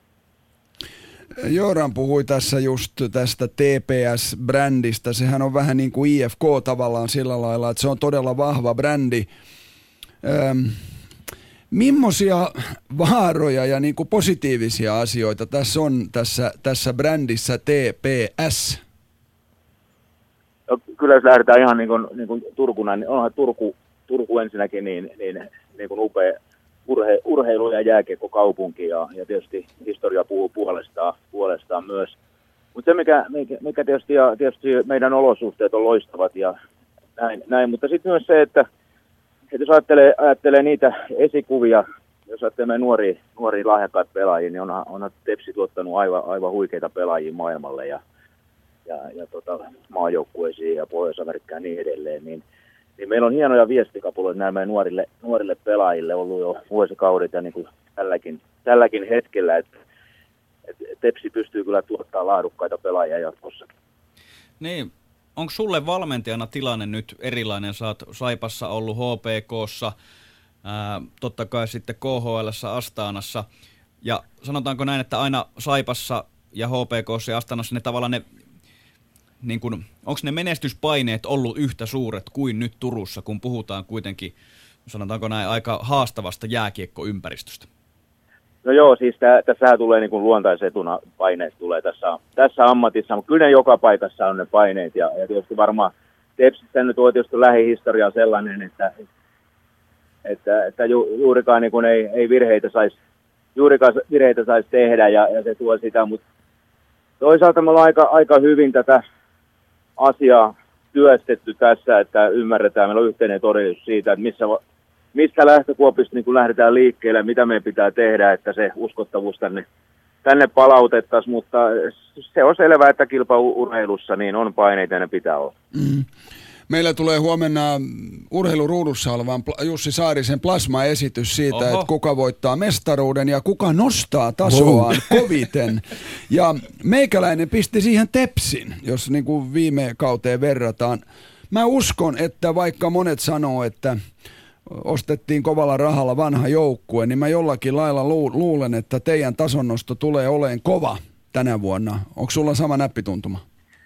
Jooran puhui tässä just tästä T P S-brändistä. Sehän on vähän niin kuin I F K tavallaan sillä lailla, että se on todella vahva brändi. Öm, Mimmoisia vaaroja ja niin kuin positiivisia asioita tässä on tässä, tässä brändissä T P S? No, kyllä jos lähdetään ihan niin kuin, niin kuin Turkuna, niin onhan Turku, Turku ensinnäkin niin, niin, niin kuin upea urhe, urheilu- ja jääkiekkokaupunki ja, ja tietysti historia puhuu puolestaan, puolestaan myös. Mutta se mikä, mikä, mikä tietysti, ja tietysti meidän olosuhteet on loistavat ja näin, näin. Mutta sitten myös se, että, että jos ajattelee, ajattelee niitä esikuvia, jos ajattelee nuoria, nuoria lahjakkaita pelaajia, niin onhan, onhan Tepsi tuottanut aivan, aivan huikeita pelaajia maailmalle ja, ja, ja tota, maajoukkueisiin ja Pohjois-Amerikkaan ja niin edelleen. Niin, niin meillä on hienoja viestikapuloita nämä meidän nuorille, nuorille pelaajille ollut jo vuosikaudet ja niin kuin tälläkin, tälläkin hetkellä, että, että Tepsi pystyy kyllä tuottamaan laadukkaita pelaajia jatkossakin. Niin, onko sulle valmentajana tilanne nyt erilainen? Sä oot Saipassa ollut, H P K:ssa, ää, totta kai sitten K H L:ssä, Astanassa. Ja sanotaanko näin, että aina Saipassa ja H P K:ssa ja Astanassa ne tavallaan ne, niin kun, onko ne menestyspaineet ollut yhtä suuret kuin nyt Turussa, kun puhutaan kuitenkin, sanotaanko näin, aika haastavasta jääkiekkoympäristöstä? No joo, siis tä, tässähän tulee niin kuin luontaisetuna paineet tulee tässä, tässä ammatissa, mutta kyllä ne joka paikassa on ne paineet ja, ja tietysti varmaan Tepsissä nyt on tietysti lähihistoria sellainen, että, että, että ju, juurikaan niin kuin ei, ei virheitä saisi juurikaan virheitä saisi tehdä ja, ja se tuo sitä, mutta toisaalta me ollaan aika, aika hyvin tätä asiaa työstetty tässä, että ymmärretään, meillä on yhteinen todellisuus siitä, että missä, missä lähtökuopista niin kun lähdetään liikkeelle, mitä meidän pitää tehdä, että se uskottavuus tänne, tänne palautettaisiin, mutta se on selvää, että kilpaurheilussa niin on paineita ja ne pitää olla. Mm. Meillä tulee huomenna urheiluruudussa olevan Jussi Saarisen plasmaesitys siitä, Oho. että kuka voittaa mestaruuden ja kuka nostaa tasoaan wow. koviten. Ja meikäläinen pisti siihen Tepsin, jos niin kuin viime kauteen verrataan. Mä uskon, että vaikka monet sanoo, että ostettiin kovalla rahalla vanha joukkue, niin mä jollakin lailla luulen, että teidän tasonnosto tulee olemaan kova tänä vuonna. Onko sulla sama näppituntuma?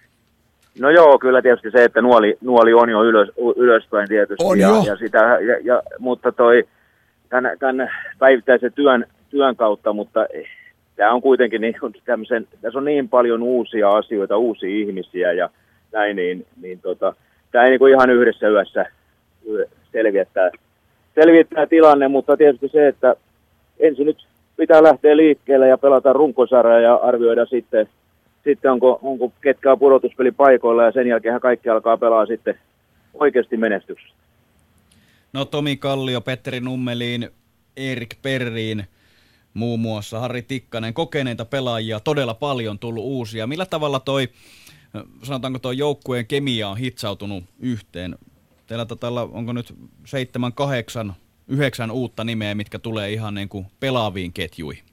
No joo, kyllä tietysti se, että nuoli, nuoli on jo ylös, ylöspäin tietysti, on ja, jo. ja sitä, ja, ja, mutta toi tämän, tämän päivittäisen työn, työn kautta, mutta tämä on kuitenkin niin, tämmöisen, tässä on niin paljon uusia asioita, uusia ihmisiä ja näin, niin, niin tota, tämä ei niin kuin ihan yhdessä yössä selvittää, selvittää tilanne, mutta tietysti se, että ensin nyt pitää lähteä liikkeelle ja pelata runkosarjaa ja arvioida sitten, Sitten onko, onko ketkä on pudotuspelipaikoilla ja sen jälkeen kaikki alkaa pelaa sitten oikeasti menestyksestä. No Tomi Kallio, Petteri Nummeliin, Erik Perriin, muun muassa Harri Tikkanen, kokeneita pelaajia, todella paljon tullut uusia. Millä tavalla toi, sanotaanko toi joukkueen kemia on hitsautunut yhteen? Teillä tällä onko nyt seitsemän, kahdeksan, yhdeksän uutta nimeä, mitkä tulee ihan niin kuin pelaaviin ketjuihin?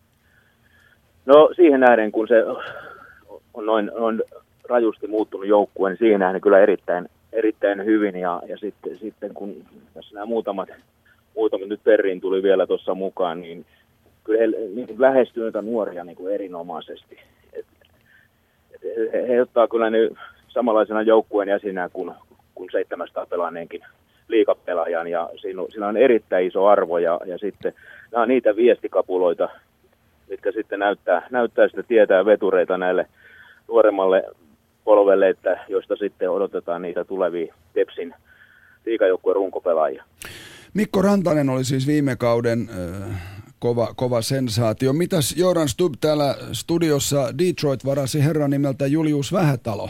No siihen nähden, kun se on noin, noin rajusti muuttunut joukkue, niin siihen nähden kyllä erittäin, erittäin hyvin. Ja, ja sitten, sitten kun tässä nämä muutamat, muutamat nyt Perriin tuli vielä tuossa mukaan, niin kyllä he niin lähestyy noita nuoria niin kuin erinomaisesti. Et, et he, he ottaa kyllä nyt samanlaisena joukkueen jäsenä kuin, kuin seitsemänsataa pelaaneenkin liigapelaajan. Ja siinä on, siinä on erittäin iso arvo ja, ja sitten nämä on niitä viestikapuloita, mitkä sitten näyttää, näyttää sitä tietää vetureita näille nuoremmalle polvelle, että joista sitten odotetaan niitä tulevia Tepsin liigajoukkueen runkopelaajia. Mikko Rantanen oli siis viime kauden äh, kova, kova sensaatio. Mitäs Jordan Stubb täällä studiossa? Detroit varasi herran nimeltä Julius Vähätalo.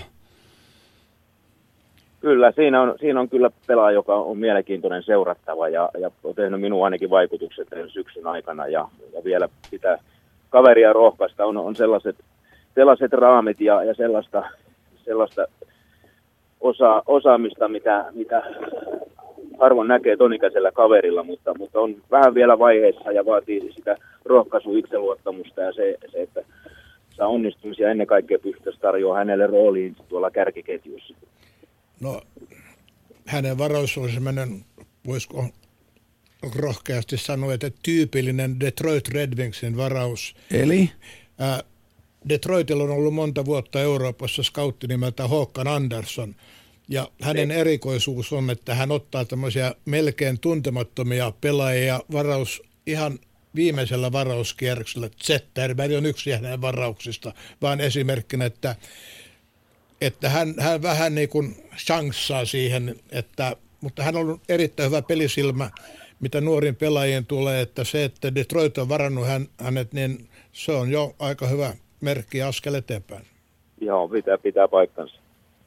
Kyllä, siinä on, siinä on kyllä pelaaja, joka on mielenkiintoinen seurattava ja, ja on tehnyt minun ainakin vaikutukset syksyn aikana ja, ja vielä pitää kaveria rohkaista, on, on sellaiset, sellaiset raamit ja, ja sellaista, sellaista osa, osaamista, mitä, mitä harvoin näkee tonikäisellä kaverilla, mutta, mutta on vähän vielä vaiheessa ja vaatii sitä rohkaisua, itseluottamusta ja se, se että saa onnistumisia ennen kaikkea pystyisi tarjoaa hänelle rooliin tuolla kärkiketjussa. No, hänen varaus on sellainen, voisiko rohkeasti sanoa, että tyypillinen Detroit Red Wingsin varaus. Eli? Ää, Detroitilla on ollut monta vuotta Euroopassa scoutti nimeltä Håkan Andersson. Ja hänen erikoisuus on, että hän ottaa tämmöisiä melkein tuntemattomia pelaajia varaus ihan viimeisellä varauskierroksella. Zetterberg on yksi hänen varauksista, vaan esimerkkinä, että, että hän, hän vähän niin kuin chanssaa siihen, että, mutta hän on erittäin hyvä pelisilmä, mitä nuorin pelaajien tulee, että se, että Detroit on varannut hän, hänet, niin se on jo aika hyvä merkki ja askel eteenpäin. Joo, pitää, pitää paikkansa.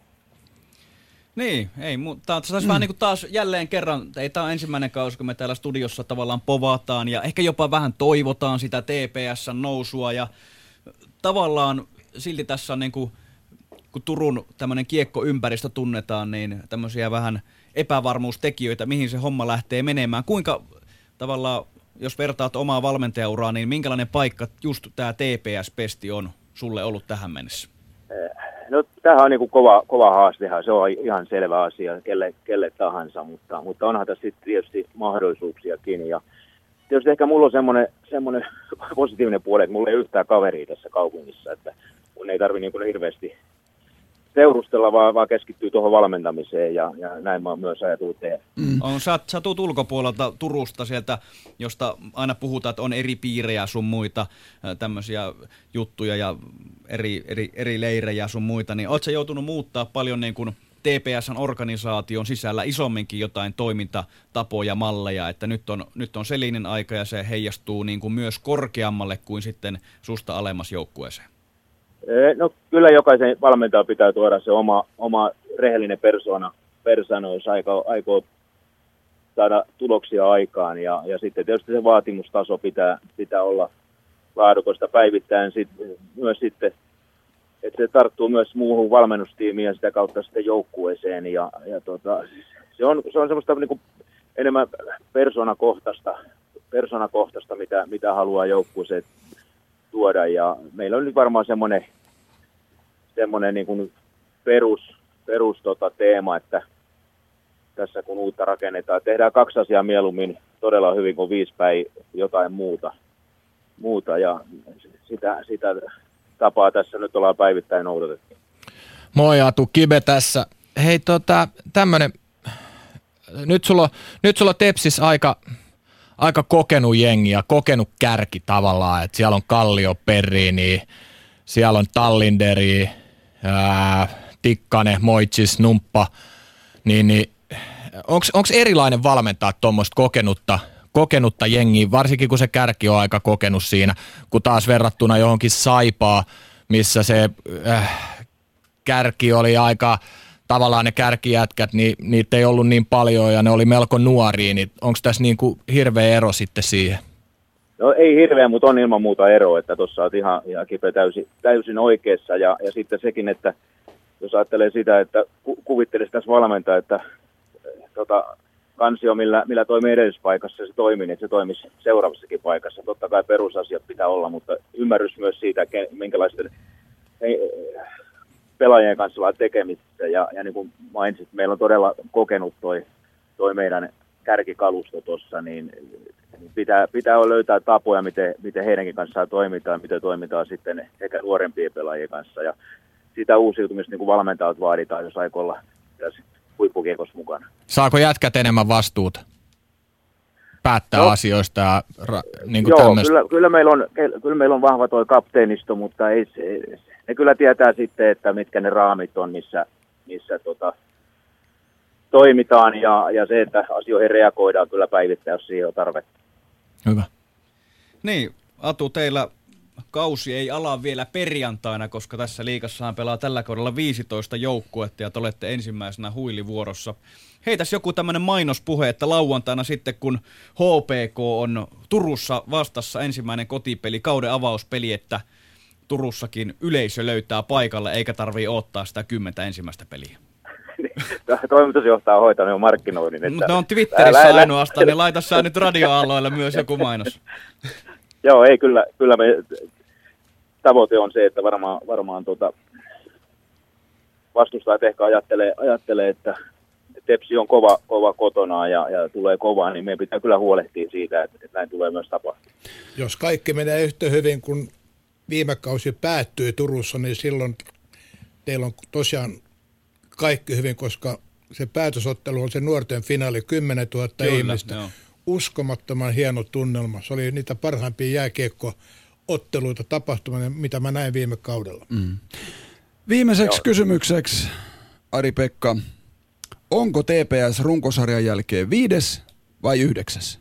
Niin, ei, mutta tässä mm. vähän niin kuin taas jälleen kerran, ei tämä ole ensimmäinen kausi, kun me täällä studiossa tavallaan povataan ja ehkä jopa vähän toivotaan sitä T P S:n nousua ja tavallaan silti tässä on niin kuin, kun Turun tämmöinen kiekkoympäristö tunnetaan, niin tämmöisiä vähän epävarmuustekijöitä, mihin se homma lähtee menemään. Kuinka tavallaan, jos vertaat omaa valmentajauraa, niin minkälainen paikka just tämä T P S-pesti on sulle ollut tähän mennessä? No tämähän on niin kuin kova, kova haastehan, se on ihan selvä asia kelle, kelle tahansa, mutta, mutta onhan tässä sitten tietysti mahdollisuuksiakin. Ja tietysti ehkä mulla on semmoinen, semmoinen positiivinen puoli, että mulla ei yhtään kaveria tässä kaupungissa, että mun ei tarvitse niin kuin hirveästi seurustella, vaan, vaan keskittyy tuohon valmentamiseen ja, ja näin mä oon myös ajatellut tehdä. Mm. On, sä, sä tuut ulkopuolelta Turusta sieltä, josta aina puhutaan, että on eri piirejä sun muita tämmöisiä juttuja ja eri, eri, eri leirejä sun muita, niin oot sä joutunut muuttaa paljon niin kuin T P S:n organisaation sisällä isomminkin jotain toimintatapoja, malleja, että nyt on, nyt on Selinin aika ja se heijastuu niin kuin myös korkeammalle kuin sitten susta alemmas joukkueeseen? No kyllä jokaisen valmentaja pitää tuoda se oma, oma rehellinen persoona, persona, jos aikoo, aikoo saada tuloksia aikaan. Ja, ja sitten tietysti se vaatimustaso pitää, pitää olla laadukasta päivittäin sit, myös sitten, että se tarttuu myös muuhun valmennustiimiin ja sitä kautta sitten joukkueeseen. Ja, ja tota, se, on, se on semmoista niin kuin enemmän persoonakohtaista, persoonakohtaista mitä, mitä haluaa joukkueeseen tuoda, ja meillä on nyt varmaan semmoinen, semmoinen niin kuin perus, perus tota teema, että tässä kun uutta rakennetaan, tehdään kaksi asiaa mieluummin todella hyvin kuin viisi päin jotain muuta, muuta ja sitä, sitä tapaa tässä nyt ollaan päivittäin noudatettu. Moi Atu, Kibe tässä. Hei tota, tämmönen, nyt sulla, nyt sulla Tepsis aika... aika kokenut jengi ja kokenut kärki tavallaan, että siellä on Kallio-Perriini, siellä on Tallinderi, ää, Tikkanen, Moitsis, Numppa, niin, niin onko erilainen valmentaa tuommoista kokenutta, kokenutta jengiä, varsinkin kun se kärki on aika kokenut siinä, kun taas verrattuna johonkin Saipaa, missä se äh, kärki oli aika... Tavallaan ne kärkijätkät, niin niitä ei ollut niin paljon ja ne oli melko nuoria, niin onko tässä niin kuin hirveä ero sitten siihen? No ei hirveä, mutta on ilman muuta ero, että tuossa olet ihan, ihan kipeä täysin, täysin oikeassa ja, ja sitten sekin, että jos ajattelee sitä, että ku, kuvittelisi tässä valmentaa, että tota, kansio, millä, millä toimii edellispaikassa, se toimii, niin että se toimisi seuraavassakin paikassa. Totta kai perusasiat pitää olla, mutta ymmärrys myös siitä, minkälaisten... Ei, pelaajien kanssa ollaan tekemistä ja, ja niin kuin mainitsit, meillä on todella kokenut toi, toi meidän kärkikalusto tuossa, niin, niin pitää, pitää löytää tapoja, miten, miten heidänkin kanssaan toimitaan, miten toimitaan sitten ehkä nuorempien pelaajien kanssa ja sitä uusiutumista niin kuin valmentajat vaaditaan, jos aikoo olla tässä huippukiekossa mukana. Saako jätkät enemmän vastuuta? Päättää no, asioista ja ra, niin kuin joo, kyllä, kyllä, meillä on, kyllä meillä on vahva tuo kapteenisto, mutta ei se... Ne kyllä tietää sitten, että mitkä ne raamit on, missä, missä tota, toimitaan ja, ja se, että asioihin reagoidaan kyllä päivittäin, jos siihen on tarvetta. Hyvä. Niin, Atu, teillä kausi ei ala vielä perjantaina, koska tässä liigassahan pelaa tällä kaudella viisitoista joukkuetta ja te olette ensimmäisenä huilivuorossa. Heitäs joku tämmöinen mainospuhe, että lauantaina sitten kun H P K on Turussa vastassa ensimmäinen kotipeli, kauden avauspeli, että Turussakin yleisö löytää paikalle, eikä tarvii odottaa sitä kymmentä ensimmäistä peliä. toimitusjohtaja on hoitanut jo markkinoinnin. Mutta ne on Twitterissä älä, ainoastaan, niin laita sä nyt radioaalloille myös joku mainos. Joo, ei kyllä, kyllä me tavoite on se, että varmaan, varmaan tuota, vastustajat ehkä ajattelee, ajattelee että Tepsi on kova, kova kotona ja, ja tulee kovaa, niin meidän pitää kyllä huolehtia siitä, että, että näin tulee myös tapahtua. Jos kaikki menee yhtä hyvin kuin viime kausi päättyi Turussa, niin silloin teillä on tosiaan kaikki hyvin, koska se päätösottelu on se nuorten finaali, kymmenentuhatta ihmistä. Joo. Uskomattoman hieno tunnelma. Se oli niitä parhaimpia jääkiekko-otteluita, tapahtumia, mitä mä näin viime kaudella. Mm. Viimeiseksi Joo. kysymykseksi, Ari-Pekka. Onko T P S runkosarjan jälkeen viides vai yhdeksäs?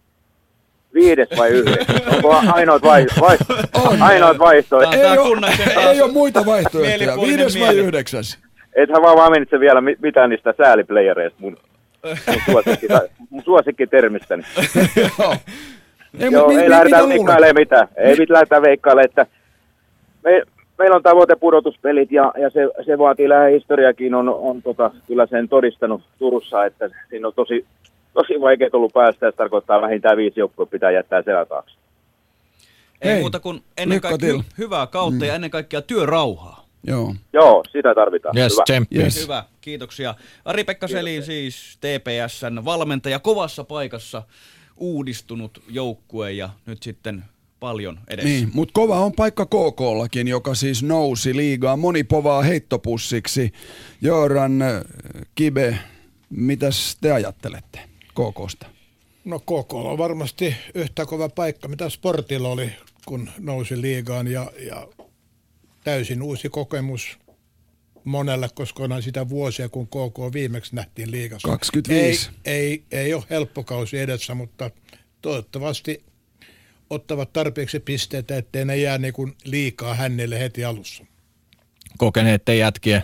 Viides vai yhdeksäs? Onko ainoat, vai, vai, ainoat vaihtoehtoja? Ei, ole, ei ole muita vaihtoehtoja. Viides vai yhdeksäs? Ethän vaan vaan mainitse vielä mitään niistä sääliplayereista mun, mun, suosikki, mun suosikkitermistäni. Joo. Ei, Joo, mi, ei mi, lähdetä veikkailemaan mitään. Ei mitään lähdetä veikkailemaan, että me, meillä on tavoite pudotuspelit ja, ja se, se vaatii lähihistoriakin, on, on tota, kyllä sen todistanut Turussa, että siinä on tosi, tosi vaikea ollut päästä ja se tarkoittaa vähintään viisi joukkoa pitää jättää selän taakse. Ei Hei, muuta kuin ennen kaikkea hy- hyvää kautta mm. ja ennen kaikkea työrauhaa. Joo. Joo, sitä tarvitaan. Yes, hyvä. Yes. Hyvä, kiitoksia. Ari-Pekka Selin siis T P S:n valmentaja, kovassa paikassa uudistunut joukkue ja nyt sitten paljon edessä. Niin, mutta kova on paikka K K:llakin, joka siis nousi liigaan monipovaa heittopussiksi. Jooran, Kibe, mitäs te ajattelette K K:sta? No K K:lla on varmasti yhtä kova paikka, mitä Sportilla oli, kun nousi liigaan ja, ja täysin uusi kokemus monelle, koska on sitä vuosia, kun K K viimeksi nähtiin liigassa. kaksikymmentäviisi. Ei, ei, ei ole helppo kausi edessä, mutta toivottavasti ottavat tarpeeksi pisteitä, ettei ne jää niin kuin liikaa hännille heti alussa. Kokeneiden jätkien,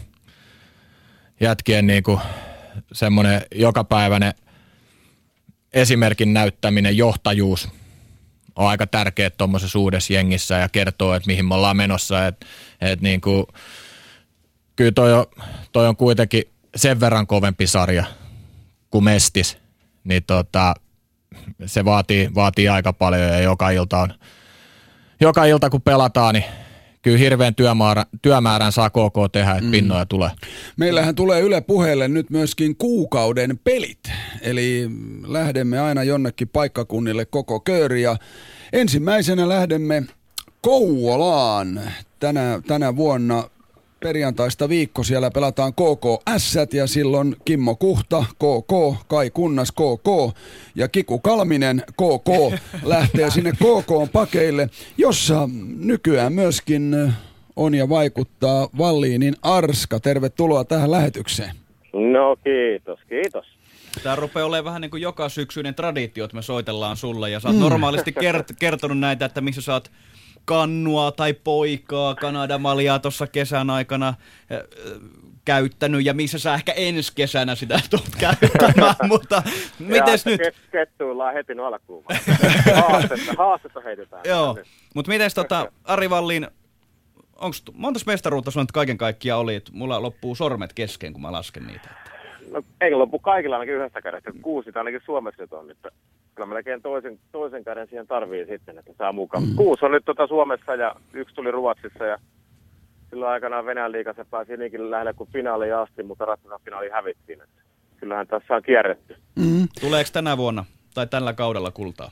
jätkien niin kuin semmoinen jokapäiväinen esimerkin näyttäminen, johtajuus on aika tärkeä tuommoisessa uudessa jengissä ja kertoo, että mihin me ollaan menossa. Et, et niin kuin, kyllä toi on, toi on kuitenkin sen verran kovempi sarja kuin Mestis, niin tota, se vaatii, vaatii aika paljon ja joka ilta, on, joka ilta kun pelataan, niin kyllä hirveän työmäärän, työmäärän saa K K tehdä, että mm. pinnoja tulee. Meillähän tulee Yle Puheelle nyt myöskin kuukauden pelit, eli lähdemme aina jonnekin paikkakunnille koko kööri ja ensimmäisenä lähdemme Kouvolaan tänä, tänä vuonna. Perjantaista viikko siellä pelataan K K Ässät ja silloin Kimmo Kuhta, K K, Kai Kunnas, K K ja Kiku Kalminen, K K, lähtee sinne K K:n pakeille, jossa nykyään myöskin on ja vaikuttaa Valliinin Arska. Tervetuloa tähän lähetykseen. No kiitos, kiitos. Tämä rupeaa olemaan vähän niin kuin joka syksyinen traditio, että me soitellaan sulle ja sä oot mm. normaalisti kert- kertonut näitä, että missä sä oot kannua tai poikaa, Kanadamaljaa tuossa kesän aikana äh, käyttänyt ja missä sä ehkä ensi kesänä sitä tulet käyttämään, mutta mites nyt? Ket, kettuillaan heti no alkuun. Haastetta, haastetta heitetään. Joo, mutta mites tota, Ari Vallin, onks, montas mestaruutta sulla nyt kaiken kaikkiaan oli, että mulla loppuu sormet kesken, kun mä lasken niitä? No ei loppu kaikilla ainakin yhdestä kädestä, kuusi ainakin Suomessa on nyt. Kyllä melkein toisen, toisen käden siihen tarvii sitten, että saa mukaan. Mm. Kuusi on nyt tota Suomessa ja yksi tuli Ruotsissa ja silloin aikanaan Venäjän liigassa pääsi niinkin lähelle kuin finaaliin asti, mutta ratkaisufinaali hävittiin. Että kyllähän tässä on kierretty. Mm. Tuleeko tänä vuonna tai tällä kaudella kultaa?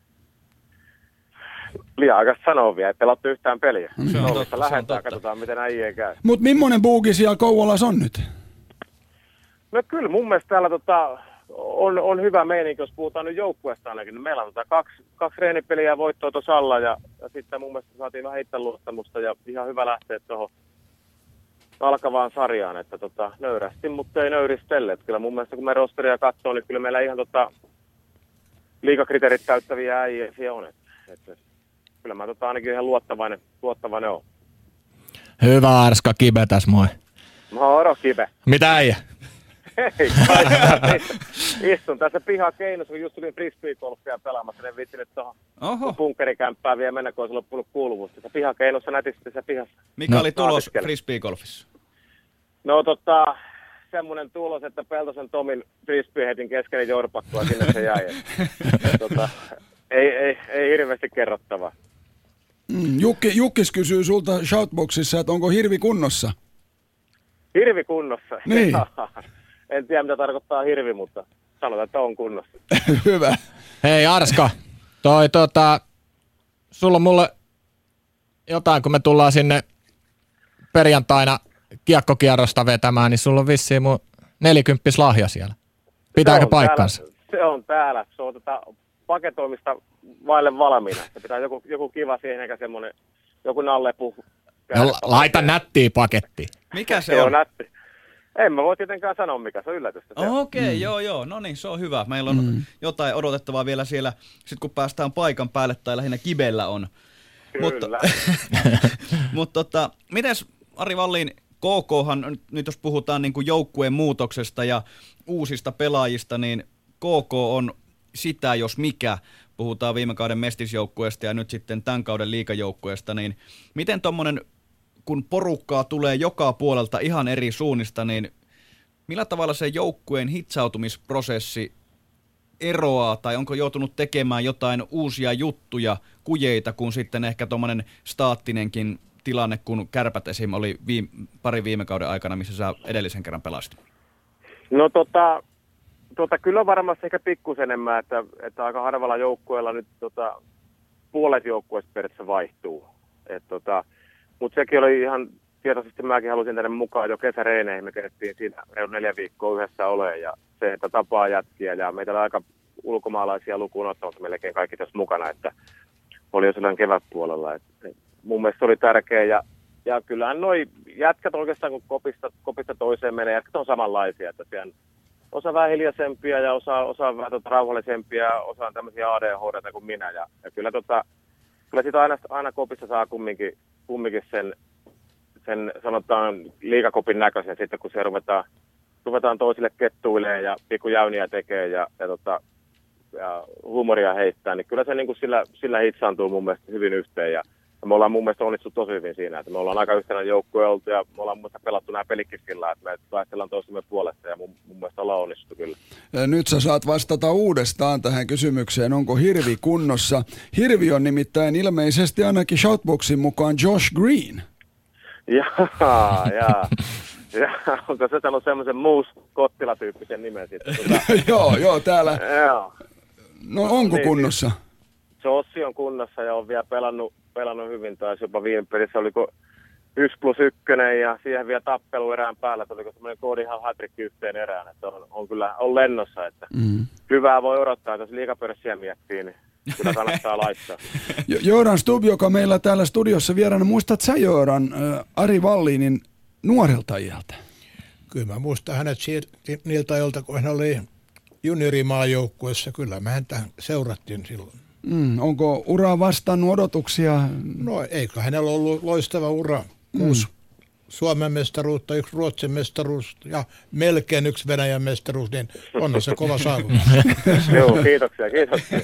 Liian aikaista sanoa vielä, ei pelattu yhtään peliä. Mm. Se on totta, lähdetään, katsotaan miten äijien käy. Mutta millainen buugi siellä Kouvolassa on nyt? No kyllä mun mielestä täällä tota, on, on hyvä meininki, jos puhutaan nyt joukkueesta ainakin. Meillä on tota kaksi, kaksi treenipeliä ja voittoa tuossa alla ja, ja sitten mun mielestä saatiin vähän itseluottamusta ja ihan hyvä lähteä tuohon alkavaan sarjaan, että tota, nöyrästi, mutta ei nöyristelle. Että kyllä mun mielestä kun me rosteria katsoo, niin kyllä meillä ihan tota, liigakriteerit täyttäviä äijä siellä on. Että, että, kyllä mä tota, ainakin ihan luottavainen, luottavainen on. Hyvä Arska, Kibe tässä moi. Moro Kibe. Mitä äijä? Hei, istun tässä pihakeinossa, kun just tulin frisbeegolfia pelaamassa, niin viitsin nyt tuohon bunkkerikämppään vielä mennä, kun olisi loppunut kuuluvuutta. Tässä pihakeinossa nätisti se pihassa. Mikä no. oli tulos frisbeegolfissa? No tota, semmoinen tulos, että Peltosen Tomin frisbee heitin keskellä jorpakkoa, sinne se jäi. tota, ei, ei, ei hirveästi kerrottavaa. Mm, Jukki, Jukkis kysyy sulta Shoutboxissa, että onko hirvi kunnossa? Hirvi kunnossa? Niin. En tiedä, mitä tarkoittaa hirvi, mutta sanotaan, että on kunnossa. Hyvä. Hei Arska, toi tota, sulla on mulle jotain, kun me tullaan sinne perjantaina kiekkokierrosta vetämään, niin sulla on vissiin mun nelikymppis lahja siellä. Pitääkö paikkansa? Täällä, se on täällä. Se on tota paketoimista vaille valmiina. Se pitää joku, joku kiva siihen, eikä semmoinen, joku nallepu. No, laita nättiä pakettiin. Mikä se, se on? on nätti. En mä voi tietenkään sanoa, mikä se on yllätystä. Okei, okay, mm. joo, joo. No niin, se on hyvä. Meillä on mm. jotain odotettavaa vielä siellä, sit kun päästään paikan päälle, tai lähinnä kibellä on. Kyllä. Mutta, mutta tota, mites Ari Vallin, K K:han, nyt, nyt jos puhutaan niin kuin joukkueen muutoksesta ja uusista pelaajista, niin K K on sitä, jos mikä. Puhutaan viime kauden mestisjoukkueesta ja nyt sitten tämän kauden liigajoukkueesta, niin miten tommonen, kun porukkaa tulee joka puolelta ihan eri suunnista, niin millä tavalla se joukkueen hitsautumisprosessi eroaa, tai onko joutunut tekemään jotain uusia juttuja, kujeita, kun sitten ehkä tuommoinen staattinenkin tilanne, kun Kärpät esim. Oli viime, pari viime kauden aikana, missä sä edellisen kerran pelasit? No tota, tota kyllä varmasti ehkä pikkusen enemmän, että, että aika harvalla joukkueella nyt tota, puolet joukkueesta periaatteessa vaihtuu. Tota, mutta sekin oli ihan tietoisesti, mäkin halusin tänne mukaan jo kesäreeneihin, me kerettiin siinä reilun neljä viikkoa yhdessä olemaan, ja se, että tapaa jätkiä, ja meitä oli aika ulkomaalaisia lukuun ottamatta melkein kaikki tässä mukana, että oli jo sellainen kevätpuolella, että mun mielestä se oli tärkeä, ja, ja kyllähän noi jätkät oikeastaan, kun kopista, kopista toiseen menee, jätkät on samanlaisia, että siellä osa vähän hiljaisempia ja osa, osa vähän tota rauhallisempia, osa on tämmöisiä A D H D:tä kuin minä, ja, ja kyllä, tota, kyllä sitä aina, aina kopissa saa kumminkin, kumminkin sen, sen sanotaan liigakopin näköisen sitten, kun se ruvetaan, ruvetaan toisille kettuilemaan ja pikkujäyniä tekee ja, ja, tota, ja huumoria heittää, niin kyllä se niin kuin sillä, sillä hitsaantuu mun mielestä hyvin yhteen ja, ja me ollaan mun mielestä onnistuttu tosi hyvin siinä, että me ollaan aika yhtenäinen joukkue oltu ja me ollaan mun mielestä pelattu nämä pelikki sillä, että me taistellaan toistemme puolesta ja mun, mun mielestä ollaan onnistuttu kyllä. Nyt sä saat vastata uudestaan tähän kysymykseen, onko hirvi kunnossa. Hirvi on nimittäin ilmeisesti ainakin Shoutboxin mukaan Josh Green. Jaa, jaa. Ja onko se sanonut semmoisen Moose Kottila-tyyppisen nimen sitten? Tuota... joo, joo, täällä. Joo. No onko niin, kunnossa? Jossi on kunnossa ja on vielä pelannut, pelannut hyvin, taisi jopa viime pelissä oliko yksi plus ykkönen ja siihen vielä tappelu erään päällä, että oliko semmoinen koodihan hat-trick yhteen erään, että on, on kyllä on lennossa, että mm. hyvää voi odottaa, että jos liigapörssiä miettii, niin kyllä kannattaa laittaa. Jooran Stub, joka meillä täällä studiossa vieraana, muistat sä Jooran äh, Ari Vallinin nuorelta iältä? Kyllä mä muistan hänet sieltä, niiltä ajoilta, kun hän oli juniorimaajoukkuessa. Kyllä me häntä seurattiin silloin. Mm, onko ura vastannut odotuksia? No eikö hänellä ollut loistava ura. Kuusi mm. Suomen mestaruutta, yksi Ruotsin mestaruus ja melkein yksi Venäjän mestaruus, niin on se kova saavutus. Joo, kiitoksia, kiitoksia.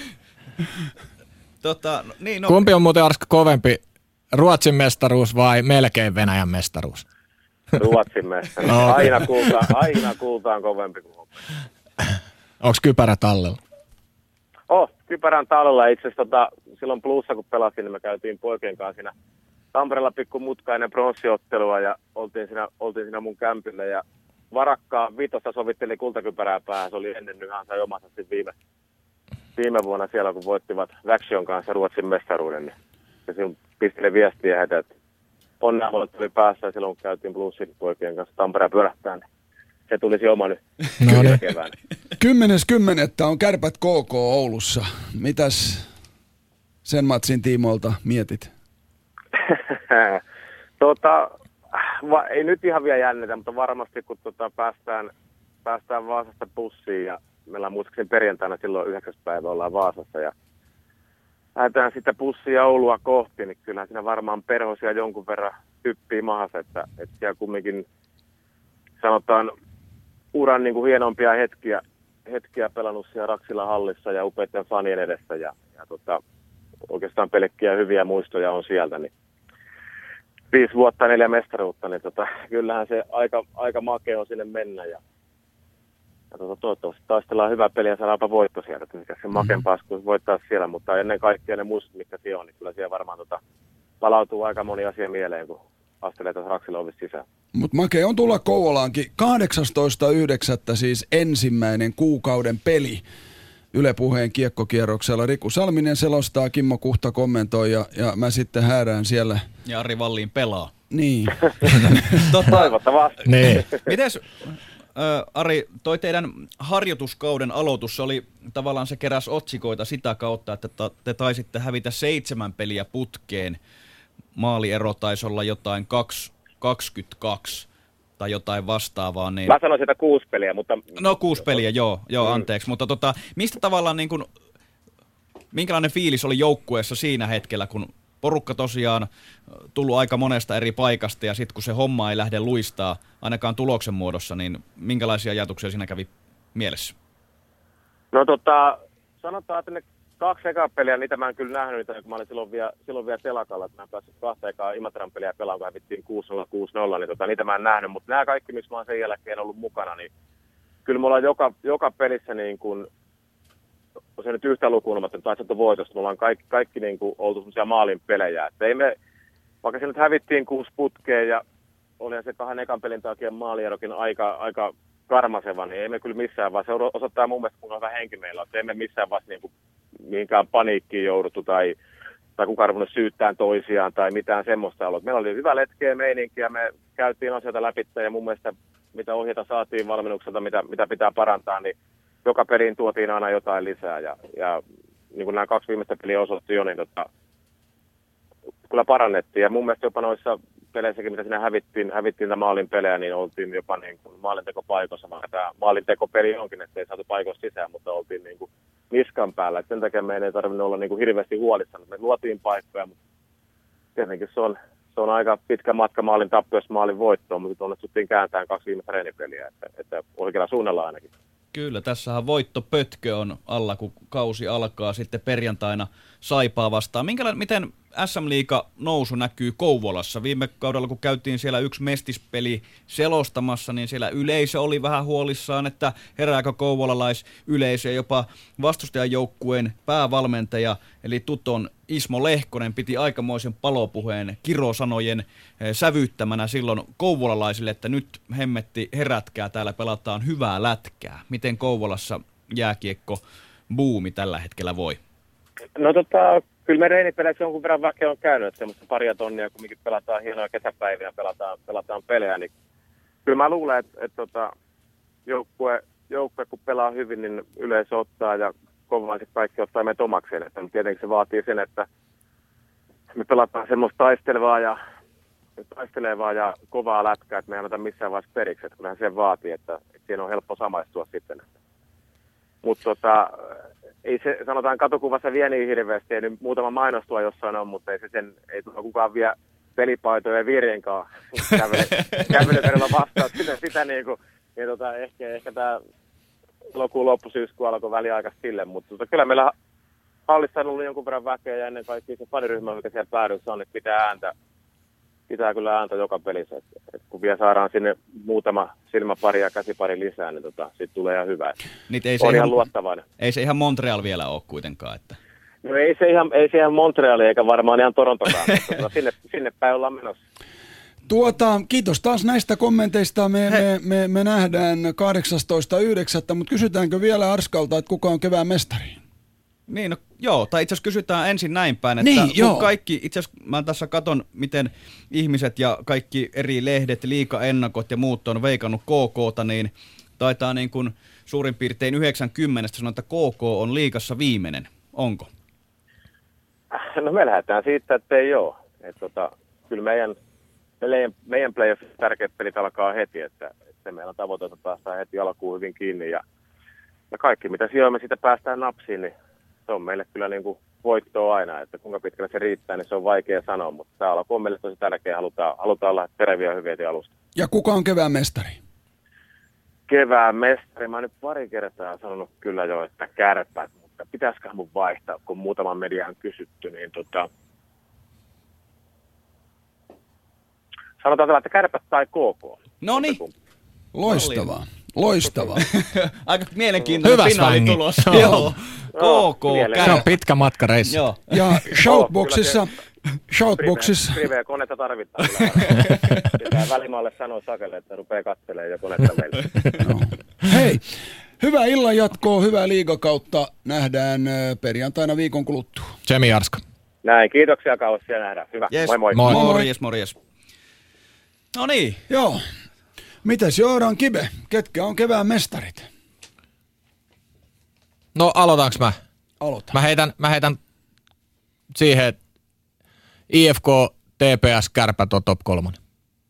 Tota, no, niin, no. Kumpi on muuten Arska kovempi, Ruotsin mestaruus vai melkein Venäjän mestaruus? Ruotsin mestaruus. No, okay. Aina kultaan, aina kultaan kovempi kuin hopeaa. Onko kypärä tallella? Oh, kypärän tallella. Itse asiassa tota, silloin plussa kun pelasin, niin me käytiin poikien kanssa siinä Tampereella pikku mutka ennen pronssiottelua ja oltiin siinä, oltiin siinä mun kämpillä ja varakkaa vitosta sovitteli kultakypärää päähän. Se oli ennen nyt, hän sai omasti viime, viime vuonna siellä, kun voittivat Väksion kanssa Ruotsin mestaruuden. Niin ja silloin pisteli viestiä heitä, että onnea tuli päässä ja silloin kun käytiin plussin poikien kanssa Tampereen pyörähtään. Niin se tulisi oma nyt no, niin. kevään. Kymmenes kymmenettä on Kärpät K K Oulussa. Mitäs sen matsin tiimoilta mietit? tota, va, ei nyt ihan vielä jännitä, mutta varmasti kun tota, päästään, päästään Vaasasta bussiin ja meillä on muistaakseni perjantaina silloin yhdeksäs päivä ollaan Vaasassa ja lähdetään sitten bussia Oulua kohti, niin kyllähän siinä varmaan perhosia jonkun verran hyppii maassa, että, että siellä kumminkin sanotaan uran niin kuin hienompia hetkiä, hetkiä pelannut siellä Raksilan hallissa ja upeiden fanien edessä ja, ja tota, oikeastaan pelkkiä hyviä muistoja on sieltä, niin viisi vuotta neljä mestaruutta, niin tota, kyllähän se aika, aika makea on sinne mennä. Ja, ja tota, toivottavasti taistellaan hyvää peliä ja saadaanpa voitto sieltä. Mikä se makempaa, kun voittaa siellä, mutta ennen kaikkea ne muistot, mitkä siellä on, niin kyllä siellä varmaan tota, palautuu aika moni asia mieleen, kun astelee tässä Raksilla ovista sisään. Mutta makea on tulla Kouvolaankin. kahdeksastoista yhdeksättä siis ensimmäinen kuukauden peli Yle Puheen kiekkokierroksella. Riku Salminen selostaa, Kimmo Kuhta kommentoi ja, ja mä sitten häärään siellä. Ja Ari Vallin pelaa. Niin. tota, Toivottavasti. Niin. Mites, äh, Ari, toi teidän harjoituskauden aloitus, se oli tavallaan se keräs otsikoita sitä kautta, että ta- te taisitte hävitä seitsemän peliä putkeen. Maaliero taisi olla jotain kaksi kaksikymmentäkaksi tai jotain vastaavaa. Niin... Mä sanoin sitä kuusi peliä, mutta... No kuusi peliä, joo, joo anteeksi. Mutta tota, mistä tavallaan, niin kun, minkälainen fiilis oli joukkueessa siinä hetkellä, kun porukka tosiaan tullut aika monesta eri paikasta ja sitten kun se homma ei lähde luistaa ainakaan tuloksen muodossa, niin minkälaisia ajatuksia siinä kävi mielessä? No tota, sanotaan, että ne kaksi ekaa peliä, niitä mä en kyllä nähnyt, niitä, kun mä olin silloin vielä, silloin vielä telakalla, että mä en päässyt kahta ekaa Imatran peliä pelaan, kun hävittiin kuusi nolla kuusi nolla, niin tota, niitä mä en nähnyt, mutta nämä kaikki, missä mä oon sen jälkeen ollut mukana, niin kyllä me ollaan joka, joka pelissä niin kuin, on se nyt yhtä lukuun omatta, tai se voitosta, me ollaan kaikki, kaikki niin kuin oltu semmoisia maalin pelejä, että ei me, vaikka se nyt hävittiin kuusi putkeen ja olihan se kahden ekan pelin takia maalierokin aika, aika karmaseva, niin ei me kyllä missään vaiheessa, se osoittaa mun mielestä, kun on hyvä henki meillä, että ei me missään vaiheessa niin kuin mihinkään paniikkiin jouduttu tai, tai kukaan ruvunut syyttään toisiaan tai mitään semmoista ollut. Meillä oli hyvä letkeä meininki ja me käytiin asioita läpi ja mun mielestä mitä ohjeita saatiin valmennukselta, mitä, mitä pitää parantaa, niin joka peliin tuotiin aina jotain lisää ja, ja niin kuin nämä kaksi viimeistä peliä osoitti jo, niin tota, kyllä parannettiin ja mun mielestä jopa noissa peleissäkin, mitä siinä hävittiin, hävittiin tämä maalin pelejä, niin oltiin jopa niin kuin maalintekopaikossa, vaikka tämä maalintekopeli onkin, ettei saatu paikoissa sisään, mutta oltiin niin kuin niskan päällä. Et sen takia meidän ei tarvinnut olla niin kuin hirveästi huolissaan. Me luotiin paikkoja, mutta tietenkin se on, se on aika pitkä matka maalin tappiossa maalin voittoon, mutta onnistuttiin kääntämään kaksi viime treenipeliä, että, että oikealla suunnalla ainakin. Kyllä, tässähän voittopötkö on alla, kun kausi alkaa sitten perjantaina Saipaa vastaan. Minkälainen, miten S M-liiga nousu näkyy Kouvolassa? Viime kaudella, kun käytiin siellä yksi mestispeli selostamassa, niin siellä yleisö oli vähän huolissaan, että herääkö kouvolalaisyleisö, jopa vastustajajoukkueen päävalmentaja, eli Tuton Ismo Lehkonen piti aikamoisen palopuheen kirosanojen sävyttämänä silloin kouvolalaisille, että nyt hemmetti herätkää, täällä pelataan hyvää lätkää. Miten Kouvolassa jääkiekko buumi tällä hetkellä voi? No tota, kyllä me reenipeleissä jonkun verran väkeä on käynyt, että semmoista paria tonnia, kumminkin pelataan hienoja kesäpäiviä, pelataan, pelataan pelejä, niin kyllä mä luulen, että, että tota, joukkue, joukkue kun pelaa hyvin, niin yleisö ottaa ja kovalaiset kaikki ottaa meitä omakseen. Että tietenkin se vaatii sen, että me pelataan semmoista taistelevaa ja taistelevaa ja kovaa lätkää, että me ei anneta missään vaiheessa periksi, että kyllähän se vaatii, että, että siinä on helppo samaistua sitten. Mutta tota, ei se, sanotaan katokuvassa vie niin hirveästi, ei nyt muutama mainostua jossain on, mutta ei se sen, ei tule kukaan vie pelipaitoja ja virjenkaan kävelyverillä vastaan. Sitä, sitä niin kuin, niin tota, ehkä, ehkä tämä elokuun loppusyyskuu alkoi väliaikaisesti sille, mutta tota, kyllä meillä hallissa on ollut jonkun verran väkeä ja ennen kaikkea se faniryhmä, mikä siellä päädyssä on, että pitää ääntä, pitää kyllä ääntä joka pelissä. Et, et kun vielä saadaan sinne muutama silmäpari ja käsipari lisää, niin tota, siitä tulee ihan hyvä. Niin ei on ihan ihan luottavainen. Ei se ihan Montreal vielä ole kuitenkaan. Että. No ei se ihan, ei se ihan Montreal eikä varmaan ihan Torontokaan, mutta sinne, sinne päin ollaan menossa. Tuota, kiitos taas näistä kommenteista. Me, me, me, me nähdään kahdeksastoista yhdeksättä, mutta kysytäänkö vielä Arskalta, että kuka on kevään mestari? Niin, no, joo, tai itse asiassa kysytään ensin näin päin, että niin, kun joo. kaikki, itse asiassa mä tässä katon, miten ihmiset ja kaikki eri lehdet, liigaennakot ja muut on veikannut K K:ta, niin taitaa niin kuin suurin piirtein yhdeksänkymmentä sanoa, että K K on liigassa viimeinen. Onko? No me lähdetään siitä, että ei ole. Että tota, kyllä meidän, meidän, meidän playoffin tärkeät pelit alkaa heti, että, että meillä on tavoite, että päästään heti alkuun hyvin kiinni ja, ja kaikki mitä sijoimme siitä päästään napsiin, niin se on meille kyllä niin kuin voittoa aina, että kuinka pitkälle se riittää, niin se on vaikea sanoa, mutta tämä alku on meille tosi tärkeä, halutaan, halutaan olla teräviä hyviä alusta. Ja kuka on kevään mestari? Kevään mestari, mä oon nyt pari kertaa sanonut kyllä jo, että Kärpät, mutta pitäisikö mun vaihtaa, kun muutaman median kysytty, niin tota, sanotaan, että Kärpät tai K K. No niin. Loistavaa. Loistavaa. Aika mielenkiintoinen finaali tulos. Joo. K K. Se on pitkä matka reissu. Joo. Ja Shoutboxissa... Shoutboxissa. Prive-konetta tarvitaan. Pitää välimaalle sanoa Sakelle, että rupeaa katselemaan jo konetta meille. No. Hei, hyvää illan jatkoa, hyvää liigakautta. Nähdään perjantaina viikon kuluttua. Tsemi Jarska. Näin, kiitoksia kauas ja nähdään. Hyvä, yes. moi moi. Moi. Morjes, morjes. No niin. Joo. Mitäs Jooran Kibe? Ketkä on kevään mestarit? No aloitanko mä? Aloita. Mä heitän, mä heitän siihen, että I F K, T P S, Kärpät on top kolmonen.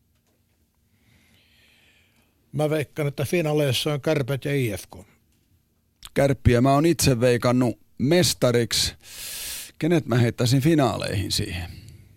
Mä veikkaan, että finaaleissa on Kärpät ja I F K. Kärppiä mä oon itse veikannut mestariksi. Kenet mä heittäisin finaaleihin siihen?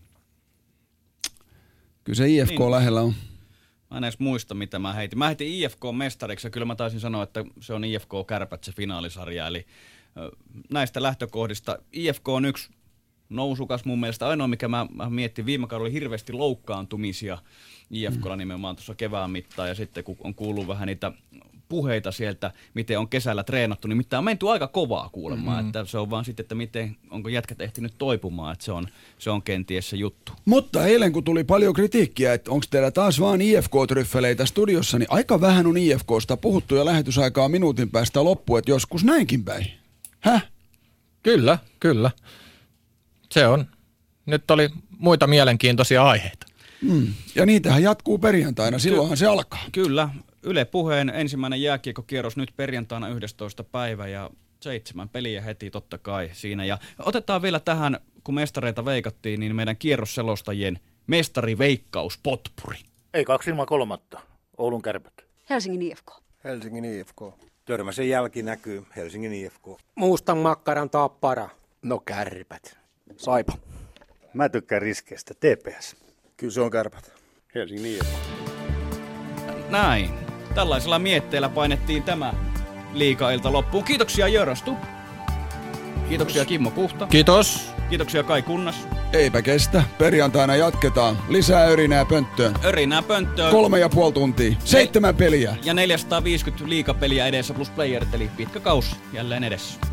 Kyllä se I F K niin lähellä on. Mä en edes muista, mitä mä heitin. Mä heitin I F K mestariksi ja kyllä mä taisin sanoa, että se on I F K Kärpät se finaalisarja. Eli näistä lähtökohdista I F K on yksi nousukas mun mielestä. Ainoa, mikä mä, mä miettin, viime kaudella oli hirveästi loukkaantumisia I F K:lla nimenomaan tuossa kevään mittaan. Ja sitten kun on kuullut vähän niitä puheita sieltä, miten on kesällä treenattu, niin mitään on menty aika kovaa kuulemaan. Mm-hmm. Että se on vaan sitten, että miten, onko jätkät ehtinyt toipumaan, että se on, se on kenties se juttu. Mutta eilen kun tuli paljon kritiikkiä, että onko teillä taas vaan I F K-tryffeleitä studiossa, niin aika vähän on I F K:sta puhuttu ja lähetysaikaa minuutin päästä loppu, että joskus näinkin päin. Häh? Kyllä, kyllä. Se on. Nyt oli muita mielenkiintoisia aiheita. Mm. Ja niitähän jatkuu perjantaina, silloinhan Ky- se alkaa. Kyllä. Yle Puheen ensimmäinen jääkiekkokierros nyt perjantaina yhdestoista päivä ja seitsemän peliä heti totta kai siinä. Ja otetaan vielä tähän, kun mestareita veikattiin, niin meidän kierrosselostajien mestariveikkaus-potpuri. Ei kaksi ilman kolmatta. Oulun Kärpät. Helsingin I F K. Helsingin I F K. Törmäsen jälki näkyy. Helsingin I F K. Mustan makkaran taappara. No Kärpät. Saipa. Mä tykkään riskeistä. T P S. Kyllä se on Kärpät. Helsingin I F K. Näin. Tällaisella mietteellä painettiin tämä liigailta loppuun. Kiitoksia Jörastu. Kiitoksia Kimmo Kuhta. Kiitos. Kiitoksia Kai Kunnas. Eipä kestä. Perjantaina jatketaan. Lisää örinää pönttöön. Örinää pönttöön. Kolme ja puoli tuntia. Seitsemän peliä. Ja neljäsataaviisikymmentä liigapeliä edessä plus playerit, eli pitkä kaus jälleen edessä.